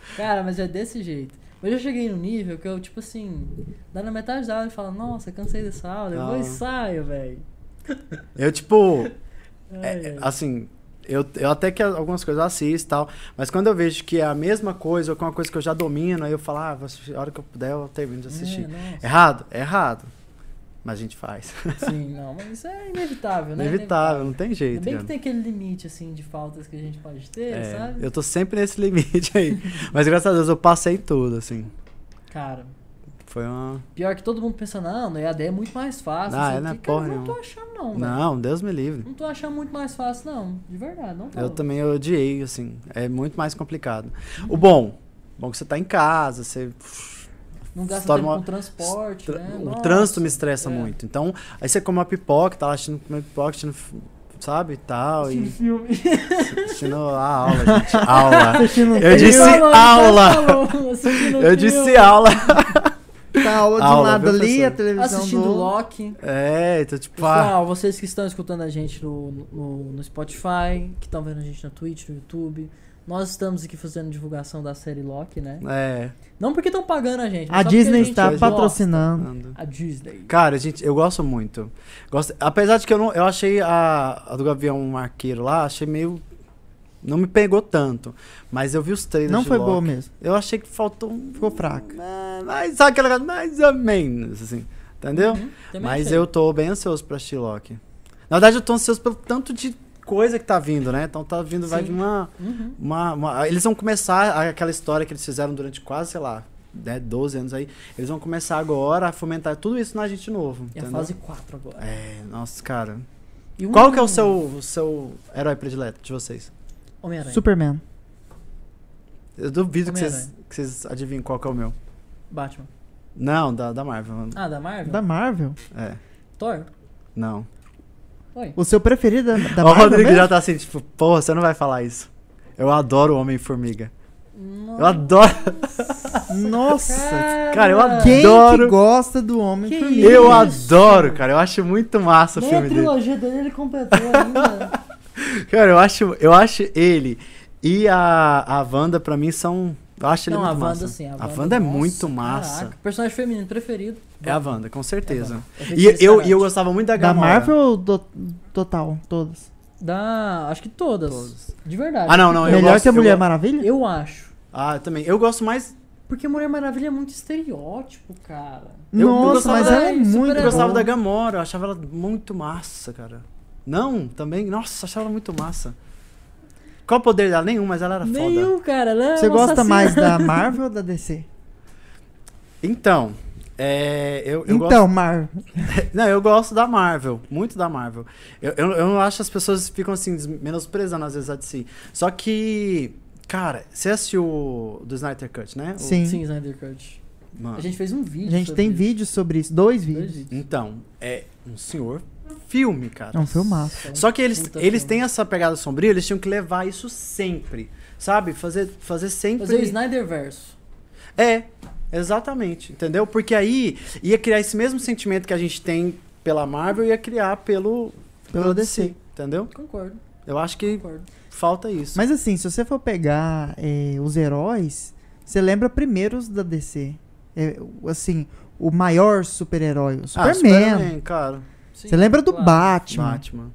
Cara, mas é desse jeito. Eu já cheguei no nível que eu, tipo assim, dá na metade da aula e falo, nossa, cansei dessa aula, eu vou e saio, velho. Eu, tipo, Ai, ai. assim, eu até que algumas coisas eu assisto e tal, mas quando eu vejo que é a mesma coisa ou que é uma coisa que eu já domino, aí eu falo, vou assistir, a hora que eu puder eu termino de assistir. Nossa. Errado? É errado. Mas a gente faz. Sim, não, mas isso é inevitável, né? Inevitável, não tem jeito. É bem que cara. tem aquele limite, assim, de faltas que a gente pode ter, sabe? Eu tô sempre nesse limite aí. Mas graças a Deus eu passei tudo, assim. Cara, Foi uma... pior que todo mundo pensa, não, no EAD é muito mais fácil. Ah, assim, não é que, cara, porra não tô nenhuma. achando não, velho. Não, Deus me livre. Não tô achando muito mais fácil, não. De verdade, não tô. Eu também odiei, assim. É muito mais complicado. O bom que você tá em casa, você... Não gasta estoura tempo uma- com transporte, né? O Nossa, trânsito me estressa é. muito. Então, aí você come uma pipoca, tá lá assistindo comer pipoca, assistindo, sabe, e tal. Assistindo E filme. assistindo a aula, gente. Aula. Assistindo Eu filme, disse Falou, aula. falou, assistindo Eu filme. disse aula. tá aula de um Aula, lado viu, ali, professor? a televisão Assistindo do... Loki. É, então, tipo, Pessoal, vocês que estão escutando a gente no Spotify, que estão vendo a gente na Twitch, no YouTube, nós estamos aqui fazendo divulgação da série Loki, né? Não porque estão pagando a gente, mas A só porque Disney gente está gosta. patrocinando. A Disney. Cara, gente, eu gosto muito. Apesar de que eu achei a do Gavião Arqueiro lá, achei meio... Não me pegou tanto. Mas eu vi os trailers Não de foi Loki. boa mesmo. Eu achei que faltou Ficou fraca. Mas sabe aquela coisa mais ou menos, assim. Entendeu? Também Mas achei. eu tô bem ansioso pra assistir Loki. Na verdade, eu tô ansioso pelo tanto de coisa que tá vindo, né? Então tá vindo, vai Sim. vir uma... Eles vão começar aquela história que eles fizeram durante quase, sei lá, 12 anos aí. Eles vão começar agora a fomentar tudo isso na gente novo. É a entendeu? fase 4 agora. Nossa, cara. E Qual que é o seu herói predileto de vocês? Homem-Aranha. Superman. Eu duvido que Homem-Aranha. vocês adivinhem qual que é o meu. Batman. Não, da Marvel. Ah, da Marvel? Da Marvel. É, Thor? não. Oi. O seu preferido da Ó, o Marvel Rodrigo mesmo? já tá assim, tipo, porra, você não vai falar isso. Eu adoro o Homem-Formiga. Eu Nossa. adoro. Nossa. Cara, eu adoro. Quem que gosta do Homem Que Formiga? Eu Isso. adoro, cara. Eu acho muito massa o Nem a filme dele. trilogia dele ele completou ainda. Cara, eu acho ele e a Wanda, pra mim, são... Eu acho ele Não, a muito Wanda massa. sim. A Wanda é nossa, muito massa. Caraca. Personagem feminino preferido. É a Wanda, com certeza. Wanda. É E Feiticeira eu Escarlate. gostava muito da Da Gamora. Marvel ou total? Todas? Acho que todas. Todas. De verdade. Ah, não, eu Melhor gosto- que a eu Mulher gosto- Maravilha? Eu acho. Ah, eu também. Eu gosto mais... Porque Mulher Maravilha é muito estereótipo, cara. eu Nossa, gostava mas da- ela é muito super-herói. Eu gostava boa. da Gamora, eu achava ela muito massa, cara. Não, também? Nossa, achava ela muito massa. Qual o poder dela? Nenhum, mas ela era foda. Nenhum, cara. Ela é Você uma gosta assassina. mais da Marvel ou da DC? Então, eu então, gosto... Marvel. Não, eu gosto da Marvel, muito da Marvel. Eu não acho que as pessoas ficam assim, menosprezando às vezes a DC. Só que, cara, você assistiu o do Snyder Cut, né? Sim. Sim, Snyder Cut. Mano. A gente fez um vídeo. A gente sobre tem isso. vídeos sobre isso. 2 Dois vídeos. vídeos. Então, é um senhor filme, cara. É um filmaço. É um Só que eles puta têm filme. essa pegada sombria, eles tinham que levar isso sempre, sabe? Fazer sempre... Fazer o Snyder Verso. É, exatamente, entendeu? Porque aí ia criar esse mesmo sentimento que a gente tem pela Marvel, ia criar pela DC, entendeu? Concordo, Eu acho que concordo. falta isso. Mas assim, se você for pegar os heróis, você lembra primeiro os da DC. Assim, o maior super-herói, o Superman. Superman, cara. Sim, Você lembra do claro. Batman. Batman.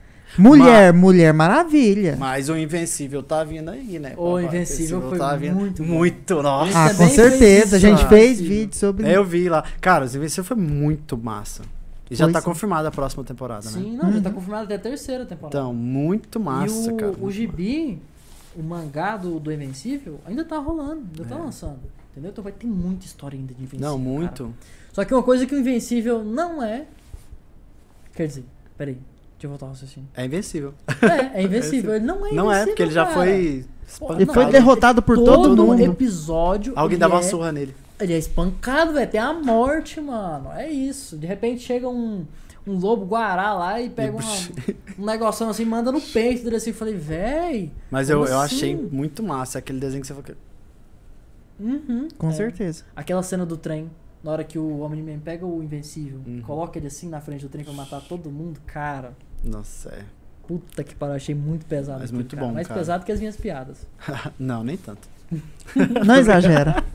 Mulher Maravilha. Mas o Invencível tá vindo aí, né? O Invencível foi tá vindo muito bom. muito, nossa. Esse Ah, é com bem certeza. A gente Invencível. fez Invencível. vídeo sobre Eu vi lá. Cara, o Invencível foi muito massa. E já Foi tá sim. confirmada a próxima temporada, né? Sim, não, já tá Uhum. confirmado até a terceira temporada. Então, muito massa, e o, cara. o gibi, o mangá do Invencível, ainda tá rolando, ainda tá lançando. Entendeu? Então vai ter muita história ainda de Invencível. Não, muito. cara. Só que uma coisa que o Invencível não é. Quer dizer, peraí, deixa eu voltar ao raciocínio. É invencível. É invencível. Ele não é invencível. Não é, porque ele já cara. foi Pô, Ele não, foi derrotado por todo mundo. episódio. Alguém ele dava uma é- surra nele. Ele é espancado, velho. Tem a morte, mano. É isso. De repente chega um lobo guará lá e pega um negocinho assim, manda no peito dele assim. Eu falei, véi. Mas como eu assim? achei muito massa aquele desenho que você falou. Uhum, Com é. certeza. Aquela cena do trem, na hora que o Homem-Man pega o Invencível, Uhum. coloca ele assim na frente do trem pra matar todo mundo, cara. Nossa, é. Puta que pariu, achei muito pesado. Mas aquilo, muito cara. bom, Mais cara. pesado que as minhas piadas. Não, nem tanto. Não exagera.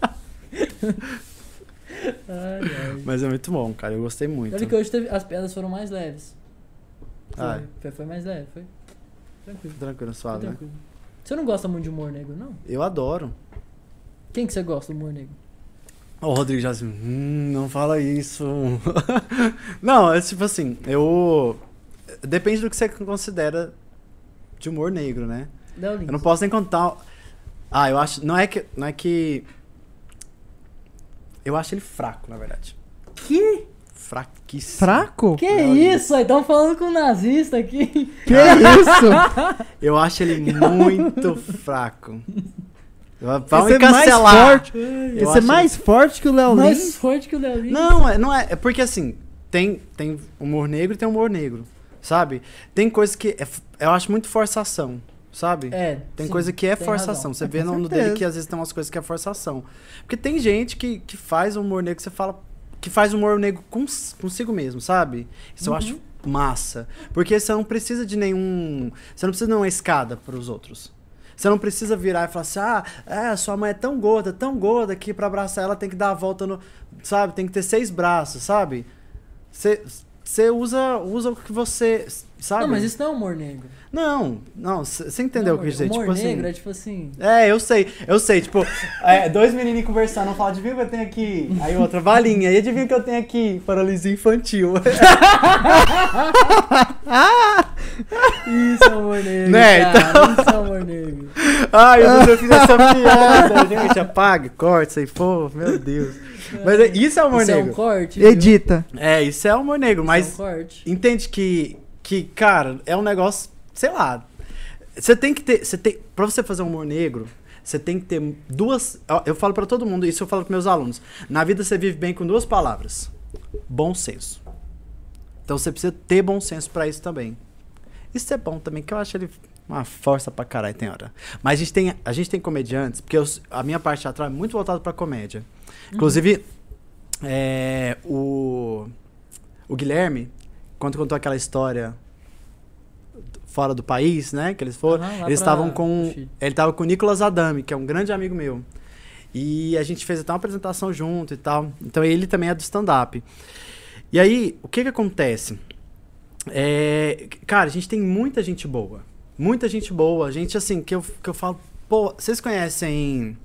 Ai, ai. Mas é muito bom, cara. Eu gostei muito. Olha que hoje as piadas foram mais leves. Ah, Foi mais leve, foi. Tranquilo. tranquilo, Foi suave, né? tranquilo. Você não gosta muito de humor negro, não? Eu adoro. Quem que você gosta do humor negro? Ó, o Rodrigo já assim, não fala isso. Não, é tipo assim, depende do que você considera de humor negro, né? Léo Lins. Eu não posso nem contar. Ah, eu acho. Não é que. Eu acho ele fraco, na verdade. Que? Fraquíssimo. Fraco? Que isso? Aí estão falando com um nazista aqui. Que isso? Eu acho ele muito fraco. Vamos Esse é mais cancelar. forte. Eu Esse é acho mais forte que o Léo Mais Lins. forte que o Léo Lins. Não é. É porque assim, tem humor negro e tem humor negro. Sabe? Tem coisa que. Eu acho muito forçação. Sabe? Tem sim, coisa que é tem forçação. razão. Você vê Com no certeza. dele que às vezes tem umas coisas que é forçação. Porque tem gente que faz humor negro que você fala. Que faz humor negro consigo mesmo, sabe? Isso eu acho massa. Porque você não precisa de nenhum. Você não precisa de uma escada para os outros. Você não precisa virar e falar assim: sua mãe é tão gorda que pra abraçar ela tem que dar a volta no. Sabe? Tem que ter 6 braços, sabe? Você usa o que você. Sabe? Não, mas isso não é humor negro. Não, você entendeu o que eu quis dizer? Humor Tipo negro assim. é tipo assim... Eu sei, tipo, dois menininhos conversando, um fala, adivinha o que eu tenho aqui? Aí outra, balinha, e adivinha o que eu tenho aqui? Paralisia infantil. Isso é humor negro, Né, cara. Isso é humor negro. Ai, eu fiz essa piada. Gente, apaga, corta, isso aí, pô, meu Deus. Mas isso é humor Isso é um negro. corte, viu? Edita. Isso é humor negro, Isso é um mas corte. entende que, cara, é um negócio, sei lá. Você tem que ter. Pra você fazer um humor negro, você tem que ter duas. Eu falo pra todo mundo, isso eu falo pros meus alunos. Na vida você vive bem com 2 palavras: bom senso. Então você precisa ter bom senso pra isso também. Isso é bom também, que eu acho ele uma força pra caralho, tem hora. Mas a gente tem comediantes, porque a minha parte teatral é muito voltada pra comédia. Inclusive, o Guilherme, quando contou aquela história fora do país, né, que eles foram, eles estavam com... Ele tava com o Nicolas Adame, que é um grande amigo meu. E a gente fez até uma apresentação junto e tal. Então ele também é do stand-up. E aí, o que acontece? Cara, a gente tem muita gente boa. Muita gente boa. Gente, assim, que eu falo... Pô, vocês conhecem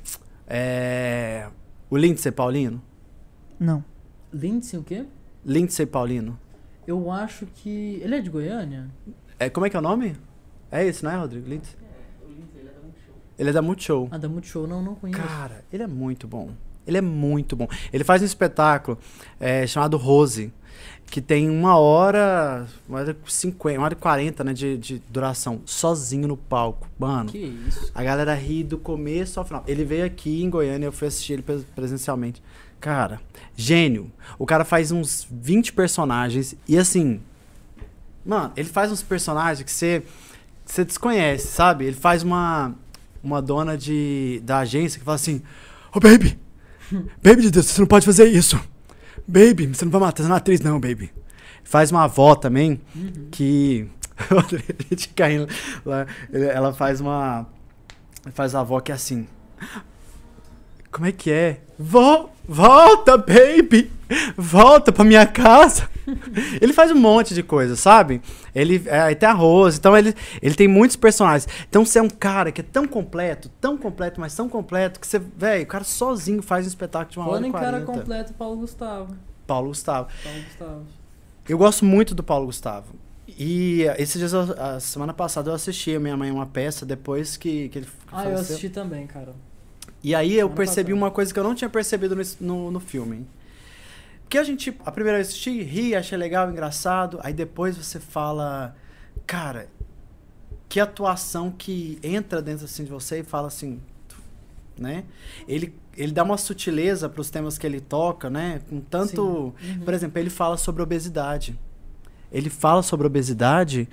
o Lindsay Paulino? Não. Lindsay o quê? Lindsay Paulino. Eu acho que... Ele é de Goiânia? Como é que é o nome? É esse, não é, Rodrigo? Lindsay? O Lindsay, ele é da Multishow. Ele é da Multishow. Ah, da Multishow, não conheço. Cara, ele é muito bom. Ele é muito bom. Ele faz um espetáculo chamado Rose, que tem 1h50, 1h40, né, de duração, sozinho no palco. Mano, Que isso? a galera ri do começo ao final. Ele veio aqui em Goiânia, eu fui assistir ele presencialmente. Cara, gênio. O cara faz uns 20 personagens e assim... Mano, ele faz uns personagens que você desconhece, sabe? Ele faz uma dona da agência que fala assim: Ô, baby! Baby de Deus, você não pode fazer isso! Baby, você não vai matar, você não é atriz não, baby. Faz uma avó também, que... a gente caindo lá, ela faz a avó que é assim... Como é que é? Volta, baby! Volta pra minha casa! Ele faz um monte de coisa, sabe? Ele tem a Rose, então ele tem muitos personagens. Então você é um cara que é tão completo, mas tão completo, que você, velho, o cara sozinho faz um espetáculo de 1h40. Falando em cara completo, Paulo Gustavo. Paulo Gustavo. Eu gosto muito do Paulo Gustavo. E esses dias, a semana passada, eu assisti a Minha Mãe uma peça, depois que ele faleceu. Eu assisti também, cara. E aí eu Semana percebi passada. uma coisa que eu não tinha percebido no filme. Porque a primeira vez que assisti, ri, achei legal, engraçado. Aí depois você fala, cara, que atuação que entra dentro assim de você e fala assim, né? Ele dá uma sutileza para os temas que ele toca, né? Com tanto... Por exemplo, ele fala sobre obesidade. Ele fala sobre obesidade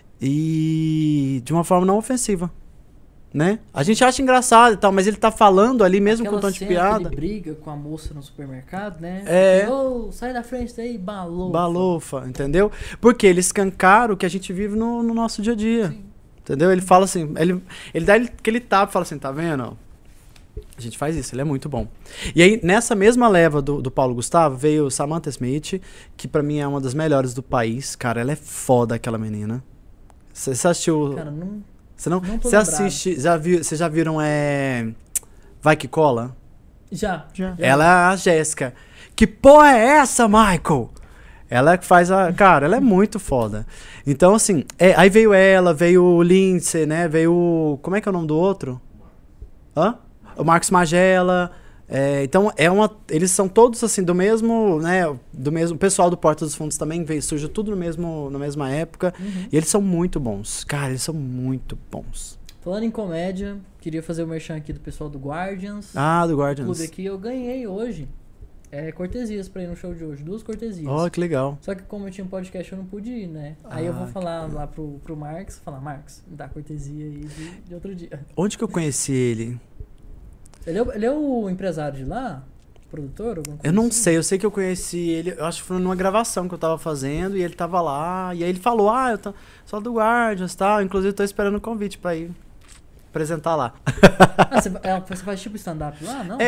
e de uma forma não ofensiva. Né? A gente acha engraçado e tal, mas ele tá falando ali mesmo Aquela com tom de cena piada. Que ele briga com a moça no supermercado, né? É. Sai da frente daí, balofa. Balofa, entendeu? Porque ele escancara o que a gente vive no nosso dia a dia. Sim. Entendeu? Ele fala assim, ele dá aquele tapa e fala assim, tá vendo? A gente faz isso, ele é muito bom. E aí, nessa mesma leva do Paulo Gustavo, veio Samantha Smith, que pra mim é uma das melhores do país. Cara, ela é foda, aquela menina. Você assistiu... Cara, não... Você não? Não tô Você lembrado. assiste... Vocês já viram Vai Que Cola? Já. Ela é a Jéssica. Que porra é essa, Michael? Ela é que faz a... Cara, ela é muito foda. Então, assim... aí veio ela, veio o Lindsay, né? Veio o... Como é que é o nome do outro? O Marcos Magela. Então, eles são todos, assim, do mesmo... né? Do mesmo... O pessoal do Porta dos Fundos também surgiu tudo na mesma época. E eles são muito bons. Cara, eles são muito bons. Falando em comédia, queria fazer o merchan aqui do pessoal do Guardians. Ah, do O Guardians. clube aqui, eu ganhei hoje cortesias pra ir no show de hoje. 2 cortesias. Oh, que legal. Só que como eu tinha um podcast, eu não pude ir, né? Aí eu vou falar lá pro Marcos, falar, Marcos, me dá cortesia aí de outro dia. Onde que eu conheci ele? Ele é o empresário de lá? Produtor? Alguma coisa Eu não assim? sei, eu sei que eu conheci ele, eu acho que foi numa gravação que eu tava fazendo, e ele tava lá, e aí ele falou, eu sou do Guardians e tal, inclusive tô esperando o convite pra ir apresentar lá. Você faz tipo stand-up lá, não?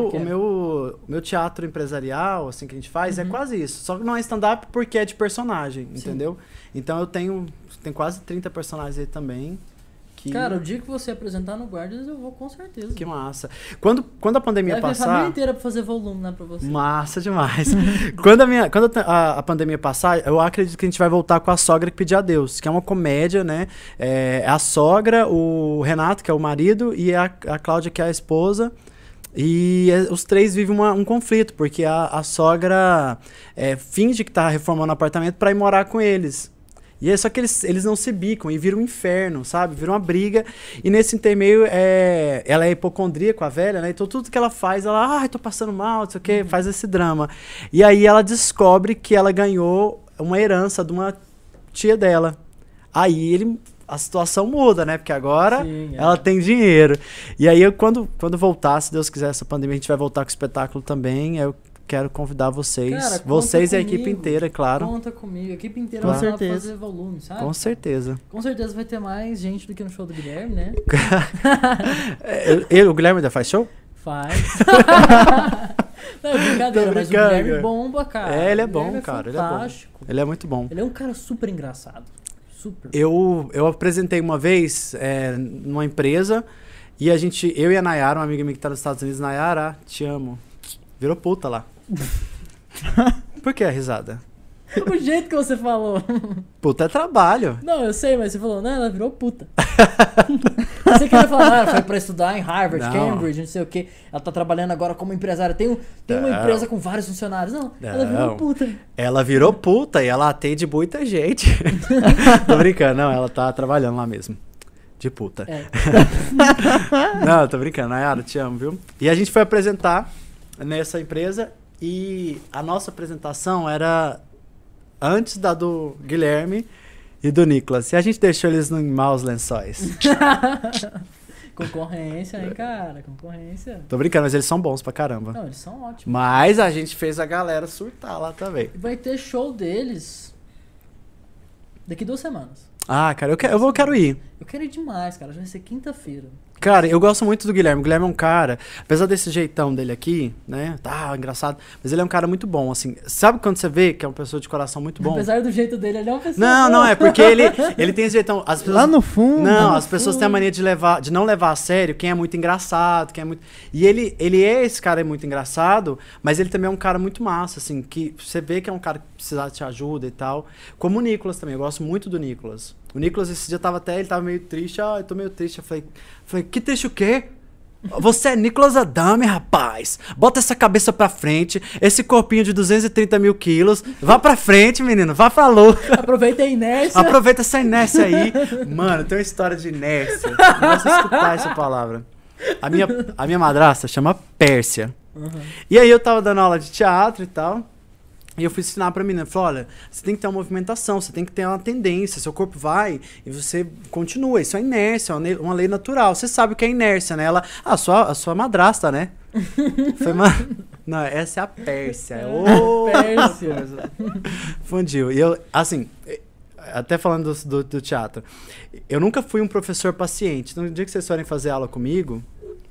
O meu teatro empresarial, assim, que a gente faz, é quase isso. Só que não é stand-up porque é de personagem, entendeu? Então eu tenho quase 30 personagens aí também. Cara, o dia que você apresentar no Guardians, eu vou com certeza. Que massa. Quando a pandemia Vai vir a passar... família inteira pra fazer volume, né, pra você. Massa demais. Quando a pandemia passar, eu acredito que a gente vai voltar com A Sogra que Pedia a Deus, que é uma comédia, né? É a sogra, o Renato, que é o marido, e a Cláudia, que é a esposa. E os três vivem um conflito, porque a sogra finge que tá reformando o apartamento pra ir morar com eles. E é só que eles não se bicam e viram um inferno, sabe? Viram uma briga. E nesse intermeio, ela é hipocondríaca, a velha, né? Então tudo que ela faz, ela, tô passando mal, não sei o quê, faz esse drama. E aí ela descobre que ela ganhou uma herança de uma tia dela. Aí a situação muda, né? Porque agora ela tem dinheiro. E aí quando voltar, se Deus quiser, essa pandemia, a gente vai voltar com o espetáculo também. Eu quero convidar vocês. Cara, vocês e a equipe inteira, claro. Conta comigo. A equipe inteira Com vai lá certeza. fazer volume, sabe? Com certeza. Com certeza vai ter mais gente do que no show do Guilherme, né? O Guilherme ainda faz show? Faz. Não, é brincadeira, Tô mas o brincando, Guilherme cara. bomba, cara. Ele é O bom, Guilherme cara. Ele é bom. fantástico. Ele é muito bom. Ele é um cara super engraçado. Super. Eu apresentei uma vez numa empresa e eu e a Nayara, uma amiga minha que tá nos Estados Unidos, Nayara, te amo. Virou puta lá. Por que a risada? O jeito que você falou. Puta é trabalho. Não, eu sei, mas você falou, não, ela virou puta. Você queria falar, ela foi pra estudar em Harvard, Não. Cambridge, não sei o quê. Ela tá trabalhando agora como empresária. Tem uma empresa com vários funcionários. Não, ela virou Não. puta. Ela virou puta e ela atende muita gente. Tô brincando, não, ela tá trabalhando lá mesmo. De puta. Não, tô brincando, Nayara, te amo, viu? E a gente foi apresentar nessa empresa e a nossa apresentação era antes da do Guilherme e do Nicolas. E a gente deixou eles em maus lençóis. Concorrência, hein, cara? Concorrência. Tô brincando, mas eles são bons pra caramba. Não, eles são ótimos. Mas a gente fez a galera surtar lá também. Vai ter show deles daqui 2 semanas. Ah, cara, eu quero ir. Eu quero ir demais, cara. Já vai ser quinta-feira. Cara, eu gosto muito do Guilherme. O Guilherme é um cara, apesar desse jeitão dele aqui, né? Tá engraçado, mas ele é um cara muito bom, assim. Sabe quando você vê que é uma pessoa de coração muito bom? Apesar do jeito dele, ele é uma pessoa Não, boa. não, é porque ele tem esse jeitão. As pessoas, Lá no fundo. não, no as pessoas fundo. têm a mania de não levar a sério quem é muito engraçado, quem é muito... E ele é esse cara muito engraçado, mas ele também é um cara muito massa, assim, que você vê que é um cara que precisa de ajuda e tal. Como o Nicolas também, eu gosto muito do Nicolas. O Nicolas esse dia ele tava meio triste, eu tô meio triste. Eu falei, que triste o quê? Você é Nicolas Adame, rapaz. Bota essa cabeça pra frente, esse corpinho de 230 mil quilos. Vá pra frente, menino, vá pra luta. Aproveita a inércia. Aproveita essa inércia aí. Mano, tem uma história de inércia. Eu gosto de escutar essa palavra. A minha madrasta chama Pérsia. E aí eu tava dando aula de teatro e tal. E eu fui ensinar pra menina, falei, olha, você tem que ter uma movimentação, você tem que ter uma tendência, seu corpo vai e você continua, isso é inércia, é uma lei natural, você sabe o que é inércia, né? Ela, a sua madrasta, né? Foi Não, essa é a Pérsia. Pérsia. Fundiu. E eu, assim, até falando do teatro, eu nunca fui um professor paciente, então no dia que vocês forem fazer aula comigo,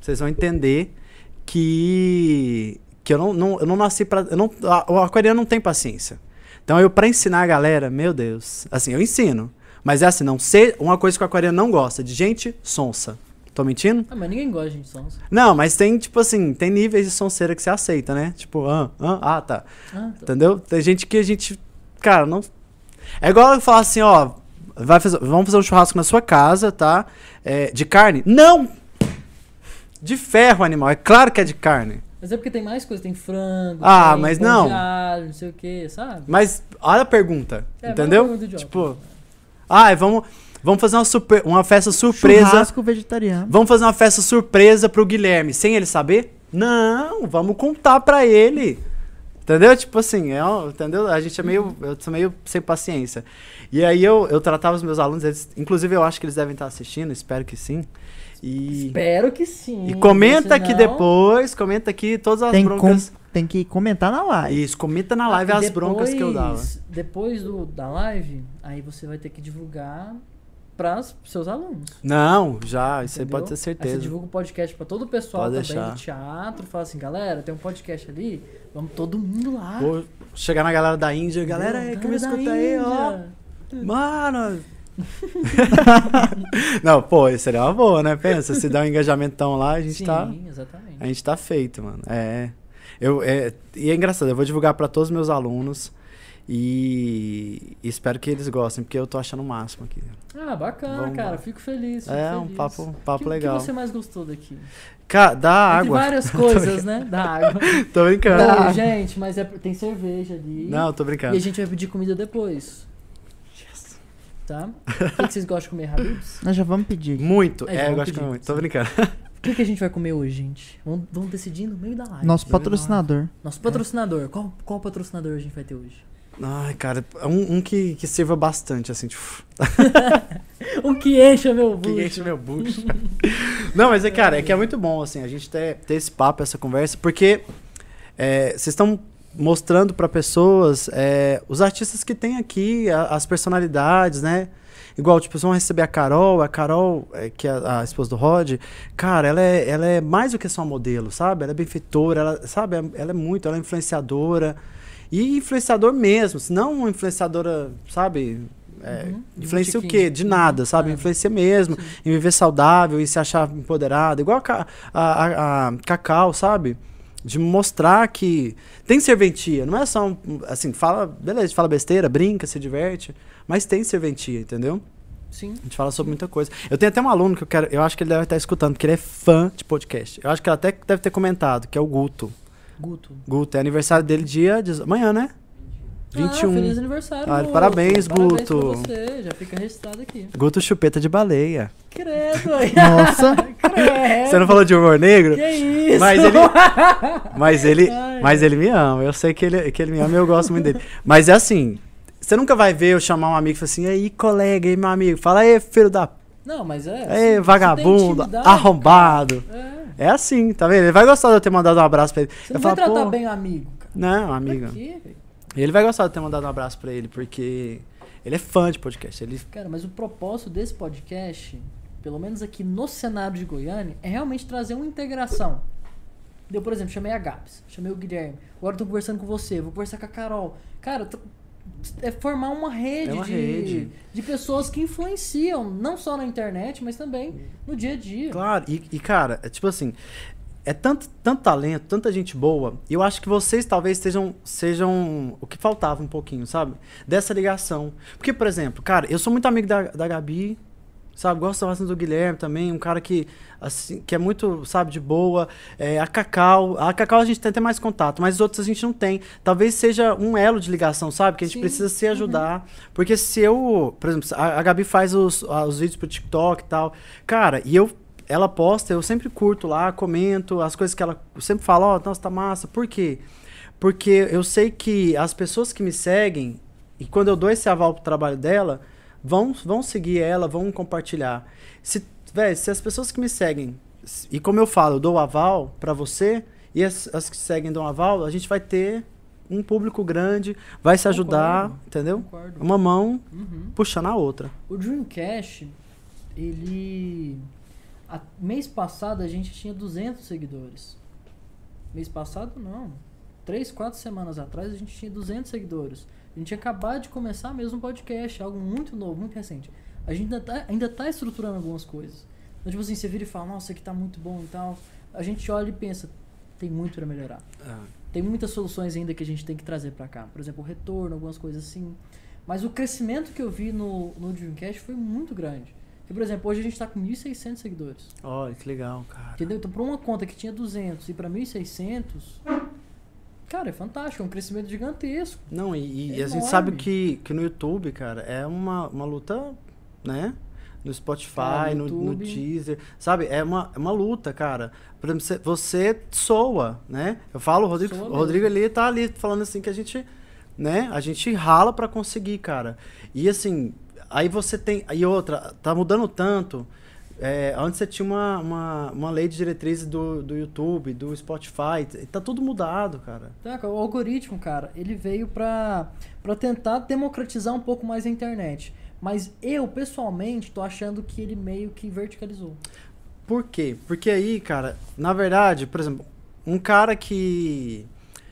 Vocês vão entender que eu não nasci pra... o aquariano não tem paciência. Então, pra ensinar a galera, meu Deus, assim, eu ensino. Mas é assim, não ser uma coisa que o aquariano não gosta, de gente sonsa. Tô mentindo? Ah, mas ninguém gosta de gente sonsa. Não, mas tem, tipo assim, tem níveis de sonseira que você aceita, né? Tipo, tá. Tá. Entendeu? Tem gente que a gente, cara, não... É igual eu falar assim, ó, vamos fazer um churrasco na sua casa, tá? De carne? Não! De ferro, animal. É claro que é de carne. Mas é porque tem mais coisa, tem frango, tem mas pão não. de alho, não sei o que, sabe? Mas olha a pergunta, entendeu? Mas é muito Tipo, vamos fazer uma festa surpresa. Churrasco vegetariano. Vamos fazer uma festa surpresa pro Guilherme, sem ele saber? Não, vamos contar pra ele. Entendeu? Tipo assim, entendeu? A gente eu sou meio sem paciência. E aí eu tratava os meus alunos, inclusive eu acho que eles devem estar assistindo, espero que sim. Espero que sim. E comenta aqui depois, comenta aqui todas as broncas. Tem que comentar na live. Isso, comenta na live as broncas que eu dava. Depois da live, aí você vai ter que divulgar para os seus alunos. Não, já, isso aí Entendeu? pode ter certeza. Aí você divulga o podcast para todo o pessoal Pode também deixar. do teatro, fala assim, galera, tem um podcast ali, vamos todo mundo lá. Vou chegar na galera da Índia, galera, que me escuta aí, ó. Mano. Não, pô, isso seria uma boa, né? Pensa, se der um engajamentão lá, a gente Sim, exatamente. A gente tá feito, mano. E é engraçado, eu vou divulgar pra todos os meus alunos e espero que eles gostem, porque eu tô achando o máximo aqui. Ah, bacana, cara. Fico feliz. Um papo legal. O que você mais gostou daqui? Cara, da água. Tem várias coisas, né? Da água. Tô brincando. Não, gente, mas tem cerveja ali. Não, tô brincando. E a gente vai pedir comida depois. Yes. Tá? O que vocês gostam de comer, Habibs? Nós já vamos pedir. Muito. Vamos Eu gosto de pedir, comer muito. Tô sim. brincando. O que a gente vai comer hoje, gente? Vamos decidir no meio da live. Nosso patrocinador. Nosso patrocinador. Qual patrocinador a gente vai ter hoje? Ai, cara, um que sirva bastante, assim, tipo... Um que encha meu bucho. Que enche meu bucho. Não, mas cara, é que é muito bom, assim, a gente ter esse papo, essa conversa, porque vocês estão mostrando para pessoas os artistas que tem aqui, as personalidades, né? Igual, tipo, vocês vão receber a Carol, que é a esposa do Rod, cara, ela é mais do que só modelo, sabe? Ela é benfeitora, ela é influenciadora, e influenciador mesmo, se não uma influenciadora, sabe... influencia o quê? De nada, sabe? Influencia mesmo, sim, em viver saudável e se achar empoderado, igual a Cacau, sabe? De mostrar que tem serventia, não é só assim, beleza, fala besteira, brinca, se diverte, mas tem serventia, entendeu? Sim. A gente fala sobre muita coisa. Eu tenho até um aluno que eu acho que ele deve estar escutando, porque ele é fã de podcast. Eu acho que ele até deve ter comentado, que é o Guto. Guto, é aniversário dele amanhã, né? 21. Feliz aniversário. Parabéns, Guto. Parabéns pra você, já fica registrado aqui. Guto chupeta de baleia. Credo. Nossa. Credo. Você não falou de humor negro? Que isso? Mas ele me ama. Eu sei que ele me ama e eu gosto muito dele. Mas é assim, você nunca vai ver eu chamar um amigo e falar assim, aí, colega, aí, meu amigo, fala aí, filho da... Não, mas Aí, vagabundo, arrombado. É assim, tá vendo? Ele vai gostar de eu ter mandado um abraço pra ele. Você não vai tratar bem o amigo, cara. Não, amigo. Pra quê, velho? Ele vai gostar de ter mandado um abraço pra ele, porque ele é fã de podcast. Cara, mas o propósito desse podcast, pelo menos aqui no cenário de Goiânia, é realmente trazer uma integração. Eu, por exemplo, chamei a Gabs, chamei o Guilherme, agora eu tô conversando com você, vou conversar com a Carol. Cara, é formar uma rede, de pessoas que influenciam, não só na internet, mas também no dia a dia. Claro, e cara, é tipo assim... É tanto talento, tanta gente boa. E eu acho que vocês talvez sejam o que faltava um pouquinho, sabe? Dessa ligação. Porque, por exemplo, cara, eu sou muito amigo da Gabi, sabe? Gosto bastante do Guilherme também, um cara que, assim, que é muito, sabe, de boa. A Cacau a gente tem até mais contato, mas os outros a gente não tem. Talvez seja um elo de ligação, sabe? Que a gente precisa se ajudar. Porque se por exemplo, a Gabi faz os vídeos pro TikTok e tal. Cara, ela posta, eu sempre curto lá, comento as coisas que ela... Eu sempre falo, nossa, tá massa. Por quê? Porque eu sei que as pessoas que me seguem, e quando eu dou esse aval pro trabalho dela, vão seguir ela, vão compartilhar. Se as pessoas que me seguem, e como eu falo, eu dou o aval pra você, e as que seguem dão aval, a gente vai ter um público grande, vai se ajudar, entendeu? Concordo. Uma mão puxando a outra. O Dreamcast, ele... Mês passado a gente tinha 200 seguidores. Mês passado não. 3, 4 semanas atrás a gente tinha 200 seguidores. A gente tinha acabado de começar mesmo um podcast, algo muito novo, muito recente. A gente ainda tá estruturando algumas coisas. Então, tipo assim, você vira e fala, nossa, isso aqui tá muito bom e tal. A gente olha e pensa, tem muito pra melhorar. Tem muitas soluções ainda que a gente tem que trazer pra cá. Por exemplo, o retorno, algumas coisas assim. Mas o crescimento que eu vi no Dreamcast foi muito grande. Porque, por exemplo, hoje a gente tá com 1.600 seguidores. Olha, que legal, cara. Entendeu? Então, pra uma conta que tinha 200 e pra 1.600... Cara, é fantástico, é um crescimento gigantesco. Não, e a gente enorme. sabe que no YouTube, cara, é uma luta, né? No Spotify, Cara, no YouTube. Deezer, sabe? É uma luta, cara. Por exemplo, você soa, né? Eu falo, Soa o mesmo. Rodrigo ele tá ali falando assim que a gente, né? A gente rala pra conseguir, cara. E assim, aí você tem... E outra, tá mudando tanto... antes você tinha uma lei de diretrizes do YouTube, do Spotify, tá tudo mudado, cara. Tá, o algoritmo, cara, ele veio pra tentar democratizar um pouco mais a internet. Mas eu, pessoalmente, tô achando que ele meio que verticalizou. Por quê? Porque aí, cara, na verdade, por exemplo, um cara que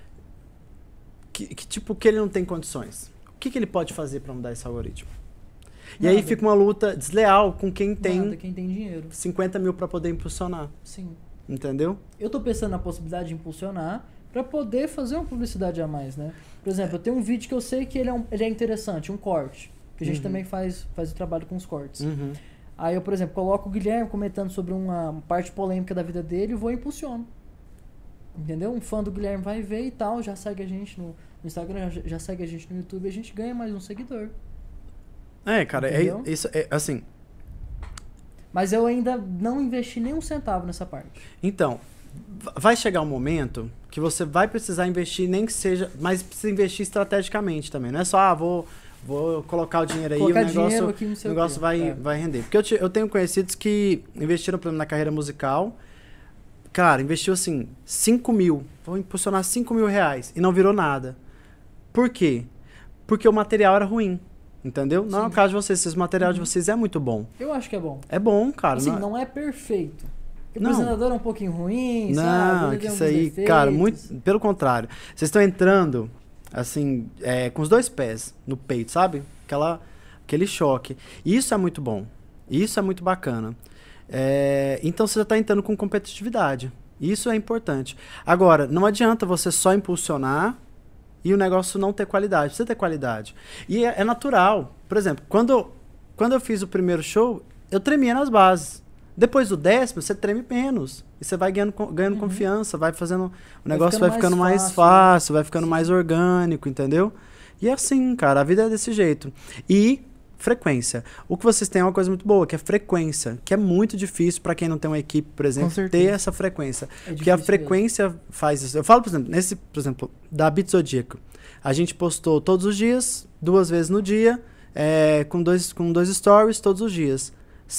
ele não tem condições, o que ele pode fazer pra mudar esse algoritmo? E aí Nada. fica uma luta desleal com quem tem Nada, quem tem dinheiro. 50 mil pra poder impulsionar, Sim. entendeu? Eu tô pensando na possibilidade de impulsionar pra poder fazer uma publicidade a mais, né? Por exemplo, eu tenho um vídeo que eu sei que ele é interessante, um corte. Que a gente também faz o trabalho com os cortes. Uhum. Aí eu, por exemplo, coloco o Guilherme comentando sobre uma parte polêmica da vida dele e vou e impulsiono. Entendeu? Um fã do Guilherme vai ver e tal, já segue a gente no Instagram, já segue a gente no YouTube e a gente ganha mais um seguidor. Cara, Entendeu? isso é assim. Mas eu ainda não investi nem um centavo nessa parte. Então, vai chegar um momento que você vai precisar investir, nem que seja, mas precisa investir estrategicamente também. Não é só, vou colocar o dinheiro aí, Colocar o negócio, dinheiro aqui, não sei o o negócio quê. vai render. Porque eu tenho conhecidos que investiram, por exemplo, na carreira musical. Cara, investiu assim, 5 mil. Vou impulsionar 5 mil reais. E não virou nada. Por quê? Porque o material era ruim. Entendeu? Não é o Sim. caso de vocês. Se o material de vocês é muito bom. Eu acho que é bom. É bom, cara. Assim, não é perfeito. Porque o apresentador é um pouquinho ruim, sabe? Não, Ele que tem isso alguns aí, defeitos. cara, muito. Pelo contrário. Vocês estão entrando, assim, com os dois pés no peito, sabe? Aquele choque. E isso é muito bom. Isso é muito bacana. Então você já está entrando com competitividade. Isso é importante. Agora, não adianta você só impulsionar e o negócio não ter qualidade. Precisa ter qualidade. E é natural. Por exemplo, quando eu fiz o primeiro show, eu tremia nas bases. Depois do 10º, você treme menos. E você vai ganhando confiança, vai fazendo... O negócio vai ficando mais fácil, vai ficando mais orgânico, entendeu? E é assim, cara, a vida é desse jeito. E frequência. O que vocês têm é uma coisa muito boa, que é frequência. Que é muito difícil para quem não tem uma equipe, por exemplo, ter essa frequência. Porque a frequência faz isso. Eu falo, por exemplo, da Beat Zodíaco. A gente postou todos os dias, 2 vezes no dia, com dois stories todos os dias.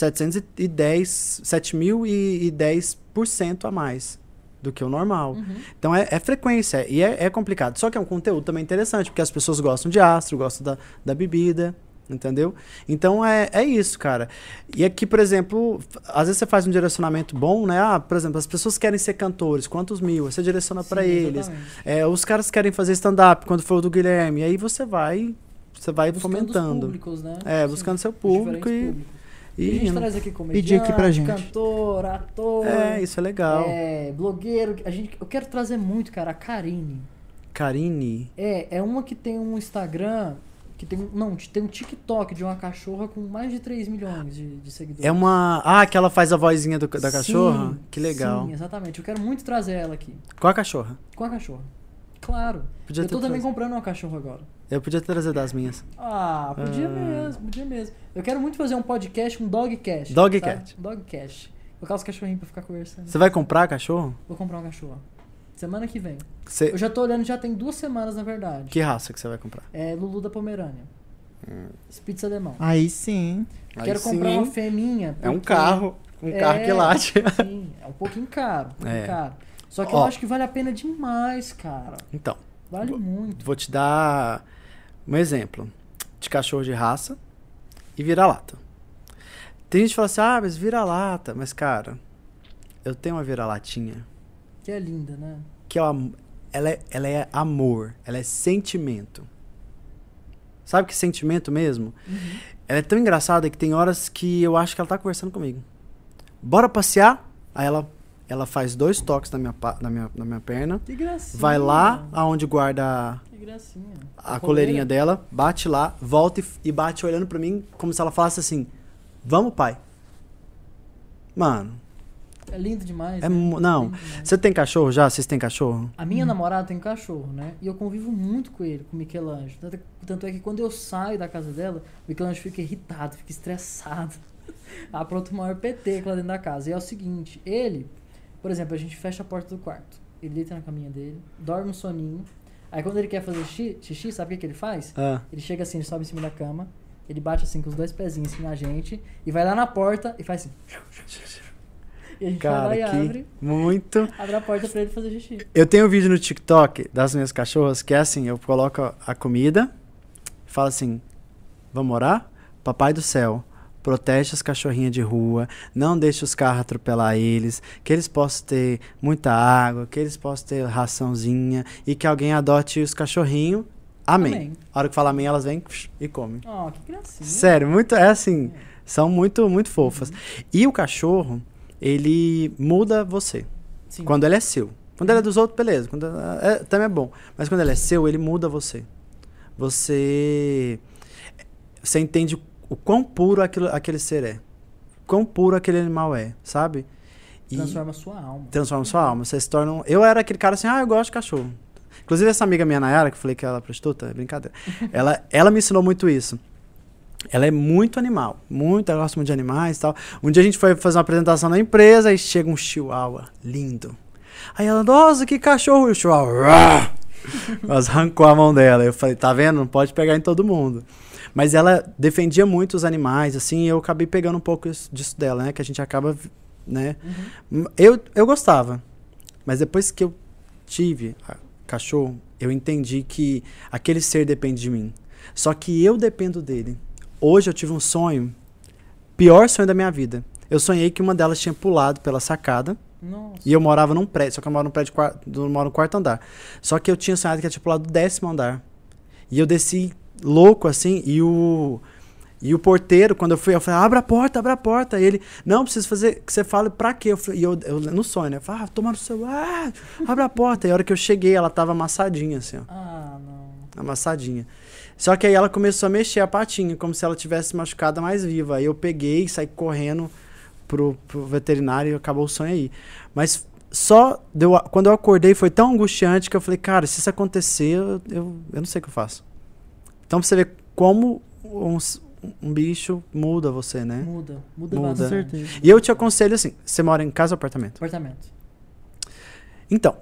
7.010% a mais do que o normal. Então é frequência e é complicado. Só que é um conteúdo também interessante, porque as pessoas gostam de astro, gostam da bebida, entendeu? Então é isso, cara. E aqui, por exemplo, às vezes você faz um direcionamento bom, né? Por exemplo, as pessoas querem ser cantores, quantos mil? Você direciona para eles. Os caras querem fazer stand-up, quando for o do Guilherme, e aí você vai buscando fomentando. Os públicos, né? Buscando seu público e a gente traz aqui comediante, pedir aqui pra gente. cantor, ator. Isso é legal. Blogueiro. Eu quero trazer muito, cara, a Karine. Karine? É uma que tem um Instagram, tem um TikTok de uma cachorra com mais de 3 milhões de seguidores. Que ela faz a vozinha da cachorra? Que legal. Sim, exatamente. Eu quero muito trazer ela aqui. Qual a cachorra? Com a cachorra. Claro. Eu tô também comprando uma cachorra agora. Eu podia trazer das minhas. Podia mesmo. Eu quero muito fazer um podcast, um dogcast. Dogcast. Tá? Dogcast. Colocar os cachorrinhos pra ficar conversando. Você vai comprar cachorro? Vou comprar uma cachorra. Semana que vem. Você... Eu já tô olhando, já tem 2 semanas, na verdade. Que raça que você vai comprar? É Lulu da Pomerânia. Spitz alemão. Aí sim. Quero comprar uma fêminha. É um carro. Um carro que late. Sim, é um pouquinho caro. Caro. Só que eu acho que vale a pena demais, cara. Então. Vale muito. Vou te dar um exemplo de cachorro de raça e vira-lata. Tem gente que fala assim, mas vira-lata. Mas, cara, eu tenho uma vira-latinha. Que é linda, né? Que é ela é amor. Ela é sentimento. Sabe que sentimento mesmo? Uhum. Ela é tão engraçada que tem horas que eu acho que ela tá conversando comigo. Bora passear? Aí ela faz 2 toques na minha perna. Que gracinha. Vai lá aonde guarda Que gracinha. a coleirinha dela, bate lá, volta e bate olhando pra mim como se ela falasse assim, vamos, pai. Mano. É lindo demais. Não, lindo demais. você tem cachorro já? Vocês têm cachorro? A minha namorada tem um cachorro, né? E eu convivo muito com ele, com o Michelangelo. Tanto é que quando eu saio da casa dela, o Michelangelo fica irritado, fica estressado. Apronta o maior PT lá dentro da casa. E é o seguinte, ele, por exemplo, a gente fecha a porta do quarto. Ele deita na caminha dele, dorme um soninho. Aí quando ele quer fazer xixi, sabe o que ele faz? Ele chega assim, ele sobe em cima da cama, ele bate assim com os 2 pezinhos assim na gente, e vai lá na porta e faz assim... E a gente vai lá e abre. Muito. Abre a porta pra ele fazer xixi. Eu tenho um vídeo no TikTok das minhas cachorras que é assim, eu coloco a comida, falo assim, vamos orar? Papai do céu, protege as cachorrinhas de rua, não deixe os carros atropelar eles, que eles possam ter muita água, que eles possam ter raçãozinha e que alguém adote os cachorrinhos. Amém. A hora que fala amém, elas vêm e comem. Oh, que gracinha. Sério, é assim, são muito, muito fofas. E o cachorro, ele muda você. Sim. Quando ele é seu. Quando ele é dos outros, beleza. Também é bom. Mas quando ele é seu, ele muda você. Você entende o quão puro aquele ser é. Quão puro aquele animal é, sabe? Transforma sua alma. Transforma sua alma. Você se torna eu era aquele cara assim, eu gosto de cachorro. Inclusive essa amiga minha, Nayara, que eu falei que ela é prostituta, é brincadeira. ela me ensinou muito isso. Ela é muito animal, ela gosta muito de animais e tal. Um dia a gente foi fazer uma apresentação na empresa e chega um chihuahua lindo. Aí ela, nossa, que cachorro! E o chihuahua, mas arrancou a mão dela. Eu falei, tá vendo? Não pode pegar em todo mundo. Mas ela defendia muito os animais, assim, e eu acabei pegando um pouco disso dela, né? Que a gente acaba, né? Uhum. Eu gostava, mas depois que eu tive cachorro, eu entendi que aquele ser depende de mim. Só que eu dependo dele. Hoje eu tive um sonho, pior sonho da minha vida. Eu sonhei que uma delas tinha pulado pela sacada. Nossa. E eu morava num prédio, só que eu moro num prédio, moro no 4º andar. Só que eu tinha sonhado que ela tinha pulado do 10º andar. E eu desci louco assim, e o porteiro, quando eu falei, abre a porta. E ele, não, preciso fazer que você fale pra quê? Eu no sonho, né? Eu falei, toma no seu, abre a porta. E a hora que eu cheguei, ela tava amassadinha assim, ó. Não. Amassadinha. Só que aí ela começou a mexer a patinha, como se ela tivesse machucada mais viva. Aí eu peguei e saí correndo pro veterinário e acabou o sonho aí. Mas quando eu acordei foi tão angustiante que eu falei, cara, se isso acontecer, eu não sei o que eu faço. Então pra você ver como um bicho muda você, né? Muda bastante. certeza. E eu te aconselho assim, você mora em casa ou apartamento? Apartamento. Então,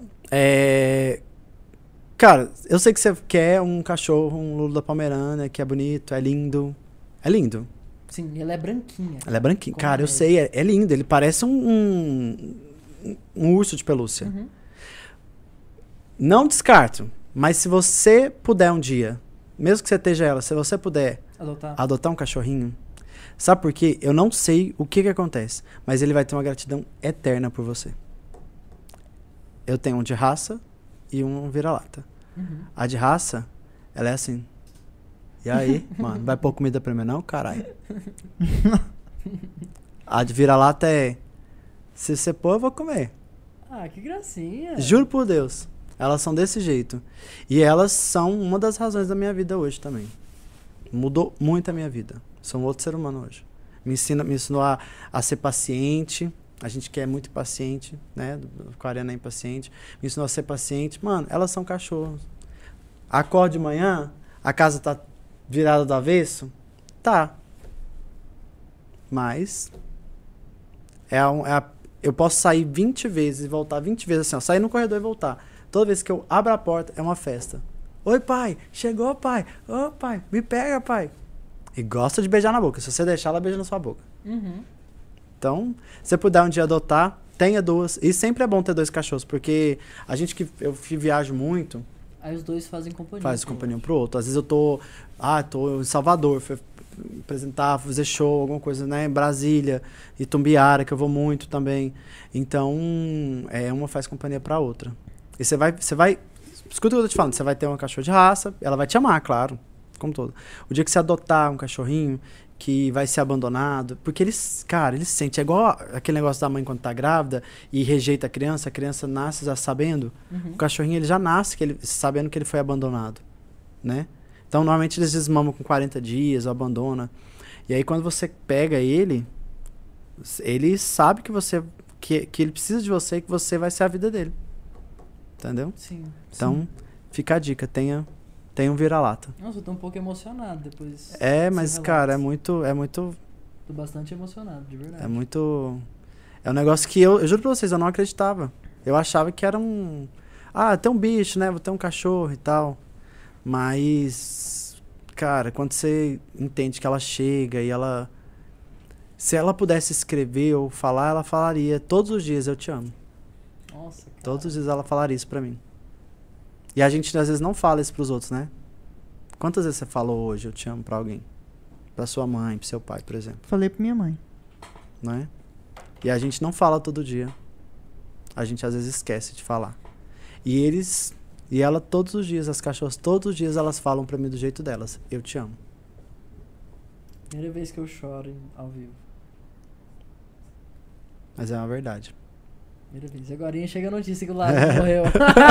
cara, eu sei que você quer um cachorro, um Lula Pomerânia, que é bonito, é lindo. É lindo. Sim, ela é branquinha. Ela é branquinha. Como Cara, eu sei, é lindo. Ele parece um urso de pelúcia. Uhum. Não descarto, mas se você puder um dia, mesmo que você esteja ela, se você puder adotar um cachorrinho, sabe por quê? Eu não sei o que acontece, mas ele vai ter uma gratidão eterna por você. Eu tenho um de raça e um vira-lata. Uhum. A de raça, ela é assim. E aí, mano, vai pôr comida pra mim não, caralho? A de vira-lata é, se você pôr, eu vou comer. Que gracinha. Juro por Deus. Elas são desse jeito. E elas são uma das razões da minha vida hoje também. Mudou muito a minha vida. Sou um outro ser humano hoje. Me ensinou a ser paciente. A gente que é muito impaciente, né? O Ariana é impaciente. Me ensinou a ser paciente. Mano, elas são cachorros. Acordo de manhã, a casa tá virada do avesso? Tá. Mas eu posso sair 20 vezes e voltar 20 vezes assim, ó, sair no corredor e voltar. Toda vez que eu abro a porta, é uma festa. Oi, pai. Chegou, pai. Ô, pai. Me pega, pai. E gosta de beijar na boca. Se você deixar, ela beija na sua boca. Uhum. Então, se você puder um dia adotar, tenha 2. E sempre é bom ter 2 cachorros, porque eu viajo muito, Aí os dois fazem companhia. Faz companhia um pro outro. Às vezes eu tô em Salvador, fui apresentar, fazer show, alguma coisa, né? Em Brasília, Itumbiara, que eu vou muito também. Então, uma faz companhia pra outra. E você vai... Escuta o que eu tô te falando. Você vai ter uma cachorra de raça, ela vai te amar, claro. Como todo. O dia que você adotar um cachorrinho que vai ser abandonado, porque eles sentem, é igual aquele negócio da mãe quando tá grávida e rejeita a criança nasce já sabendo, o cachorrinho ele já nasce sabendo que ele foi abandonado, né? Então normalmente eles desmamam com 40 dias, ou abandona, e aí quando você pega ele sabe que ele precisa de você e que você vai ser a vida dele, entendeu? Sim. Então fica a dica, tenha um vira-lata. Nossa, eu tô um pouco emocionado depois. Mas, cara, é muito... Tô bastante emocionado, de verdade. É um negócio que eu juro pra vocês, eu não acreditava. Eu achava que era tem um bicho, né? Vou ter um cachorro e tal. Mas, cara, quando você entende que ela chega e ela... Se ela pudesse escrever ou falar, ela falaria todos os dias, eu te amo. Nossa, cara. Todos os dias ela falaria isso pra mim. E a gente, às vezes, não fala isso pros outros, né? Quantas vezes você falou hoje, eu te amo, pra alguém? Pra sua mãe, pro seu pai, por exemplo. Falei pra minha mãe. Não é? E a gente não fala todo dia. A gente, às vezes, esquece de falar. E ela, todos os dias, as cachorras, todos os dias, elas falam pra mim do jeito delas. Eu te amo. Primeira vez que eu choro ao vivo. Mas é uma verdade. Primeira vez. Agora chega a notícia que o Lázaro morreu.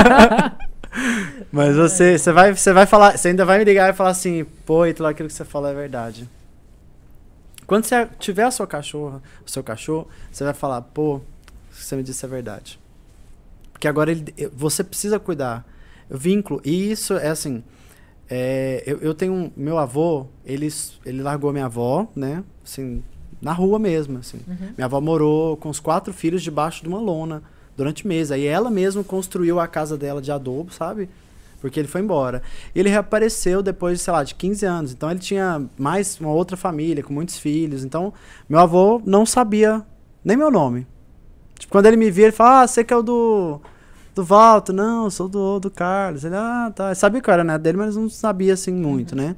Mas você vai falar, você ainda vai me ligar e falar assim, pô, Ítalo, aquilo que você falou é verdade. Quando você tiver a sua cachorra, o seu cachorro, você vai falar, pô, o que você me disse é verdade. Porque agora você precisa cuidar. O vínculo, e isso é assim, eu tenho, meu avô, ele largou minha avó, né, assim, na rua mesmo, assim. Minha avó morou com os 4 filhos debaixo de uma lona durante meses. Aí ela mesma construiu a casa dela de adobo, sabe? Porque ele foi embora. Ele reapareceu depois, sei lá, de 15 anos. Então ele tinha mais uma outra família, com muitos filhos. Então, meu avô não sabia nem meu nome. Tipo, quando ele me via, ele falava, você que é o do Walter. Não, eu sou do Carlos. Ele, tá. Eu sabia que eu era neto dele, mas não sabia, assim, muito, né?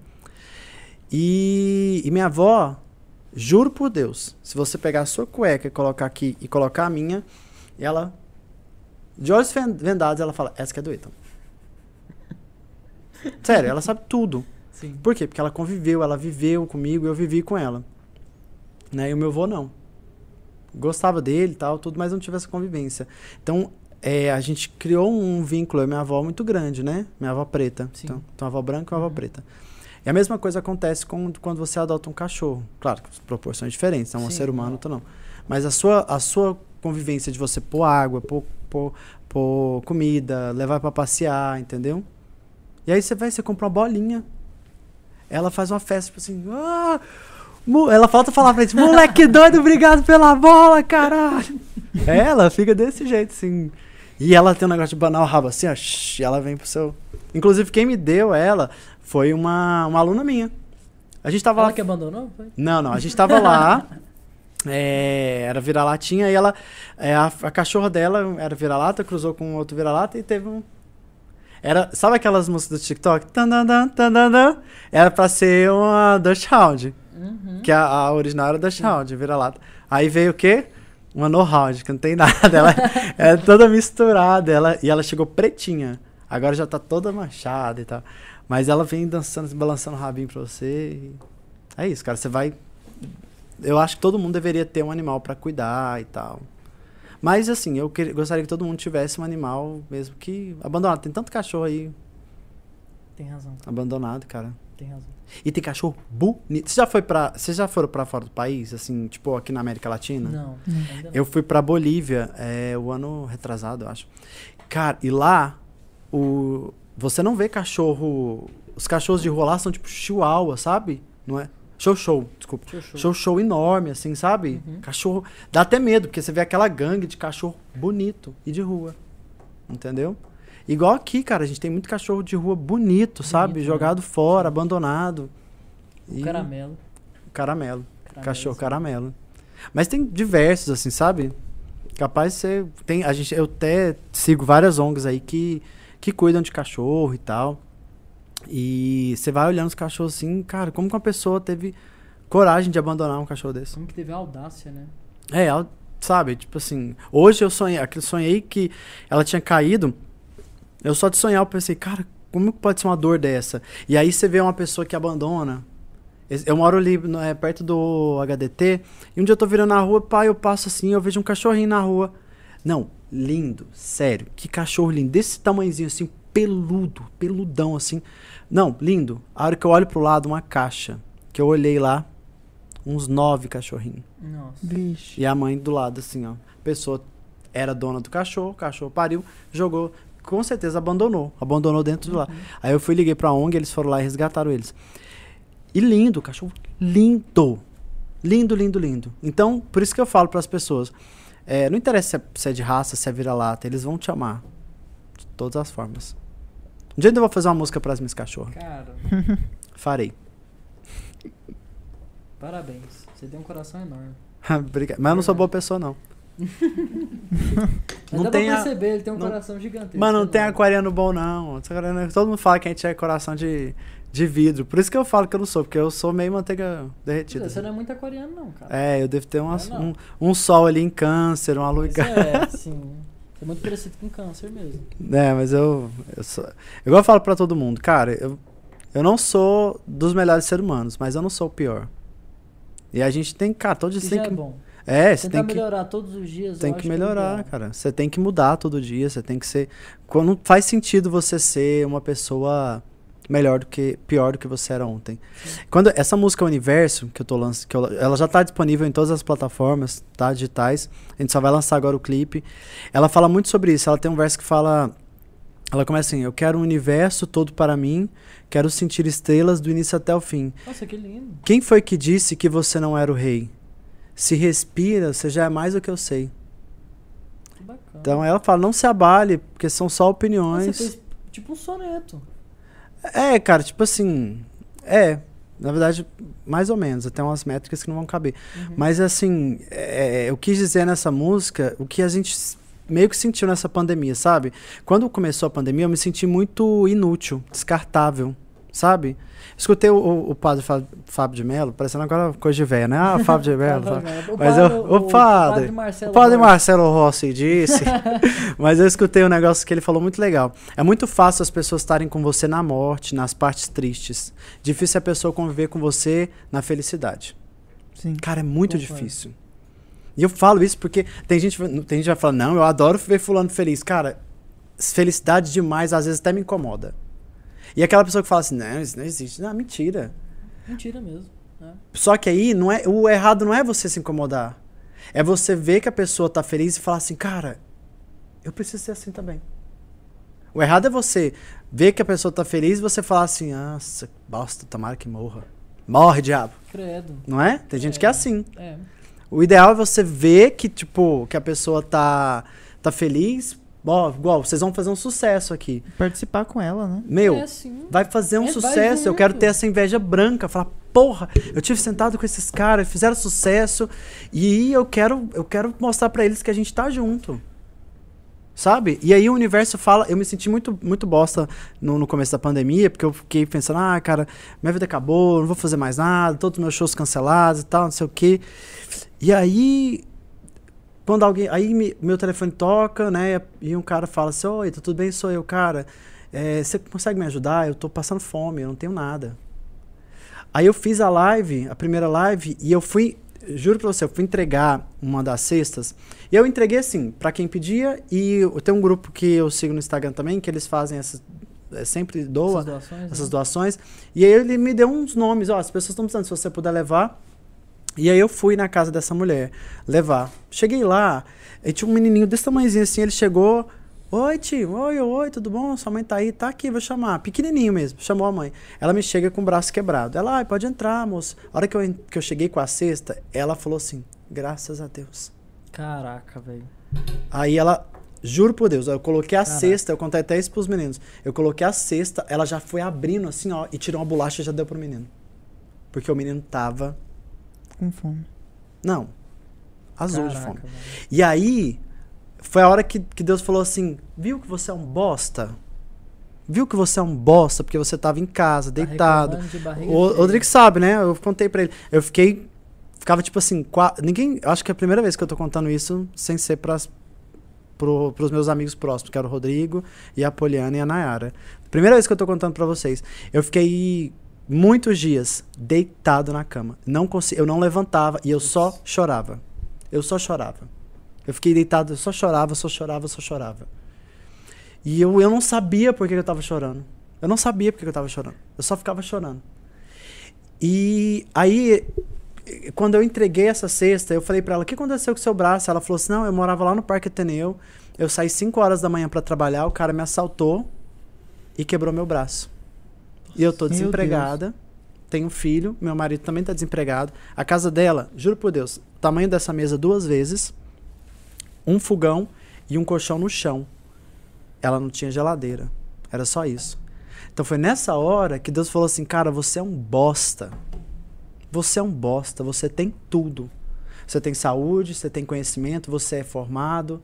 E minha avó, juro por Deus, se você pegar a sua cueca e colocar aqui e colocar a minha, ela, de olhos vendados, ela fala, essa que é do Ítalo. Sério, ela sabe tudo. Sim. Por quê? Porque ela conviveu, ela viveu comigo, eu vivi com ela. Né? E o meu avô não. Gostava dele e tal, tudo, mas não tive essa convivência. Então, a gente criou um vínculo, minha avó muito grande, né? Minha avó preta. Sim. Então, uma avó branca e uma avó preta. E a mesma coisa acontece quando você adota um cachorro. Claro, com proporções diferentes, não é um ser humano, outro não. Mas a sua convivência de você pôr água, pôr comida, levar pra passear, entendeu? E aí você compra uma bolinha. Ela faz uma festa, tipo assim... ela falta falar pra gente, moleque doido, obrigado pela bola, caralho. Ela fica desse jeito, assim. E ela tem um negócio de banar o rabo assim, ó. E ela vem pro seu... Inclusive, quem me deu ela foi uma aluna minha. A gente tava Ela lá... que abandonou? Foi? Não. A gente tava lá. Era vira-latinha. E ela... a cachorra dela era vira-lata, cruzou com outro vira-lata e teve um... Sabe aquelas músicas do TikTok? Era pra ser uma Dachshund. Que a original era Dachshund, vira-lata. Aí veio o quê? Uma no-hound, que não tem nada. Ela é toda misturada. E ela chegou pretinha. Agora já tá toda manchada e tal. Mas ela vem dançando, balançando o rabinho pra você. É isso, cara. Você vai... Eu acho que todo mundo deveria ter um animal pra cuidar e tal. Mas, assim, eu gostaria que todo mundo tivesse um animal mesmo que... abandonado. Tem tanto cachorro aí... Tem razão. Abandonado, cara. Tem razão. E tem cachorro bonito. Vocês já foram pra fora do país? Assim, tipo, aqui na América Latina? Não, ainda não. Eu fui pra Bolívia, o ano retrasado, eu acho. Cara, e lá, você não vê cachorro... Os cachorros de rua lá são tipo chihuahua, sabe? Não é? Desculpa. Show enorme, assim, sabe? Cachorro... Dá até medo, porque você vê aquela gangue de cachorro bonito e de rua. Entendeu? Igual aqui, cara, a gente tem muito cachorro de rua bonito, sabe? Jogado fora, abandonado. Caramelo. Cachorro caramelo. Mas tem diversos, assim, sabe? Capaz de ser... Eu até sigo várias ONGs aí que que cuidam de cachorro e tal. E você vai olhando os cachorros assim, cara, como que uma pessoa teve coragem de abandonar um cachorro desse? Como que teve a audácia, né? Sabe, tipo assim, hoje eu sonhei que ela tinha caído, eu só de sonhar eu pensei, cara, como que pode ser uma dor dessa? E aí você vê uma pessoa que abandona. Eu moro ali perto do HDT, e um dia eu tô virando na rua, pai, eu passo assim, eu vejo um cachorrinho na rua. Não, lindo, sério, que cachorro lindo, desse tamanhozinho assim, peludão assim. Não, lindo. A hora que eu olho pro lado, uma caixa, que eu olhei lá, uns 9 cachorrinhos. Nossa. Vixe. E a mãe do lado, assim, ó. A pessoa era dona do cachorro, o cachorro pariu, jogou, com certeza abandonou dentro do lá. Aí eu liguei pra ONG, eles foram lá e resgataram eles. E lindo, cachorro lindo. Lindo, lindo, lindo. Então, por isso que eu falo pras pessoas, não interessa se é de raça, se é vira-lata, eles vão te amar. De todas as formas. Um dia eu vou fazer uma música pras minhas cachorras. Cara, Farei. parabéns. Você tem um coração enorme. Obrigado. Mas eu não sou boa pessoa, não. Mas Não dá tem pra a- perceber, ele tem um não- coração gigantesco. Mano, não tem enorme. aquariano bom, não. Todo mundo fala que a gente é coração de vidro. Por isso que eu falo que eu não sou, porque eu sou meio manteiga derretida. Você não é muito aquariano, não, cara. Eu devo ter Não. um sol ali em câncer, uma lua em Isso câncer. sim. Você é muito parecido com câncer mesmo. Mas eu sou. Igual eu falo pra todo mundo, cara, eu não sou dos melhores seres humanos, mas eu não sou o pior. E a gente tem, cara, todos os Isso dias já tem é que. bom. Você Tentar tem que. melhorar todos os dias. Tem eu que acho melhorar, é o ideal. cara. Você tem que mudar todo dia, você tem que ser. Não faz sentido você ser uma pessoa pior do que você era ontem. Quando essa música Universo, que eu tô lançando, ela já tá disponível em todas as plataformas, tá, digitais. A gente só vai lançar agora o clipe. Ela fala muito sobre isso. Ela tem um verso que fala, ela começa assim: eu quero um universo todo para mim, quero sentir estrelas do início até o fim. Nossa, que lindo. Quem foi que disse que você não era o rei? Se respira, você já é mais do que eu sei. Que bacana. Então ela fala, não se abale, porque são só Nossa, opiniões. você fez tipo um soneto. Cara, tipo assim. Na verdade, mais ou menos. Até umas métricas que não vão caber. Mas assim, eu quis dizer nessa música o que a gente meio que sentiu nessa pandemia, sabe? Quando começou a pandemia, eu me senti muito inútil, descartável, sabe? Escutei o padre Fábio de Mello, parecendo agora coisa de velha, né? Ah, Fábio de Mello. Mas o padre Marcelo Rossi disse, mas eu escutei um negócio que ele falou muito legal. É muito fácil as pessoas estarem com você na morte, nas partes tristes. Difícil é a pessoa conviver com você na felicidade. Sim. Cara, é muito Concordo. difícil. E eu falo isso porque tem gente que vai falar, não, eu adoro ver fulano feliz. Cara, felicidade demais às vezes até me incomoda. E aquela pessoa que fala assim, não, isso não existe. Não, mentira. Mentira mesmo. Né? Só que aí o errado não é você se incomodar. É você ver que a pessoa tá feliz e falar assim, cara, eu preciso ser assim também. O errado é você ver que a pessoa tá feliz e você falar assim, nossa, bosta, tomara que morra. Morre, diabo. Credo. Não é? Tem gente que é assim. É. O ideal é você ver que, tipo, que a pessoa tá feliz. Igual, vocês vão fazer um sucesso aqui. Participar com ela, né? Meu, É, sim. vai fazer um Vai sucesso. Eu junto. quero ter essa inveja branca. Falar, porra, eu tive sentado com esses caras, fizeram sucesso. E eu quero mostrar pra eles que a gente tá junto. Sabe? E aí o universo fala. Eu me senti muito, muito bosta no começo da pandemia, porque eu fiquei pensando, cara, minha vida acabou, não vou fazer mais nada, todos os meus shows cancelados e tal, não sei o quê. E aí. Quando alguém. Aí meu telefone toca, né? E um cara fala assim: oi, tá tudo bem? Sou eu, cara. Você consegue me ajudar? Eu tô passando fome, eu não tenho nada. Aí eu fiz a primeira live, e eu fui. Juro pra você, eu fui entregar uma das cestas. E eu entreguei assim, pra quem pedia. E tem um grupo que eu sigo no Instagram também, que eles fazem essas. Sempre doa essas doações. E aí ele me deu uns nomes: as pessoas estão precisando, se você puder levar. E aí eu fui na casa dessa mulher levar. Cheguei lá, e tinha um menininho desse tamanhozinho assim, ele chegou, oi tio, oi, tudo bom? Sua mãe tá aí? Tá aqui, vou chamar. Pequenininho mesmo, chamou a mãe. Ela me chega com o braço quebrado. Ela, pode entrar, moço. A hora que eu cheguei com a cesta, ela falou assim, graças a Deus. Caraca, velho. Aí ela, juro por Deus, eu coloquei a cesta, eu contei até isso pros meninos. Eu coloquei a cesta, ela já foi abrindo assim, ó, e tirou uma bolacha e já deu pro menino. Porque o menino tava... Com fome. Não. Azul de Caraca, fome. velho. E aí, foi a hora que Deus falou assim, viu que você é um bosta? viu que você é um bosta porque você tava em casa, Tá deitado. reclamando de barriga O cheia. Rodrigo sabe, né? Eu contei pra ele. Ficava tipo assim, acho que é a primeira vez que eu tô contando isso sem ser pros meus amigos próximos, que era o Rodrigo e a Poliana e a Nayara. Primeira vez que eu tô contando pra vocês. Eu fiquei muitos dias deitado na cama. Eu não levantava e eu só chorava. Eu só chorava. Eu fiquei deitado, eu só chorava, só chorava, só chorava. E eu não sabia por que eu tava chorando. Eu não sabia por que eu tava chorando. Eu só ficava chorando. E aí, quando eu entreguei essa cesta, eu falei pra ela, o que aconteceu com o seu braço? Ela falou assim, não, eu morava lá no Parque Ateneu, eu saí 5 horas da manhã pra trabalhar, o cara me assaltou e quebrou meu braço. E eu tô Meu desempregada, tenho um filho, meu marido também tá desempregado. A casa dela, juro por Deus, tamanho dessa mesa 2 vezes, um fogão e um colchão no chão. Ela não tinha geladeira, era só isso. Então foi nessa hora que Deus falou assim, cara, você é um bosta. Você é um bosta, você tem tudo. Você tem saúde, você tem conhecimento, você é formado.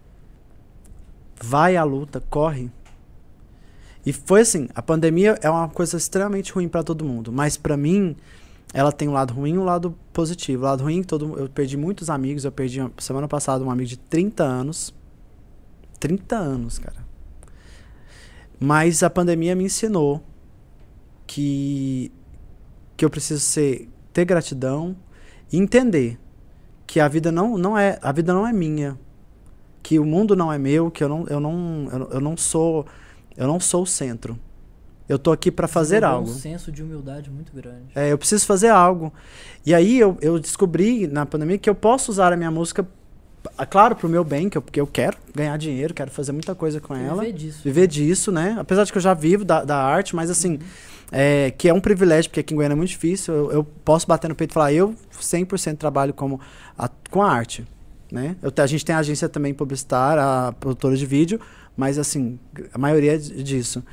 Vai à luta, corre. E foi assim, a pandemia é uma coisa extremamente ruim para todo mundo, mas para mim, ela tem um lado ruim e um lado positivo. O lado ruim, eu perdi muitos amigos, eu perdi semana passada um amigo de 30 anos. 30 anos, cara. Mas a pandemia me ensinou que eu preciso ter gratidão e entender que a vida não é minha, que o mundo não é meu, que eu não sou o centro. Eu tô aqui para fazer algo. Um senso de humildade muito grande. Eu preciso fazer algo. E aí eu descobri na pandemia que eu posso usar a minha música, claro, pro meu bem, porque eu quero ganhar dinheiro, quero fazer muita coisa com ela. Viver disso, né? Apesar de que eu já vivo da arte, mas assim, que é um privilégio, porque aqui em Goiânia é muito difícil. Eu posso bater no peito e falar, eu 100% trabalho com a arte, né? A gente tem a agência também publicitária, a produtora de vídeo, mas assim, a maioria é disso.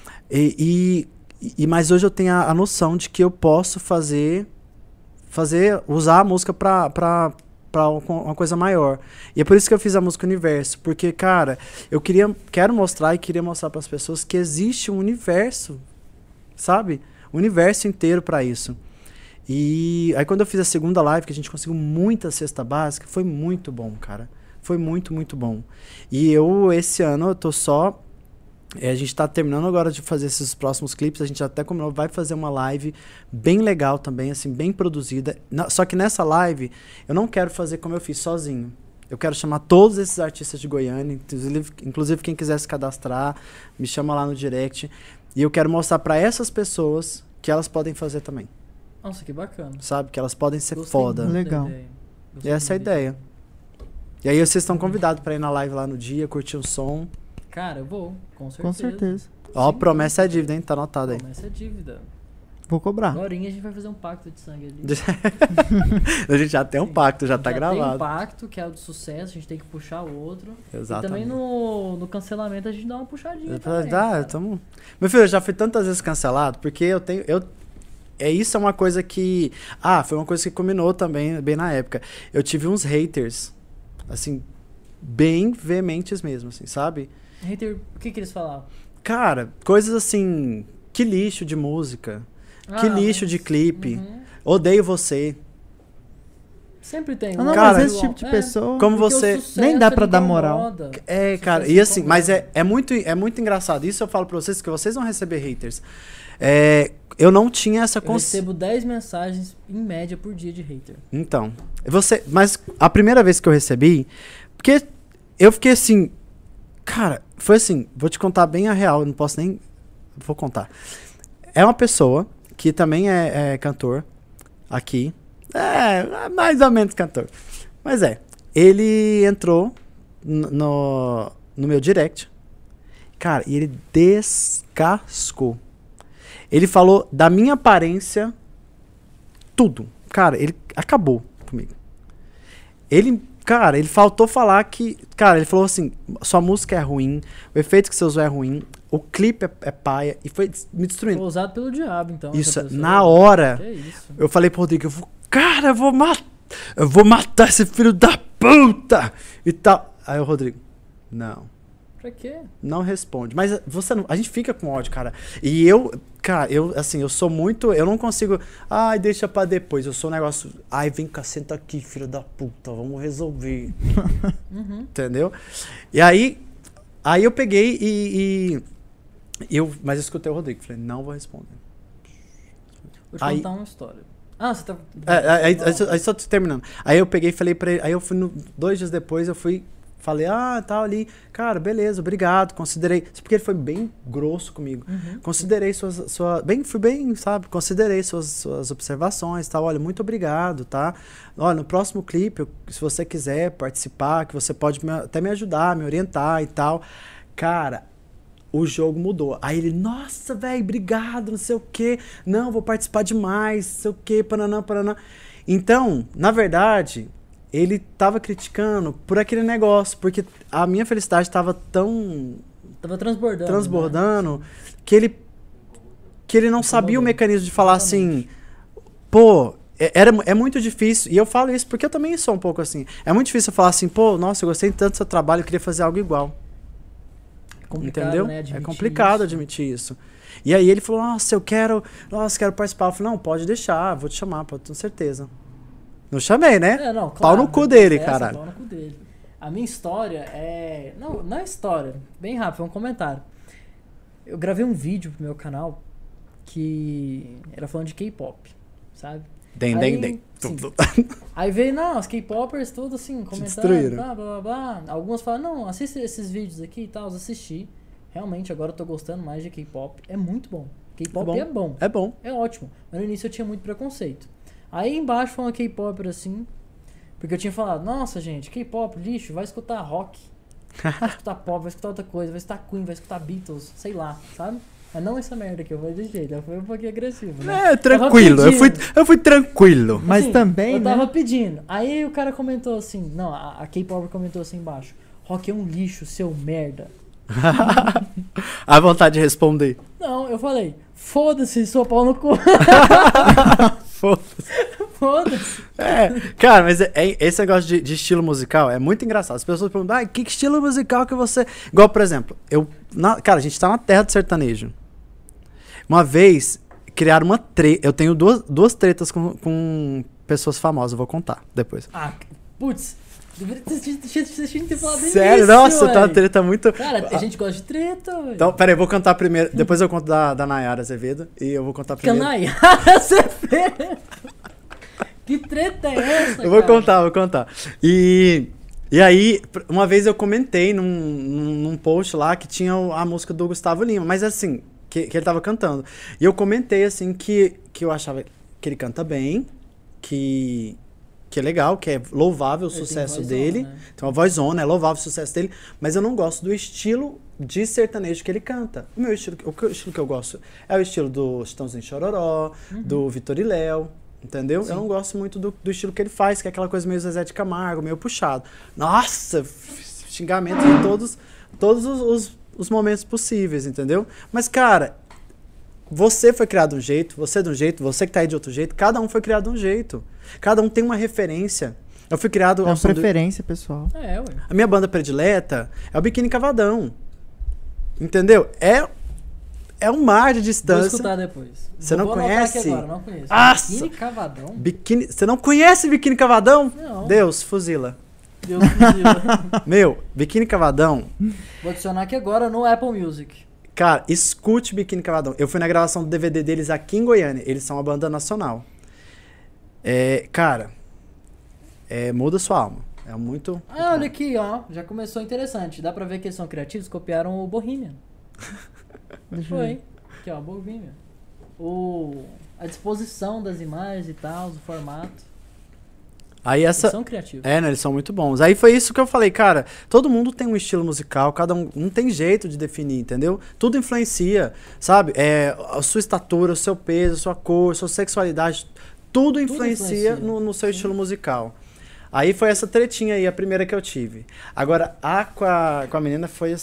Mas hoje eu tenho a noção de que eu posso usar a música para uma coisa maior. E é por isso que eu fiz a música Universo, porque, cara, quero mostrar para as pessoas que existe um universo, sabe? Um universo inteiro para isso. E aí quando eu fiz a segunda live, que a gente conseguiu muita cesta básica, foi muito bom, cara. Foi muito, muito bom. E esse ano, eu tô só... a gente tá terminando agora de fazer esses próximos clipes, a gente até combinou, vai fazer uma live bem legal também, assim, bem produzida. Só que nessa live, eu não quero fazer como eu fiz sozinho. Eu quero chamar todos esses artistas de Goiânia, inclusive quem quiser se cadastrar, me chama lá no direct. E eu quero mostrar para essas pessoas que elas podem fazer também. Nossa, que bacana. Sabe? Que elas podem ser Gostei foda. muito da Legal. ideia. E essa é a ideia. E aí vocês estão convidados para ir na live lá no dia, curtir o som. Cara, eu vou, com certeza. Com certeza. Ó, Sim, promessa é dívida, hein? Tá anotado aí. Promessa é dívida. Vou cobrar. Agora a gente vai fazer um pacto de sangue ali. A gente já tem um pacto, já tá Tem um gravado. pacto, que é o do sucesso, a gente tem que puxar o outro. Exatamente. E também no cancelamento a gente dá uma puxadinha também, Dá, cara. tamo... Meu filho, eu já fui tantas vezes cancelado, porque isso é uma coisa que... foi uma coisa que combinou também, bem na época. Eu tive uns haters, assim, bem veementes mesmo, assim, sabe? Hater, o que eles falavam? Cara, coisas assim, que lixo de música, que lixo de clipe, odeio você. Sempre tem. Não, Cara, mas esse tipo de pessoa... como porque você- o sucesso, nem dá pra ele dar moral. incomoda. Cara, Sucesso e assim, incomoda. mas é muito engraçado. Isso eu falo pra vocês, que vocês vão receber haters. Eu não tinha essa Eu consciência. recebo 10 mensagens em média por dia de hater. Então, mas a primeira vez que eu recebi, porque eu fiquei assim, cara, foi assim, vou te contar bem a real, eu não posso nem, vou contar. É uma pessoa que também é cantor aqui, mais ou menos cantor, mas ele entrou no meu direct, cara, e ele descascou. Ele falou da minha aparência, tudo. Cara, ele acabou comigo. Ele faltou falar que... Cara, ele falou assim, sua música é ruim, o efeito que você usou é ruim, o clipe é paia, e foi me destruindo. Foi usado pelo diabo, então. Isso, essa pessoa. na hora, Que isso? eu falei pro Rodrigo, eu vou matar esse filho da puta! E tal. Aí o Rodrigo, não, Pra quê? Não responde. Mas você não, a gente fica com ódio, cara. E eu, cara, eu sou muito, eu não consigo, ai, deixa pra depois. Eu sou um negócio, ai, vem cá, senta aqui, filho da puta, vamos resolver. Entendeu? E aí eu peguei mas eu escutei o Rodrigo, falei, não vou responder. Vou te contar uma história. Ah, você tá... Aí só tô terminando. Aí eu peguei e falei pra ele, aí eu fui 2 dias depois, eu fui, falei, tal ali, cara, beleza, obrigado, considerei, porque ele foi bem grosso comigo, considerei fui bem, sabe, considerei suas observações, tal, olha, muito obrigado, tá, olha, no próximo clipe, se você quiser participar, que você pode até me ajudar, me orientar e tal, cara, o jogo mudou. Aí ele, nossa, velho, obrigado, não sei o quê. Não, vou participar demais, não sei o quê, paranã. Então, na verdade, ele tava criticando por aquele negócio, porque a minha felicidade tava tão... Tava transbordando, né? que ele não sabia o mecanismo de falar assim, pô, é muito difícil, e eu falo isso porque eu também sou um pouco assim, é muito difícil eu falar assim, pô, nossa, eu gostei tanto do seu trabalho, eu queria fazer algo igual. Entendeu? Né, é complicado admitir isso. E aí ele falou, nossa, quero participar. Eu falei, não, pode deixar, vou te chamar, pode ter certeza. Não chamei, né? Não, claro, pau no cu dele, caralho. Pau no cu dele. A minha história é... Não é história, bem rápido, é um comentário. Eu gravei um vídeo pro meu canal que era falando de K-pop, sabe? Aí veio, os K-popers tudo assim, comentando, blá, blá, blá. Algumas falam, não, assista esses vídeos aqui e tal, assisti. Realmente, agora eu tô gostando mais de K-pop. É muito bom. K-pop é bom. É bom. É ótimo. Mas no início eu tinha muito preconceito. Aí embaixo foi uma K-popper assim, porque eu tinha falado, nossa gente, K-pop, lixo, vai escutar rock. Vai escutar pop, vai escutar outra coisa, vai escutar Queen, vai escutar Beatles, sei lá, sabe? Mas não essa merda que eu vou desse jeito, eu fui um pouquinho agressivo, né? Tranquilo, eu fui tranquilo. Mas assim, também, eu tava pedindo. Aí o cara comentou assim, não, a K-pop comentou assim embaixo, rock é um lixo, seu merda. A vontade de responder. Não, eu falei, foda-se, sua pau no cu. Foda-se. Cara, mas esse negócio de estilo musical é muito engraçado. As pessoas perguntam, que estilo musical que você... Igual, por exemplo, cara, a gente tá na terra do sertanejo. Uma vez, criaram uma treta... Eu tenho duas tretas com pessoas famosas, eu vou contar depois. Putz, vocês tinham que ter falado sério? Isso, nossa, tá uma treta muito... Cara, a gente gosta de treta, velho. Então, peraí, eu vou contar primeiro, depois eu conto da Nayara Azevedo e eu vou contar primeiro. Nayara Azevedo? Que treta é essa, Eu vou contar. E aí, uma vez eu comentei num post lá que tinha a música do Gustavo Lima, mas assim, que ele tava cantando. E eu comentei assim que eu achava que ele canta bem, que é legal, que é louvável o sucesso dele. Né? Tem uma vozona, é louvável o sucesso dele, mas eu não gosto do estilo de sertanejo que ele canta. O estilo que eu gosto é o estilo do Chitãozinho Chororó, do Vitor e Léo, entendeu? Sim. Eu não gosto muito do estilo que ele faz, que é aquela coisa meio Zezé de Camargo, meio puxado. Nossa, xingamentos em todos os momentos possíveis, entendeu? Mas, cara, você foi criado de um jeito, você de um jeito, você que tá aí de outro jeito, cada um foi criado de um jeito. Cada um tem uma referência. Eu fui criado... É uma preferência, pessoal. Ué. A minha banda predileta é o Biquíni Cavadão. Entendeu? É um mar de distância. Vou escutar depois. Você não conhece? Aqui agora, não conheço. Nossa! Biquíni Cavadão? Você não conhece Biquíni Cavadão? Não. Deus, fuzila. Deus fuzila. Meu, Biquíni Cavadão... Vou adicionar aqui agora no Apple Music. Cara, escute Biquíni Cavadão. Eu fui na gravação do DVD deles aqui em Goiânia. Eles são uma banda nacional. Cara, muda sua alma. É muito... olha aqui, ó. Já começou interessante. Dá pra ver que eles são criativos. Copiaram o Bohemian. Foi. Aqui, ó, Bohemian. A disposição das imagens e tal, o formato. Aí Eles são criativos. né, eles são muito bons. Aí foi isso que eu falei, cara, todo mundo tem um estilo musical, cada um não tem jeito de definir, entendeu? Tudo influencia, sabe? A sua estatura, o seu peso, a sua cor, a sua sexualidade, tudo influencia no seu estilo musical. Aí foi essa tretinha aí, a primeira que eu tive. Agora, com a menina foi...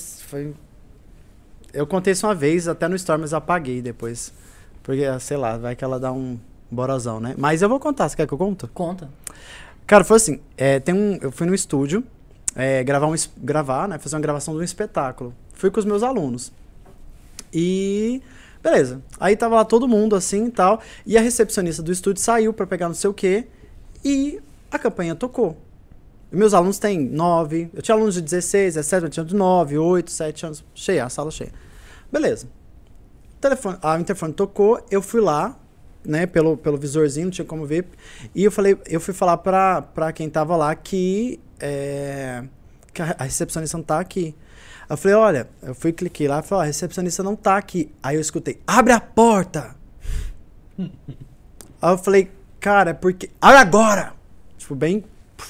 Eu contei isso uma vez, até no Story, mas eu apaguei depois. Porque, sei lá, vai que ela dá um borozão, né? Mas eu vou contar, você quer que eu conte? Conta. Cara, foi assim, eu fui no estúdio, gravar, né? Fazer uma gravação de um espetáculo. Fui com os meus alunos. E... beleza. Aí tava lá todo mundo, assim, e tal. E a recepcionista do estúdio saiu pra pegar não sei o quê. E a campainha tocou. E meus alunos têm 9. Eu tinha alunos de 16, 17, eu tinha de 9, 8, 7 anos. Cheia, a sala cheia. Beleza. O interfone tocou, eu fui lá, né, pelo visorzinho, não tinha como ver. E eu fui falar pra quem tava lá que a recepcionista não tá aqui. Eu falei, olha, cliquei lá e falei, ó, a recepcionista não tá aqui. Aí eu escutei, abre a porta! Aí eu falei, cara, é porque... abre agora! Tipo, bem...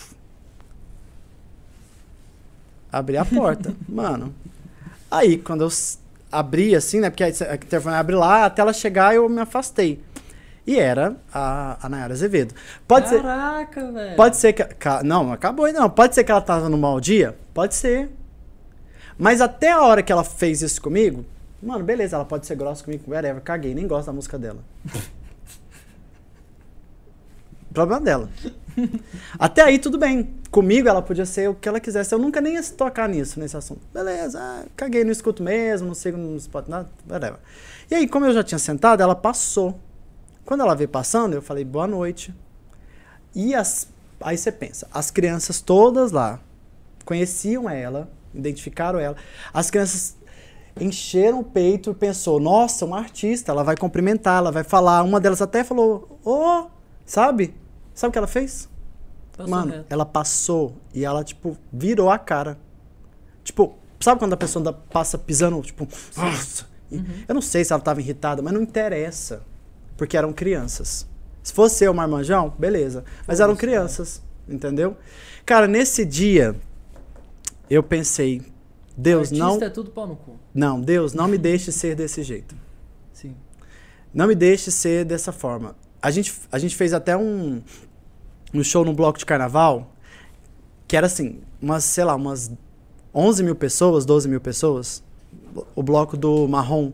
abri a porta, mano. Aí, quando eu abri, assim, né, porque a interfone abre lá, até ela chegar, eu me afastei. E era a Nayara Azevedo. Caraca, velho! Pode ser que... não acabou ainda não. Pode ser que ela tava no mau dia? Pode ser. Mas até a hora que ela fez isso comigo, mano, beleza, ela pode ser grossa comigo, whatever, caguei, nem gosto da música dela. Problema dela. Até aí tudo bem. Comigo ela podia ser o que ela quisesse. Eu nunca nem ia tocar nesse assunto. Beleza, caguei, não escuto mesmo, não sigo no spot, nada, whatever. E aí, como eu já tinha sentado, ela passou. Quando ela veio passando, eu falei, boa noite. E aí você pensa, as crianças todas lá conheciam ela, identificaram ela. As crianças encheram o peito e pensou, nossa, uma artista, ela vai cumprimentar, ela vai falar. Uma delas até falou, sabe? Sabe o que ela fez? Passou Mano, reto. ela passou e ela, tipo, virou a cara. Tipo, sabe quando a pessoa passa pisando, tipo, nossa. Eu não sei se ela tava irritada, mas não interessa. Porque eram crianças. Se fosse eu, marmanjão, beleza. Mas eram crianças, entendeu? Cara, nesse dia... eu pensei, Deus, não... artista é tudo pau no cu. Não, Deus, não me deixe ser desse jeito. Sim. Não me deixe ser dessa forma. A gente fez até um show no bloco de carnaval, que era assim, umas 11 mil pessoas, 12 mil pessoas. O bloco do Marrom.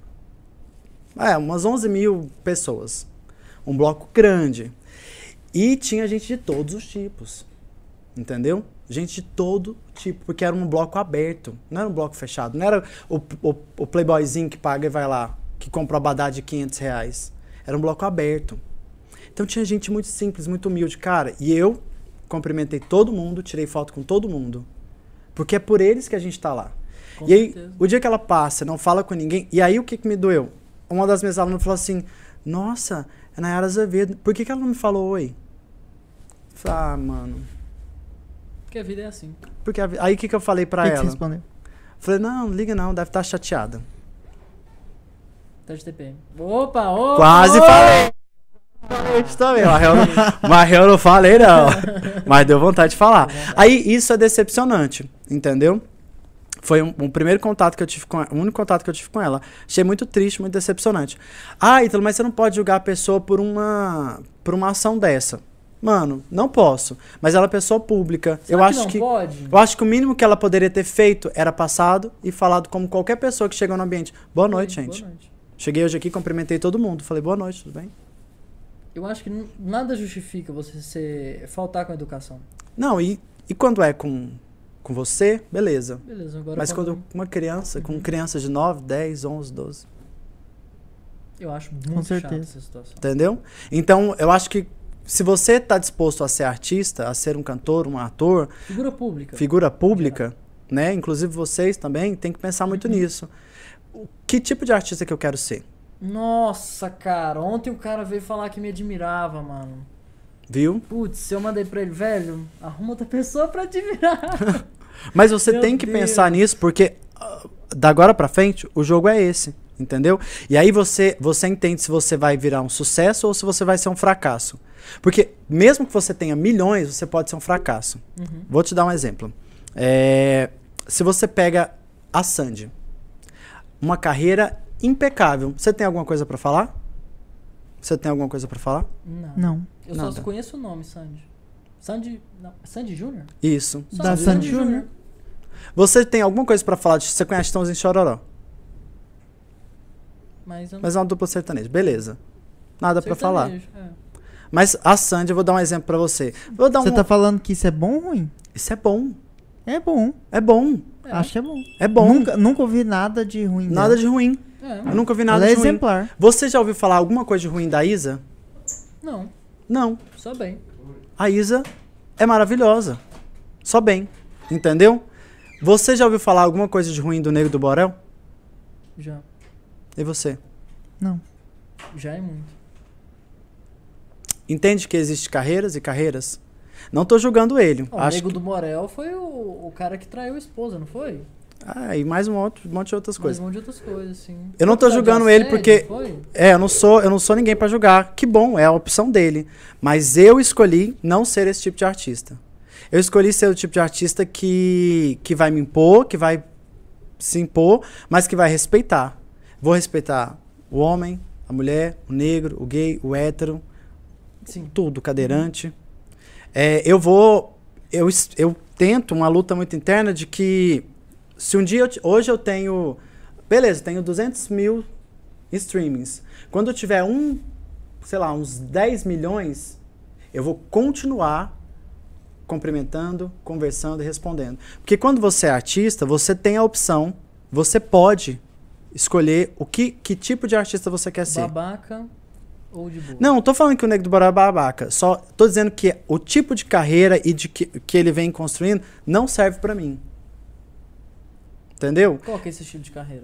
Umas 11 mil pessoas. Um bloco grande. E tinha gente de todos os tipos. Entendeu? Gente de todo tipo, porque era um bloco aberto, não era um bloco fechado, não era o playboyzinho que paga e vai lá, que compra o abadá de R$500. Era um bloco aberto. Então tinha gente muito simples, muito humilde, cara, e eu cumprimentei todo mundo, tirei foto com todo mundo, porque é por eles que a gente tá lá. Com e aí, certeza. o dia que ela passa, não fala com ninguém, e aí o que me doeu? Uma das minhas alunas falou assim, nossa, é Nayara Azevedo, por que ela não me falou oi? Eu falei, mano... Porque a vida é assim. Porque aí o que eu falei pra O que ela? você respondeu? Falei, não, liga não, deve estar chateada. Tá de TPM. Opa! Quase falei. Falei isso também, mas eu não falei não. Mas deu vontade de falar. Aí isso é decepcionante, entendeu? Foi um primeiro contato que eu tive com ela, o único contato que eu tive com ela. Achei muito triste, muito decepcionante. Ítalo, mas você não pode julgar a pessoa por uma ação dessa. Mano, não posso. Mas ela é pessoa pública. Será que não pode? Eu acho que o mínimo que ela poderia ter feito era passado e falado como qualquer pessoa que chegou no ambiente. Boa noite, gente. Boa noite. Cheguei hoje aqui, cumprimentei todo mundo. Falei, boa noite, tudo bem? Eu acho que nada justifica você faltar com a educação. Não, e quando é com você, beleza. Beleza, agora Mas quando uma criança, com crianças de 9, 10, 11, 12. Eu acho muito chato certeza. essa situação. Entendeu? Então, eu acho que se você está disposto a ser artista, a ser um cantor, um ator, Figura pública, né? Inclusive vocês também, tem que pensar muito nisso. Que tipo de artista que eu quero ser? Nossa, cara, ontem o cara veio falar que me admirava, mano. Viu? Putz, eu mandei pra ele, velho, arruma outra pessoa pra admirar. Mas você Meu tem que Deus. pensar nisso, porque da agora pra frente, o jogo é esse, entendeu? E aí você entende se você vai virar um sucesso ou se você vai ser um fracasso. Porque mesmo que você tenha milhões, você pode ser um fracasso. Vou te dar um exemplo. Se você pega a Sandy, uma carreira impecável, você tem alguma coisa pra falar? Você tem alguma coisa pra falar? Não. Eu Nada. só conheço o nome, Sandy. Sandy Júnior? Isso. Só Da Sandy Júnior. Você tem alguma coisa pra falar? Você conhece Chitãozinho e Chororó? Mas eu Mas é uma dupla sertaneja. Beleza. Nada pra falar. sertanejo, é. Mas a Sandy, eu vou dar um exemplo pra você. Você tá falando que isso é bom ou ruim? Isso é bom. É bom. É bom. É. Acho que é bom. É bom. Nunca ouvi nada de ruim Nada dela. de ruim. É. Eu nunca ouvi nada Ela é de ruim. exemplar. Você já ouviu falar alguma coisa de ruim da Isa? Não, Não. só bem. A Isa é maravilhosa. Só bem. Entendeu? Você já ouviu falar alguma coisa de ruim do Nego do Borel? Já. E você? Não. Já é muito. Entende que existe carreiras e carreiras? Não tô julgando ele. Ó, o Acho Nego que... do Borel foi o cara que traiu a esposa, não foi? Ah, e mais um monte de outras Mais coisas. um monte de outras coisas, sim. Eu não tô Foi julgando de ele assédio, porque- Foi? Eu não sou ninguém pra julgar. Que bom, é a opção dele. Mas eu escolhi não ser esse tipo de artista. Eu escolhi ser o tipo de artista que vai me impor, que vai se impor, mas que vai respeitar. Vou respeitar o homem, a mulher, o negro, o gay, o hétero, Sim. tudo, o cadeirante. Eu tento uma luta muito interna de que se um dia, hoje eu tenho, beleza, tenho 200 mil streamings. Quando eu tiver uns 10 milhões, eu vou continuar cumprimentando, conversando e respondendo. Porque quando você é artista, você tem a opção, você pode escolher que tipo de artista você quer ser. Babaca ou de boa? Não tô falando que o Nego do Borel é babaca. Só tô dizendo que o tipo de carreira e de que ele vem construindo não serve pra mim. Entendeu? Qual que é esse estilo de carreira?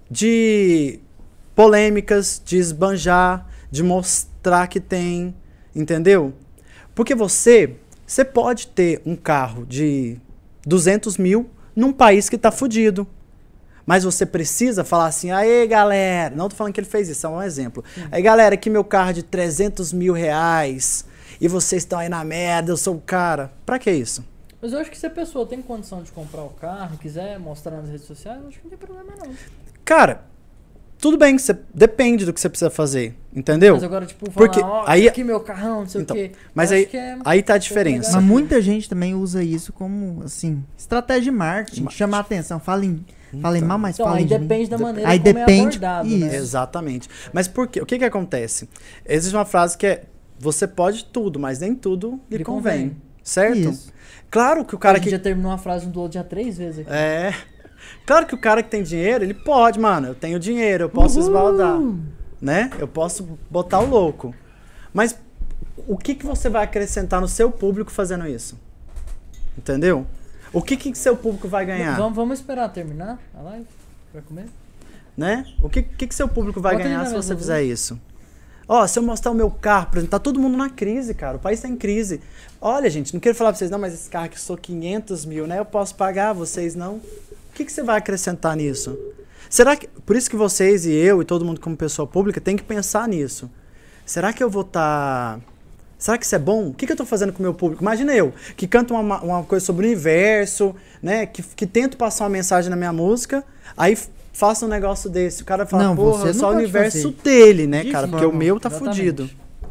De polêmicas, de esbanjar, de mostrar que tem. Entendeu? Porque você pode ter um carro de 200 mil num país que tá fudido. Mas você precisa falar assim, aê galera, não tô falando que ele fez isso, é um exemplo. Aí galera, aqui meu carro de 300 mil reais e vocês estão aí na merda, eu sou o cara. Pra que isso? Mas eu acho que se a pessoa tem condição de comprar o carro, quiser mostrar nas redes sociais, eu acho que não tem problema não. Cara, tudo bem, depende do que você precisa fazer, entendeu? Mas agora, tipo, falar, Porque ó, aí- aqui meu carrão, não sei Então, o quê. mas Eu aí- acho que é aí tá a um pouco diferença. legal. Mas muita gente também usa isso como, assim, estratégia de marketing. Mas- Chamar atenção. Falem mal, mas Então, falem aí de mim. depende da maneira Aí como depende- é abordado, né? isso. Exatamente. Mas por quê? O que acontece? Existe uma frase que é, você pode tudo, mas nem tudo lhe Lhe convém. convém. Certo? Isso. Claro que o A cara gente que... já terminou uma frase um do outro já 3 vezes aqui. É. Claro que o cara que tem dinheiro, ele pode, mano. Eu tenho dinheiro, eu posso esbaldar. Né? Eu posso botar o louco. Mas o que você vai acrescentar no seu público fazendo isso? Entendeu? O que seu público vai ganhar? Vamos esperar terminar a live? Vai comer? Né? O que seu público vai Bota ali ganhar na se mesa, você viu? fizer isso? Ó, se eu mostrar o meu carro, por exemplo, tá todo mundo na crise, cara. O país tá em crise. Olha, gente, não quero falar pra vocês, não, mas esse carro aqui custou 500 mil, né? Eu posso pagar, vocês não. O que você vai acrescentar nisso? Será que... Por isso que vocês e eu e todo mundo como pessoa pública tem que pensar nisso. Será que eu vou estar... Será que isso é bom? O que eu tô fazendo com o meu público? Imagina eu, que canto uma coisa sobre o universo, né? Que tento passar uma mensagem na minha música, aí faço um negócio desse. O cara fala, Não, porra, você é não só o pode universo fazer. dele, né, De cara? Porque o forma- meu tá Exatamente. fudido.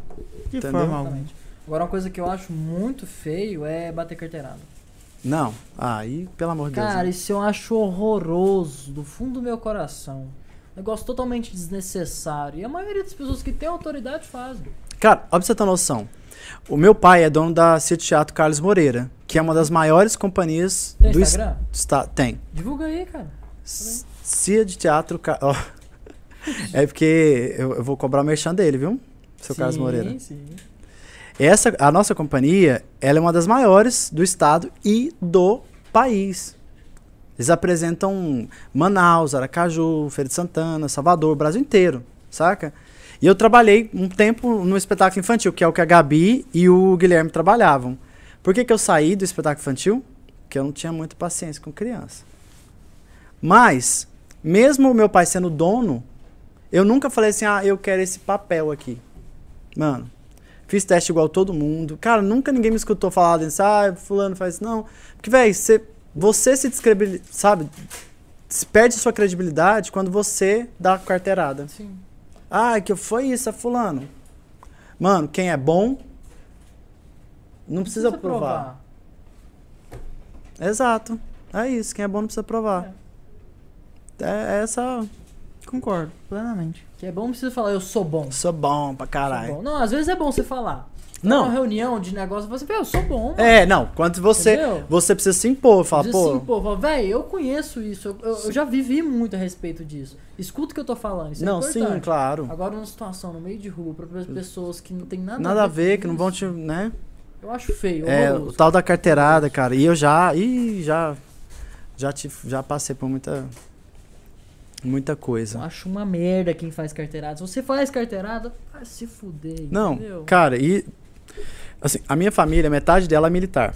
De Entendeu? forma alguma. Exatamente. Agora, uma coisa que eu acho muito feio é bater carteirada. Não. Aí, pelo amor de Deus. Cara, né? isso eu acho horroroso, do fundo do meu coração. Negócio totalmente desnecessário. E a maioria das pessoas que têm autoridade fazem. Cara, ó pra você ter noção. O meu pai é dono da City Teatro Carlos Moreira, que é uma das maiores companhias Tem do Instagram? Tem. Divulga aí, cara. Cia de Teatro... Ó. É porque eu vou cobrar o merchan dele, viu? Seu Carlos Moreira. Sim. A nossa companhia, ela é uma das maiores do estado e do país. Eles apresentam Manaus, Aracaju, Feira de Santana, Salvador, o Brasil inteiro, saca? E eu trabalhei um tempo no espetáculo infantil, que é o que a Gabi e o Guilherme trabalhavam. Por que eu saí do espetáculo infantil? Porque eu não tinha muita paciência com criança. Mas, mesmo o meu pai sendo dono, eu nunca falei assim, eu quero esse papel aqui. Mano, fiz teste igual todo mundo. Cara, nunca ninguém me escutou falar disso, fulano faz isso. Não. Porque, velho, você se descredibiliza, sabe? Se perde sua credibilidade quando você dá a carteirada. Sim. Que foi isso, fulano. Mano, quem é bom, não precisa provar. Exato. É isso, quem é bom não precisa provar. É essa... Concordo, plenamente. Que é bom, não precisa falar, eu sou bom. Sou bom pra Sou caralho. bom. Não, às vezes é bom você falar. Não. Numa reunião de negócio, você fala, eu sou bom. Não, quando Entendeu? você precisa se impor, fala, Precisa pô, se impor, velho, eu conheço isso, eu já vivi muito a respeito disso. Escuta o que eu tô falando, isso não, é importante. sim, claro. Agora, numa situação no meio de rua, pra pessoas que não tem Nada a ver, com que não vão isso, te, né? Eu acho feio, É, o horroroso. tal da carteirada, cara. E eu já passei por muita Eu coisa. acho uma merda quem faz carteirada. Se você faz carteirada, vai se fuder, Não, entendeu? cara, e assim, a minha família, metade dela é militar.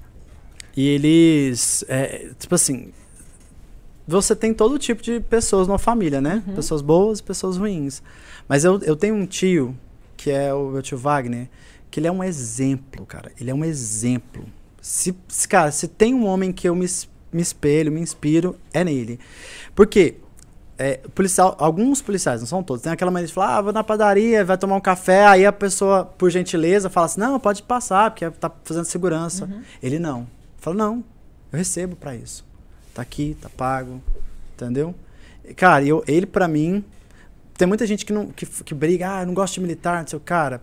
E eles, tipo assim, você tem todo tipo de pessoas na família, né? Uhum. Pessoas boas e pessoas ruins. Mas eu tenho um tio, que é o meu tio Wagner, que ele é um exemplo, cara. Ele é um exemplo. Cara, se tem um homem que eu me espelho, me inspiro, é nele. Por quê? Alguns policiais, não são todos, tem aquela maneira de falar, vou na padaria, vai tomar um café, aí a pessoa, por gentileza, fala assim, não, pode passar, porque tá fazendo segurança. Uhum. Ele não. Fala, não, eu recebo pra isso. Tá aqui, tá pago, entendeu? Cara, ele pra mim, tem muita gente que briga, não gosta de militar, não sei o cara.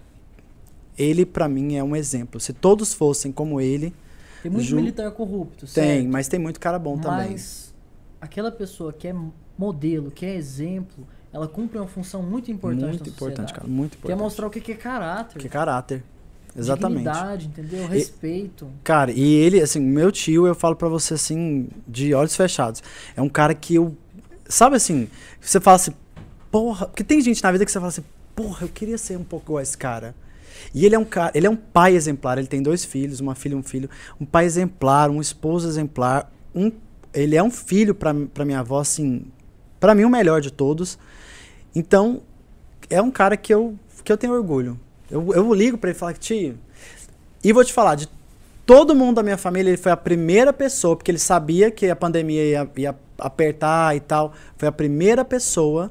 Ele pra mim é um exemplo. Se todos fossem como ele... Tem muito militar corrupto, Tem, certo? mas tem muito cara bom também. Mas aquela pessoa que é modelo, que é exemplo, ela cumpre uma função muito importante Muito na importante, sociedade. cara, muito Que é importante. mostrar o que é caráter. Que caráter. Exatamente. Dignidade, entendeu? Respeito. Cara, e ele, assim, meu tio, eu falo pra você, assim, de olhos fechados. É um cara que eu... Sabe assim, você fala assim, porra... Porque tem gente na vida que você fala assim, porra, eu queria ser um pouco igual a esse cara. E ele é um cara, ele é um pai exemplar, ele tem 2 filhos, uma filha e um filho. Um pai exemplar, um esposo exemplar. Ele é um filho pra minha avó, assim... Pra mim, o melhor de todos. Então, é um cara que eu tenho orgulho. Eu ligo pra ele e falo, tio... E vou te falar, de todo mundo da minha família, ele foi a primeira pessoa, porque ele sabia que a pandemia ia apertar e tal. Foi a primeira pessoa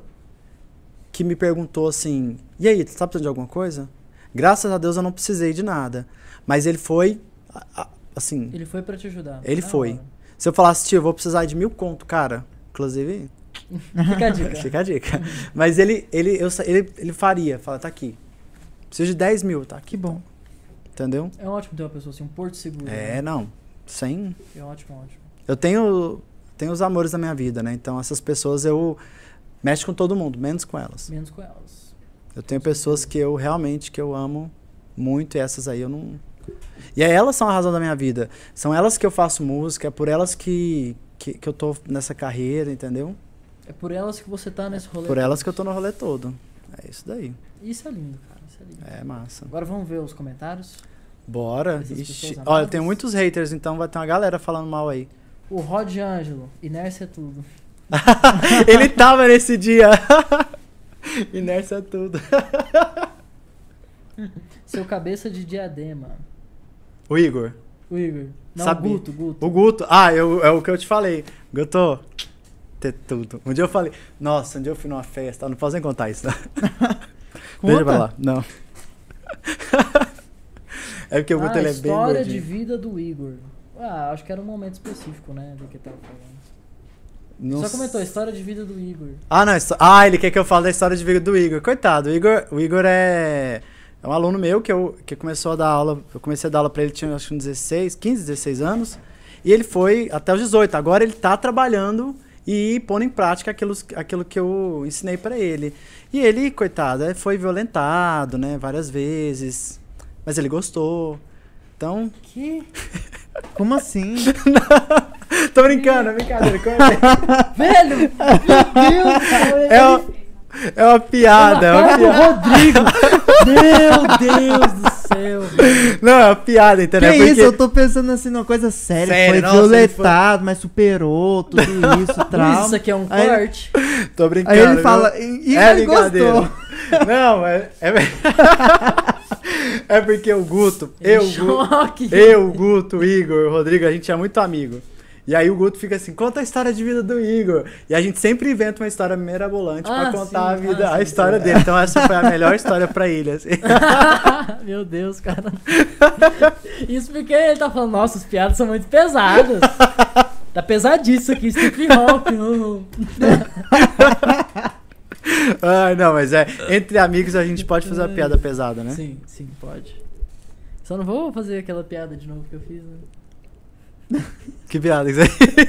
que me perguntou assim, e aí, tu tá precisando de alguma coisa? Graças a Deus eu não precisei de nada. Mas ele foi, assim... Ele foi pra te ajudar. Ele Na foi. hora. Se eu falasse, tio, eu vou precisar de 1.000 conto, cara. Inclusive... Fica a dica. Fica a dica. Mas ele faria. Fala, tá aqui. Preciso de 10 mil, tá? Que bom. Entendeu? É ótimo ter uma pessoa assim, um porto seguro. Não. Sem... É ótimo, ótimo. Eu tenho os amores da minha vida, né? Então essas pessoas eu mexo com todo mundo, menos com elas. Menos com elas. Eu tenho pessoas que eu realmente que eu amo muito e essas aí eu não... E aí elas são a razão da minha vida. São elas que eu faço música, é por elas que eu tô nessa carreira, entendeu? É por elas que você tá nesse rolê. Por elas que eu tô no rolê todo. É isso daí. Isso é lindo, cara. Isso é lindo. É massa. Agora vamos ver os comentários. Bora. Essas Ixi. pessoas Olha, amadas. tem muitos haters, então vai ter uma galera falando mal aí. O Rod Ângelo, inércia é tudo. Ele tava nesse dia. Inércia é tudo. Seu cabeça de diadema. O Igor. O Igor. Não, Sabia. o Guto. O Guto. É o que eu te falei. Guto, ter tudo. Um dia eu falei, nossa, um dia eu fui numa festa. Não posso nem contar isso, tá? Deixa pra lá. Não. É porque o Guto ele é bem história gordinho. de vida do Igor. Acho que era um momento específico, né? Do que tava falando. Não Só s- comentou a história de vida do Igor. Não. Ele quer que eu fale da história de vida do Igor. Coitado, o Igor é um aluno meu que começou a dar aula. Eu comecei a dar aula pra ele, tinha acho que uns 16 anos. E ele foi até os 18. Agora ele tá trabalhando e pondo em prática aquilo que eu ensinei pra ele. E ele, coitado, foi violentado, né? Várias vezes. Mas ele gostou. Então... Que? Como assim? Tô brincando, é brincadeira. Velho! Meu Deus! Cara, É uma piada, é uma cara do piada. Rodrigo! Meu Deus do céu! velho. Não, é uma piada, Que entendeu? isso? Eu tô pensando assim numa coisa séria. Sério, Foi nossa, violentado, mas superou tudo isso, trauma. Luiz, isso aqui é um Aí- corte. Tô brincando. Aí ele viu? fala, e É ele brincadeira. gostou. Não, é porque o Guto, Choque! o Guto, o Igor, o Rodrigo, a gente é muito amigo. E aí o Guto fica assim, conta a história de vida do Igor. E a gente sempre inventa uma história mirabolante pra contar sim, a sim, história sim. dele. Então essa foi a melhor história pra ele, assim. Meu Deus, cara. Isso porque ele tá falando, nossa, as piadas são muito pesadas. Tá pesadíssimo aqui, Stephen Hawking. Ai, não, mas entre amigos a gente pode fazer uma piada pesada, né? Sim, sim, pode. Só não vou fazer aquela piada de novo que eu fiz, né? Que piada isso aí?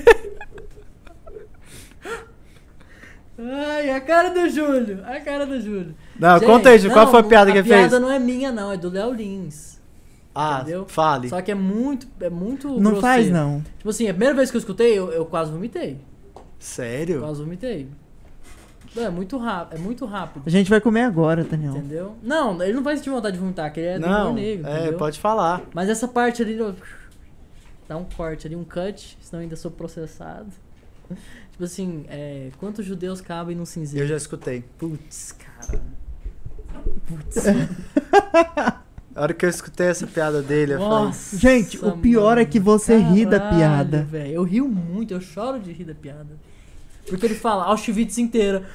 Ai, a cara do Júlio. A cara do Júlio. Não, Gente, conta aí, Ju, qual não, foi a piada que a ele fez? piada não é minha, não. É do Léo Lins. Ah, Entendeu? fale. Só que é muito Não faz, grosseiro. não. Tipo assim, a primeira vez que eu escutei, eu quase vomitei. Sério? Quase vomitei. Não, é muito rápido. A gente vai comer agora, Daniel. Entendeu? Não, ele não vai sentir vontade de vomitar, que ele é do humor Não, negro, entendeu? pode falar. Mas essa parte ali, dá um corte ali, um cut, senão ainda sou processado. Tipo assim, quantos judeus cabem num cinzeiro? Eu já escutei. Putz, cara. Putz. A hora que eu escutei essa piada dele, eu falei... Nossa, Gente, o pior é que você ri da caralho, piada. velho. Eu rio muito, eu choro de rir da piada. Porque ele fala Auschwitz inteira.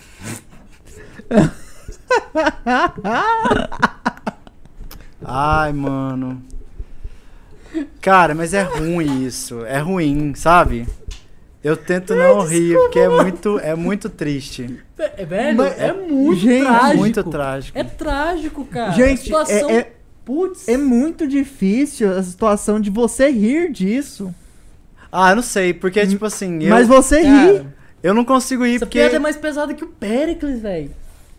Ai, mano. Cara, mas é ruim isso. É ruim, sabe? Eu tento não rir, porque é muito triste. Velho, Mas é muito gente, trágico. Muito trágico. É trágico, cara. Gente, a situação... Putz. É muito difícil a situação de você rir disso. Ah, eu não sei, porque tipo assim... Mas você ri. Cara, Eu não consigo ir essa porque... piada é mais pesada que o Péricles, velho.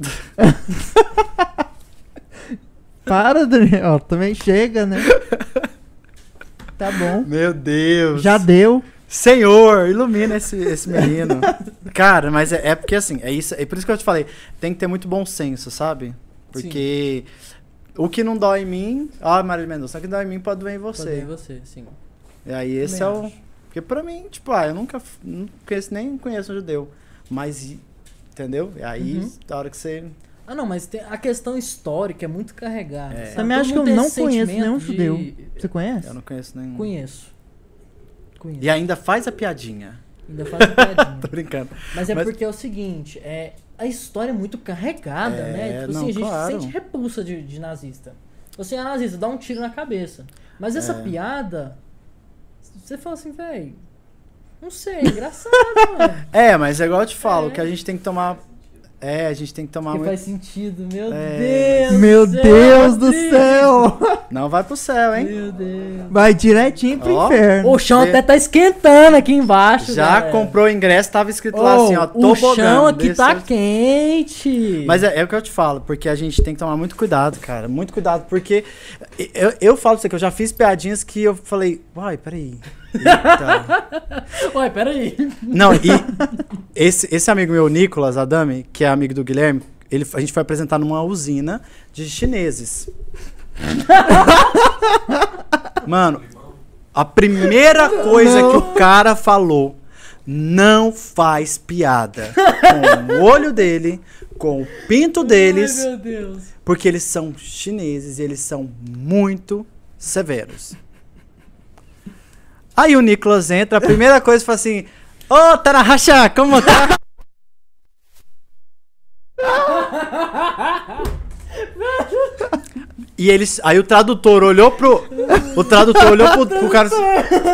Para, Daniel. Também chega, né? Tá bom. Meu Deus. Já deu. Senhor, ilumina esse menino. Cara, mas é porque assim, é por isso que eu te falei, tem que ter muito bom senso, sabe? Porque o que não dói em mim, Marília Mendonça, o que dói em mim pode doer em você. Pode em você, sim. E aí esse Também é o... acho. Porque pra mim, tipo, eu não nem conheço um judeu, mas, entendeu? E aí, a hora que você... Ah, não, mas a questão histórica é muito carregada. sabe? Também Todo acho que eu mundo tem não esse conheço sentimento nenhum de- judeu. Você conhece? Eu não conheço nenhum. Conheço. E ainda faz a piadinha. Ainda faz a piadinha. Tô brincando. Mas porque é o seguinte, a história é muito carregada, né? Tipo assim, a gente claro. sente repulsa de nazista. Assim, a nazista dá um tiro na cabeça. Mas essa piada, você fala assim, velho, não sei, é engraçado, mano. Mas é igual eu te falo, que a gente tem que tomar... a gente tem que tomar Porque muito... faz sentido, meu Deus Meu do céu, Deus do Rodrigo. céu! Não vai pro céu, hein? Meu Deus. Vai direitinho pro Ó. inferno. O chão até tá esquentando aqui embaixo, Já galera. comprou o ingresso, tava escrito lá assim, ó, O chão tobogã, aqui tá desceu. quente. Mas é o que eu te falo, porque a gente tem que tomar muito cuidado, cara. Muito cuidado, porque eu falo pra você que eu já fiz piadinhas que eu falei, uai, peraí. Eita. Ué, peraí. Não, e esse amigo meu, Nicolas Adame, que é amigo do Guilherme, a gente foi apresentar numa usina de chineses. Mano, a primeira coisa que o cara falou, não faz piada com o olho dele, com o pinto deles, Ai, meu Deus. porque eles são chineses e eles são muito severos. Aí o Nicolas entra, a primeira coisa fala assim, ô, Tarahashi, como tá? E eles, aí o tradutor olhou pro cara assim,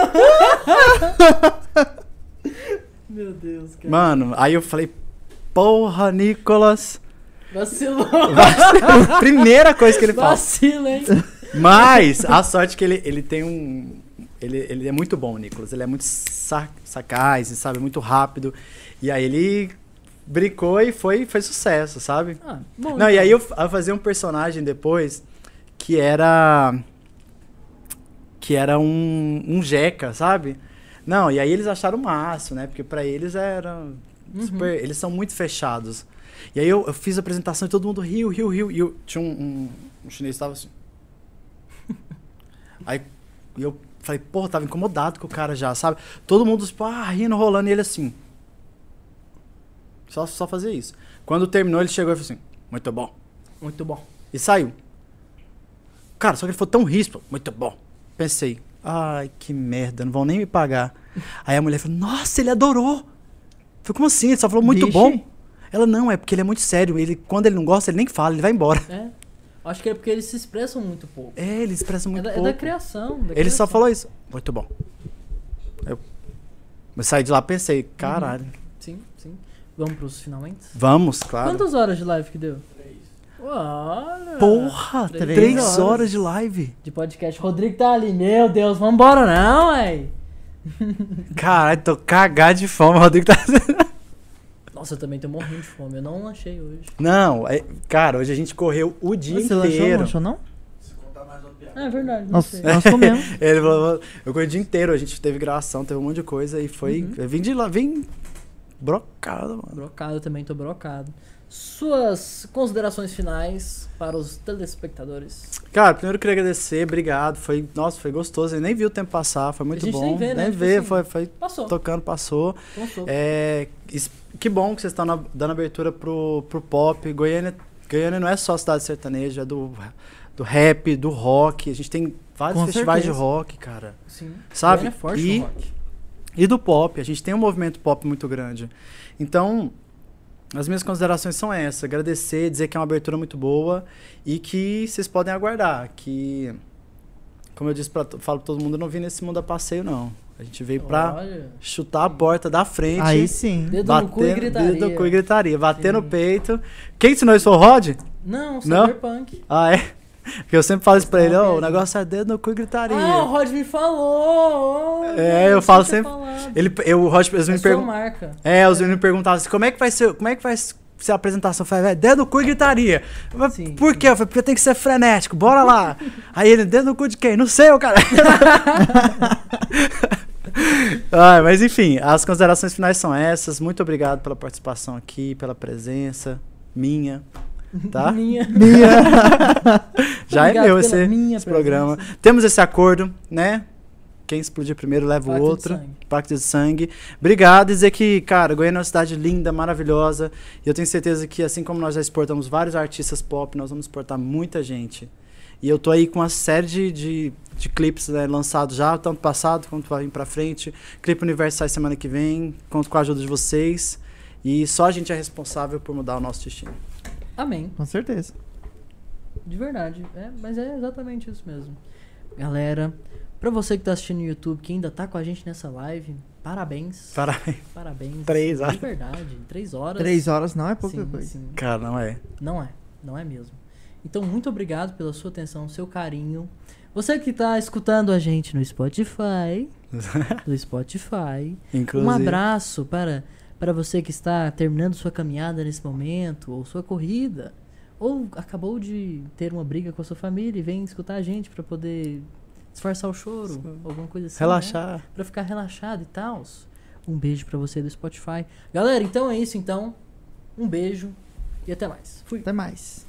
Meu Deus, cara. mano, aí eu falei, porra, Nicolas. Vacilou. Primeira coisa que ele fala. Vacila, hein? Mas a sorte que ele tem um... Ele é muito bom, o Nicolas. Ele é muito sagaz, sabe? Muito rápido. E aí ele brincou e foi sucesso, sabe? Ah, bom, Não, e então. aí eu fazia um personagem depois que era um jeca, sabe? Não, e aí eles acharam o máximo, né? Porque pra eles era super... Eles são muito fechados. E aí eu fiz a apresentação e todo mundo riu. E eu tinha um chinês que tava assim. Aí eu falei, porra, tava incomodado com o cara já, sabe? Todo mundo, tipo, rindo, rolando, e ele assim. Só fazia isso. Quando terminou, ele chegou e falou assim, muito bom. Muito bom. E saiu. Cara, só que ele foi tão ríspido, muito bom. Pensei, ai, que merda, não vão nem me pagar. Aí a mulher falou, nossa, ele adorou. Falei, como assim? Ele só falou muito Vixe. bom. Ela, não, é porque ele é muito sério. Quando ele não gosta, ele nem fala, ele vai embora. Acho que é porque eles se expressam muito pouco. Ele expressa muito É pouco. da criação. Ele só falou isso. Muito bom. Eu saí de lá e pensei, caralho. Sim. Vamos pros finalmente? Vamos, claro. Quantas horas de live que deu? Olha. Porra, Três 3 horas de live. De podcast. Rodrigo tá ali. Meu Deus, vambora não, véi. Caralho, tô cagado de fome, o Rodrigo tá... Nossa, eu também tô morrendo de fome. Eu não lanchei hoje. Não, cara, hoje a gente correu o dia Você lanchou, inteiro. não lanchou não? Se contar mais uma piada. É verdade, não Nós, sei. nós comemos. Ele falou, eu corri o dia inteiro, a gente teve gravação, teve um monte de coisa e foi... Uhum. Eu vim de lá, vim brocado, mano. Brocado, eu também tô brocado. Suas considerações finais para os telespectadores. Cara, primeiro eu queria agradecer, obrigado, nossa, foi gostoso, eu nem vi o tempo passar, foi muito A gente bom. nem vê, né? Nem Tipo vê, assim, foi Passou. tocando, passou. Passou. Que bom que vocês estão dando abertura pro pop. Goiânia não é só cidade sertaneja, é do rap, do rock. A gente tem vários Com festivais certeza. de rock, cara. Sim. Sabe? Goiânia é forte no rock. E do pop. A gente tem um movimento pop muito grande. Então, as minhas considerações são essas. Agradecer, dizer que é uma abertura muito boa e que vocês podem aguardar. Que, como eu disse, falo pra todo mundo, eu não vim nesse mundo a passeio, não. A gente veio pra Olha. chutar a porta da frente. Aí sim. Dedo no cu e gritaria. Dedo no cu e gritaria. Bater no Sim. peito. Quem ensinou isso foi o Rod? Não, Não? Cyberpunk. Ah, é? Porque eu sempre falo isso pra ele, Não, ó, o mesmo. negócio é dedo no cu e gritaria. Ah, o Rod me falou. É, eu falo sempre- O Rod, eles É me sua perguntam. marca. Os meninos me perguntavam assim, como é que vai ser a apresentação? Eu falei, velho, dedo no cu e gritaria. Eu falei, Sim, por quê? Eu falei, porque tem que ser frenético, bora lá. Aí ele, dedo no cu de quem? Não sei, o cara. Mas enfim, as considerações finais são essas. Muito obrigado pela participação aqui, pela presença minha, tá? Minha. Já Obrigado é meu pela esse minha programa. presença. Temos esse acordo, né? Quem explodir primeiro leva Pacto o de outro. sangue. Pacto de sangue. Obrigado. Dizer que, cara, Goiânia é uma cidade linda, maravilhosa. E eu tenho certeza que, assim como nós já exportamos vários artistas pop, nós vamos exportar muita gente. E eu tô aí com uma série de clipes, né, lançados já, tanto passado quanto vai vir pra frente. Clipe Universo sai semana que vem. Conto com a ajuda de vocês. E só a gente é responsável por mudar o nosso destino. Amém. Com certeza. De verdade. Mas é exatamente isso mesmo. Galera, pra você que tá assistindo no YouTube, que ainda tá com a gente nessa live, parabéns. Parabéns. Parabéns. 3 horas. De verdade. 3 horas. 3 horas não é pouca Sim, coisa. sim. Cara, não é. Não é mesmo. Então, muito obrigado pela sua atenção, seu carinho. Você que tá escutando a gente no Spotify, Inclusive. um abraço para você que está terminando sua caminhada nesse momento, ou sua corrida, ou acabou de ter uma briga com a sua família e vem escutar a gente para poder disfarçar o choro, alguma coisa assim. Né? Relaxar. Pra ficar relaxado e tal. Um beijo pra você do Spotify. Galera, então é isso então. Um beijo e até mais. Fui. Até mais.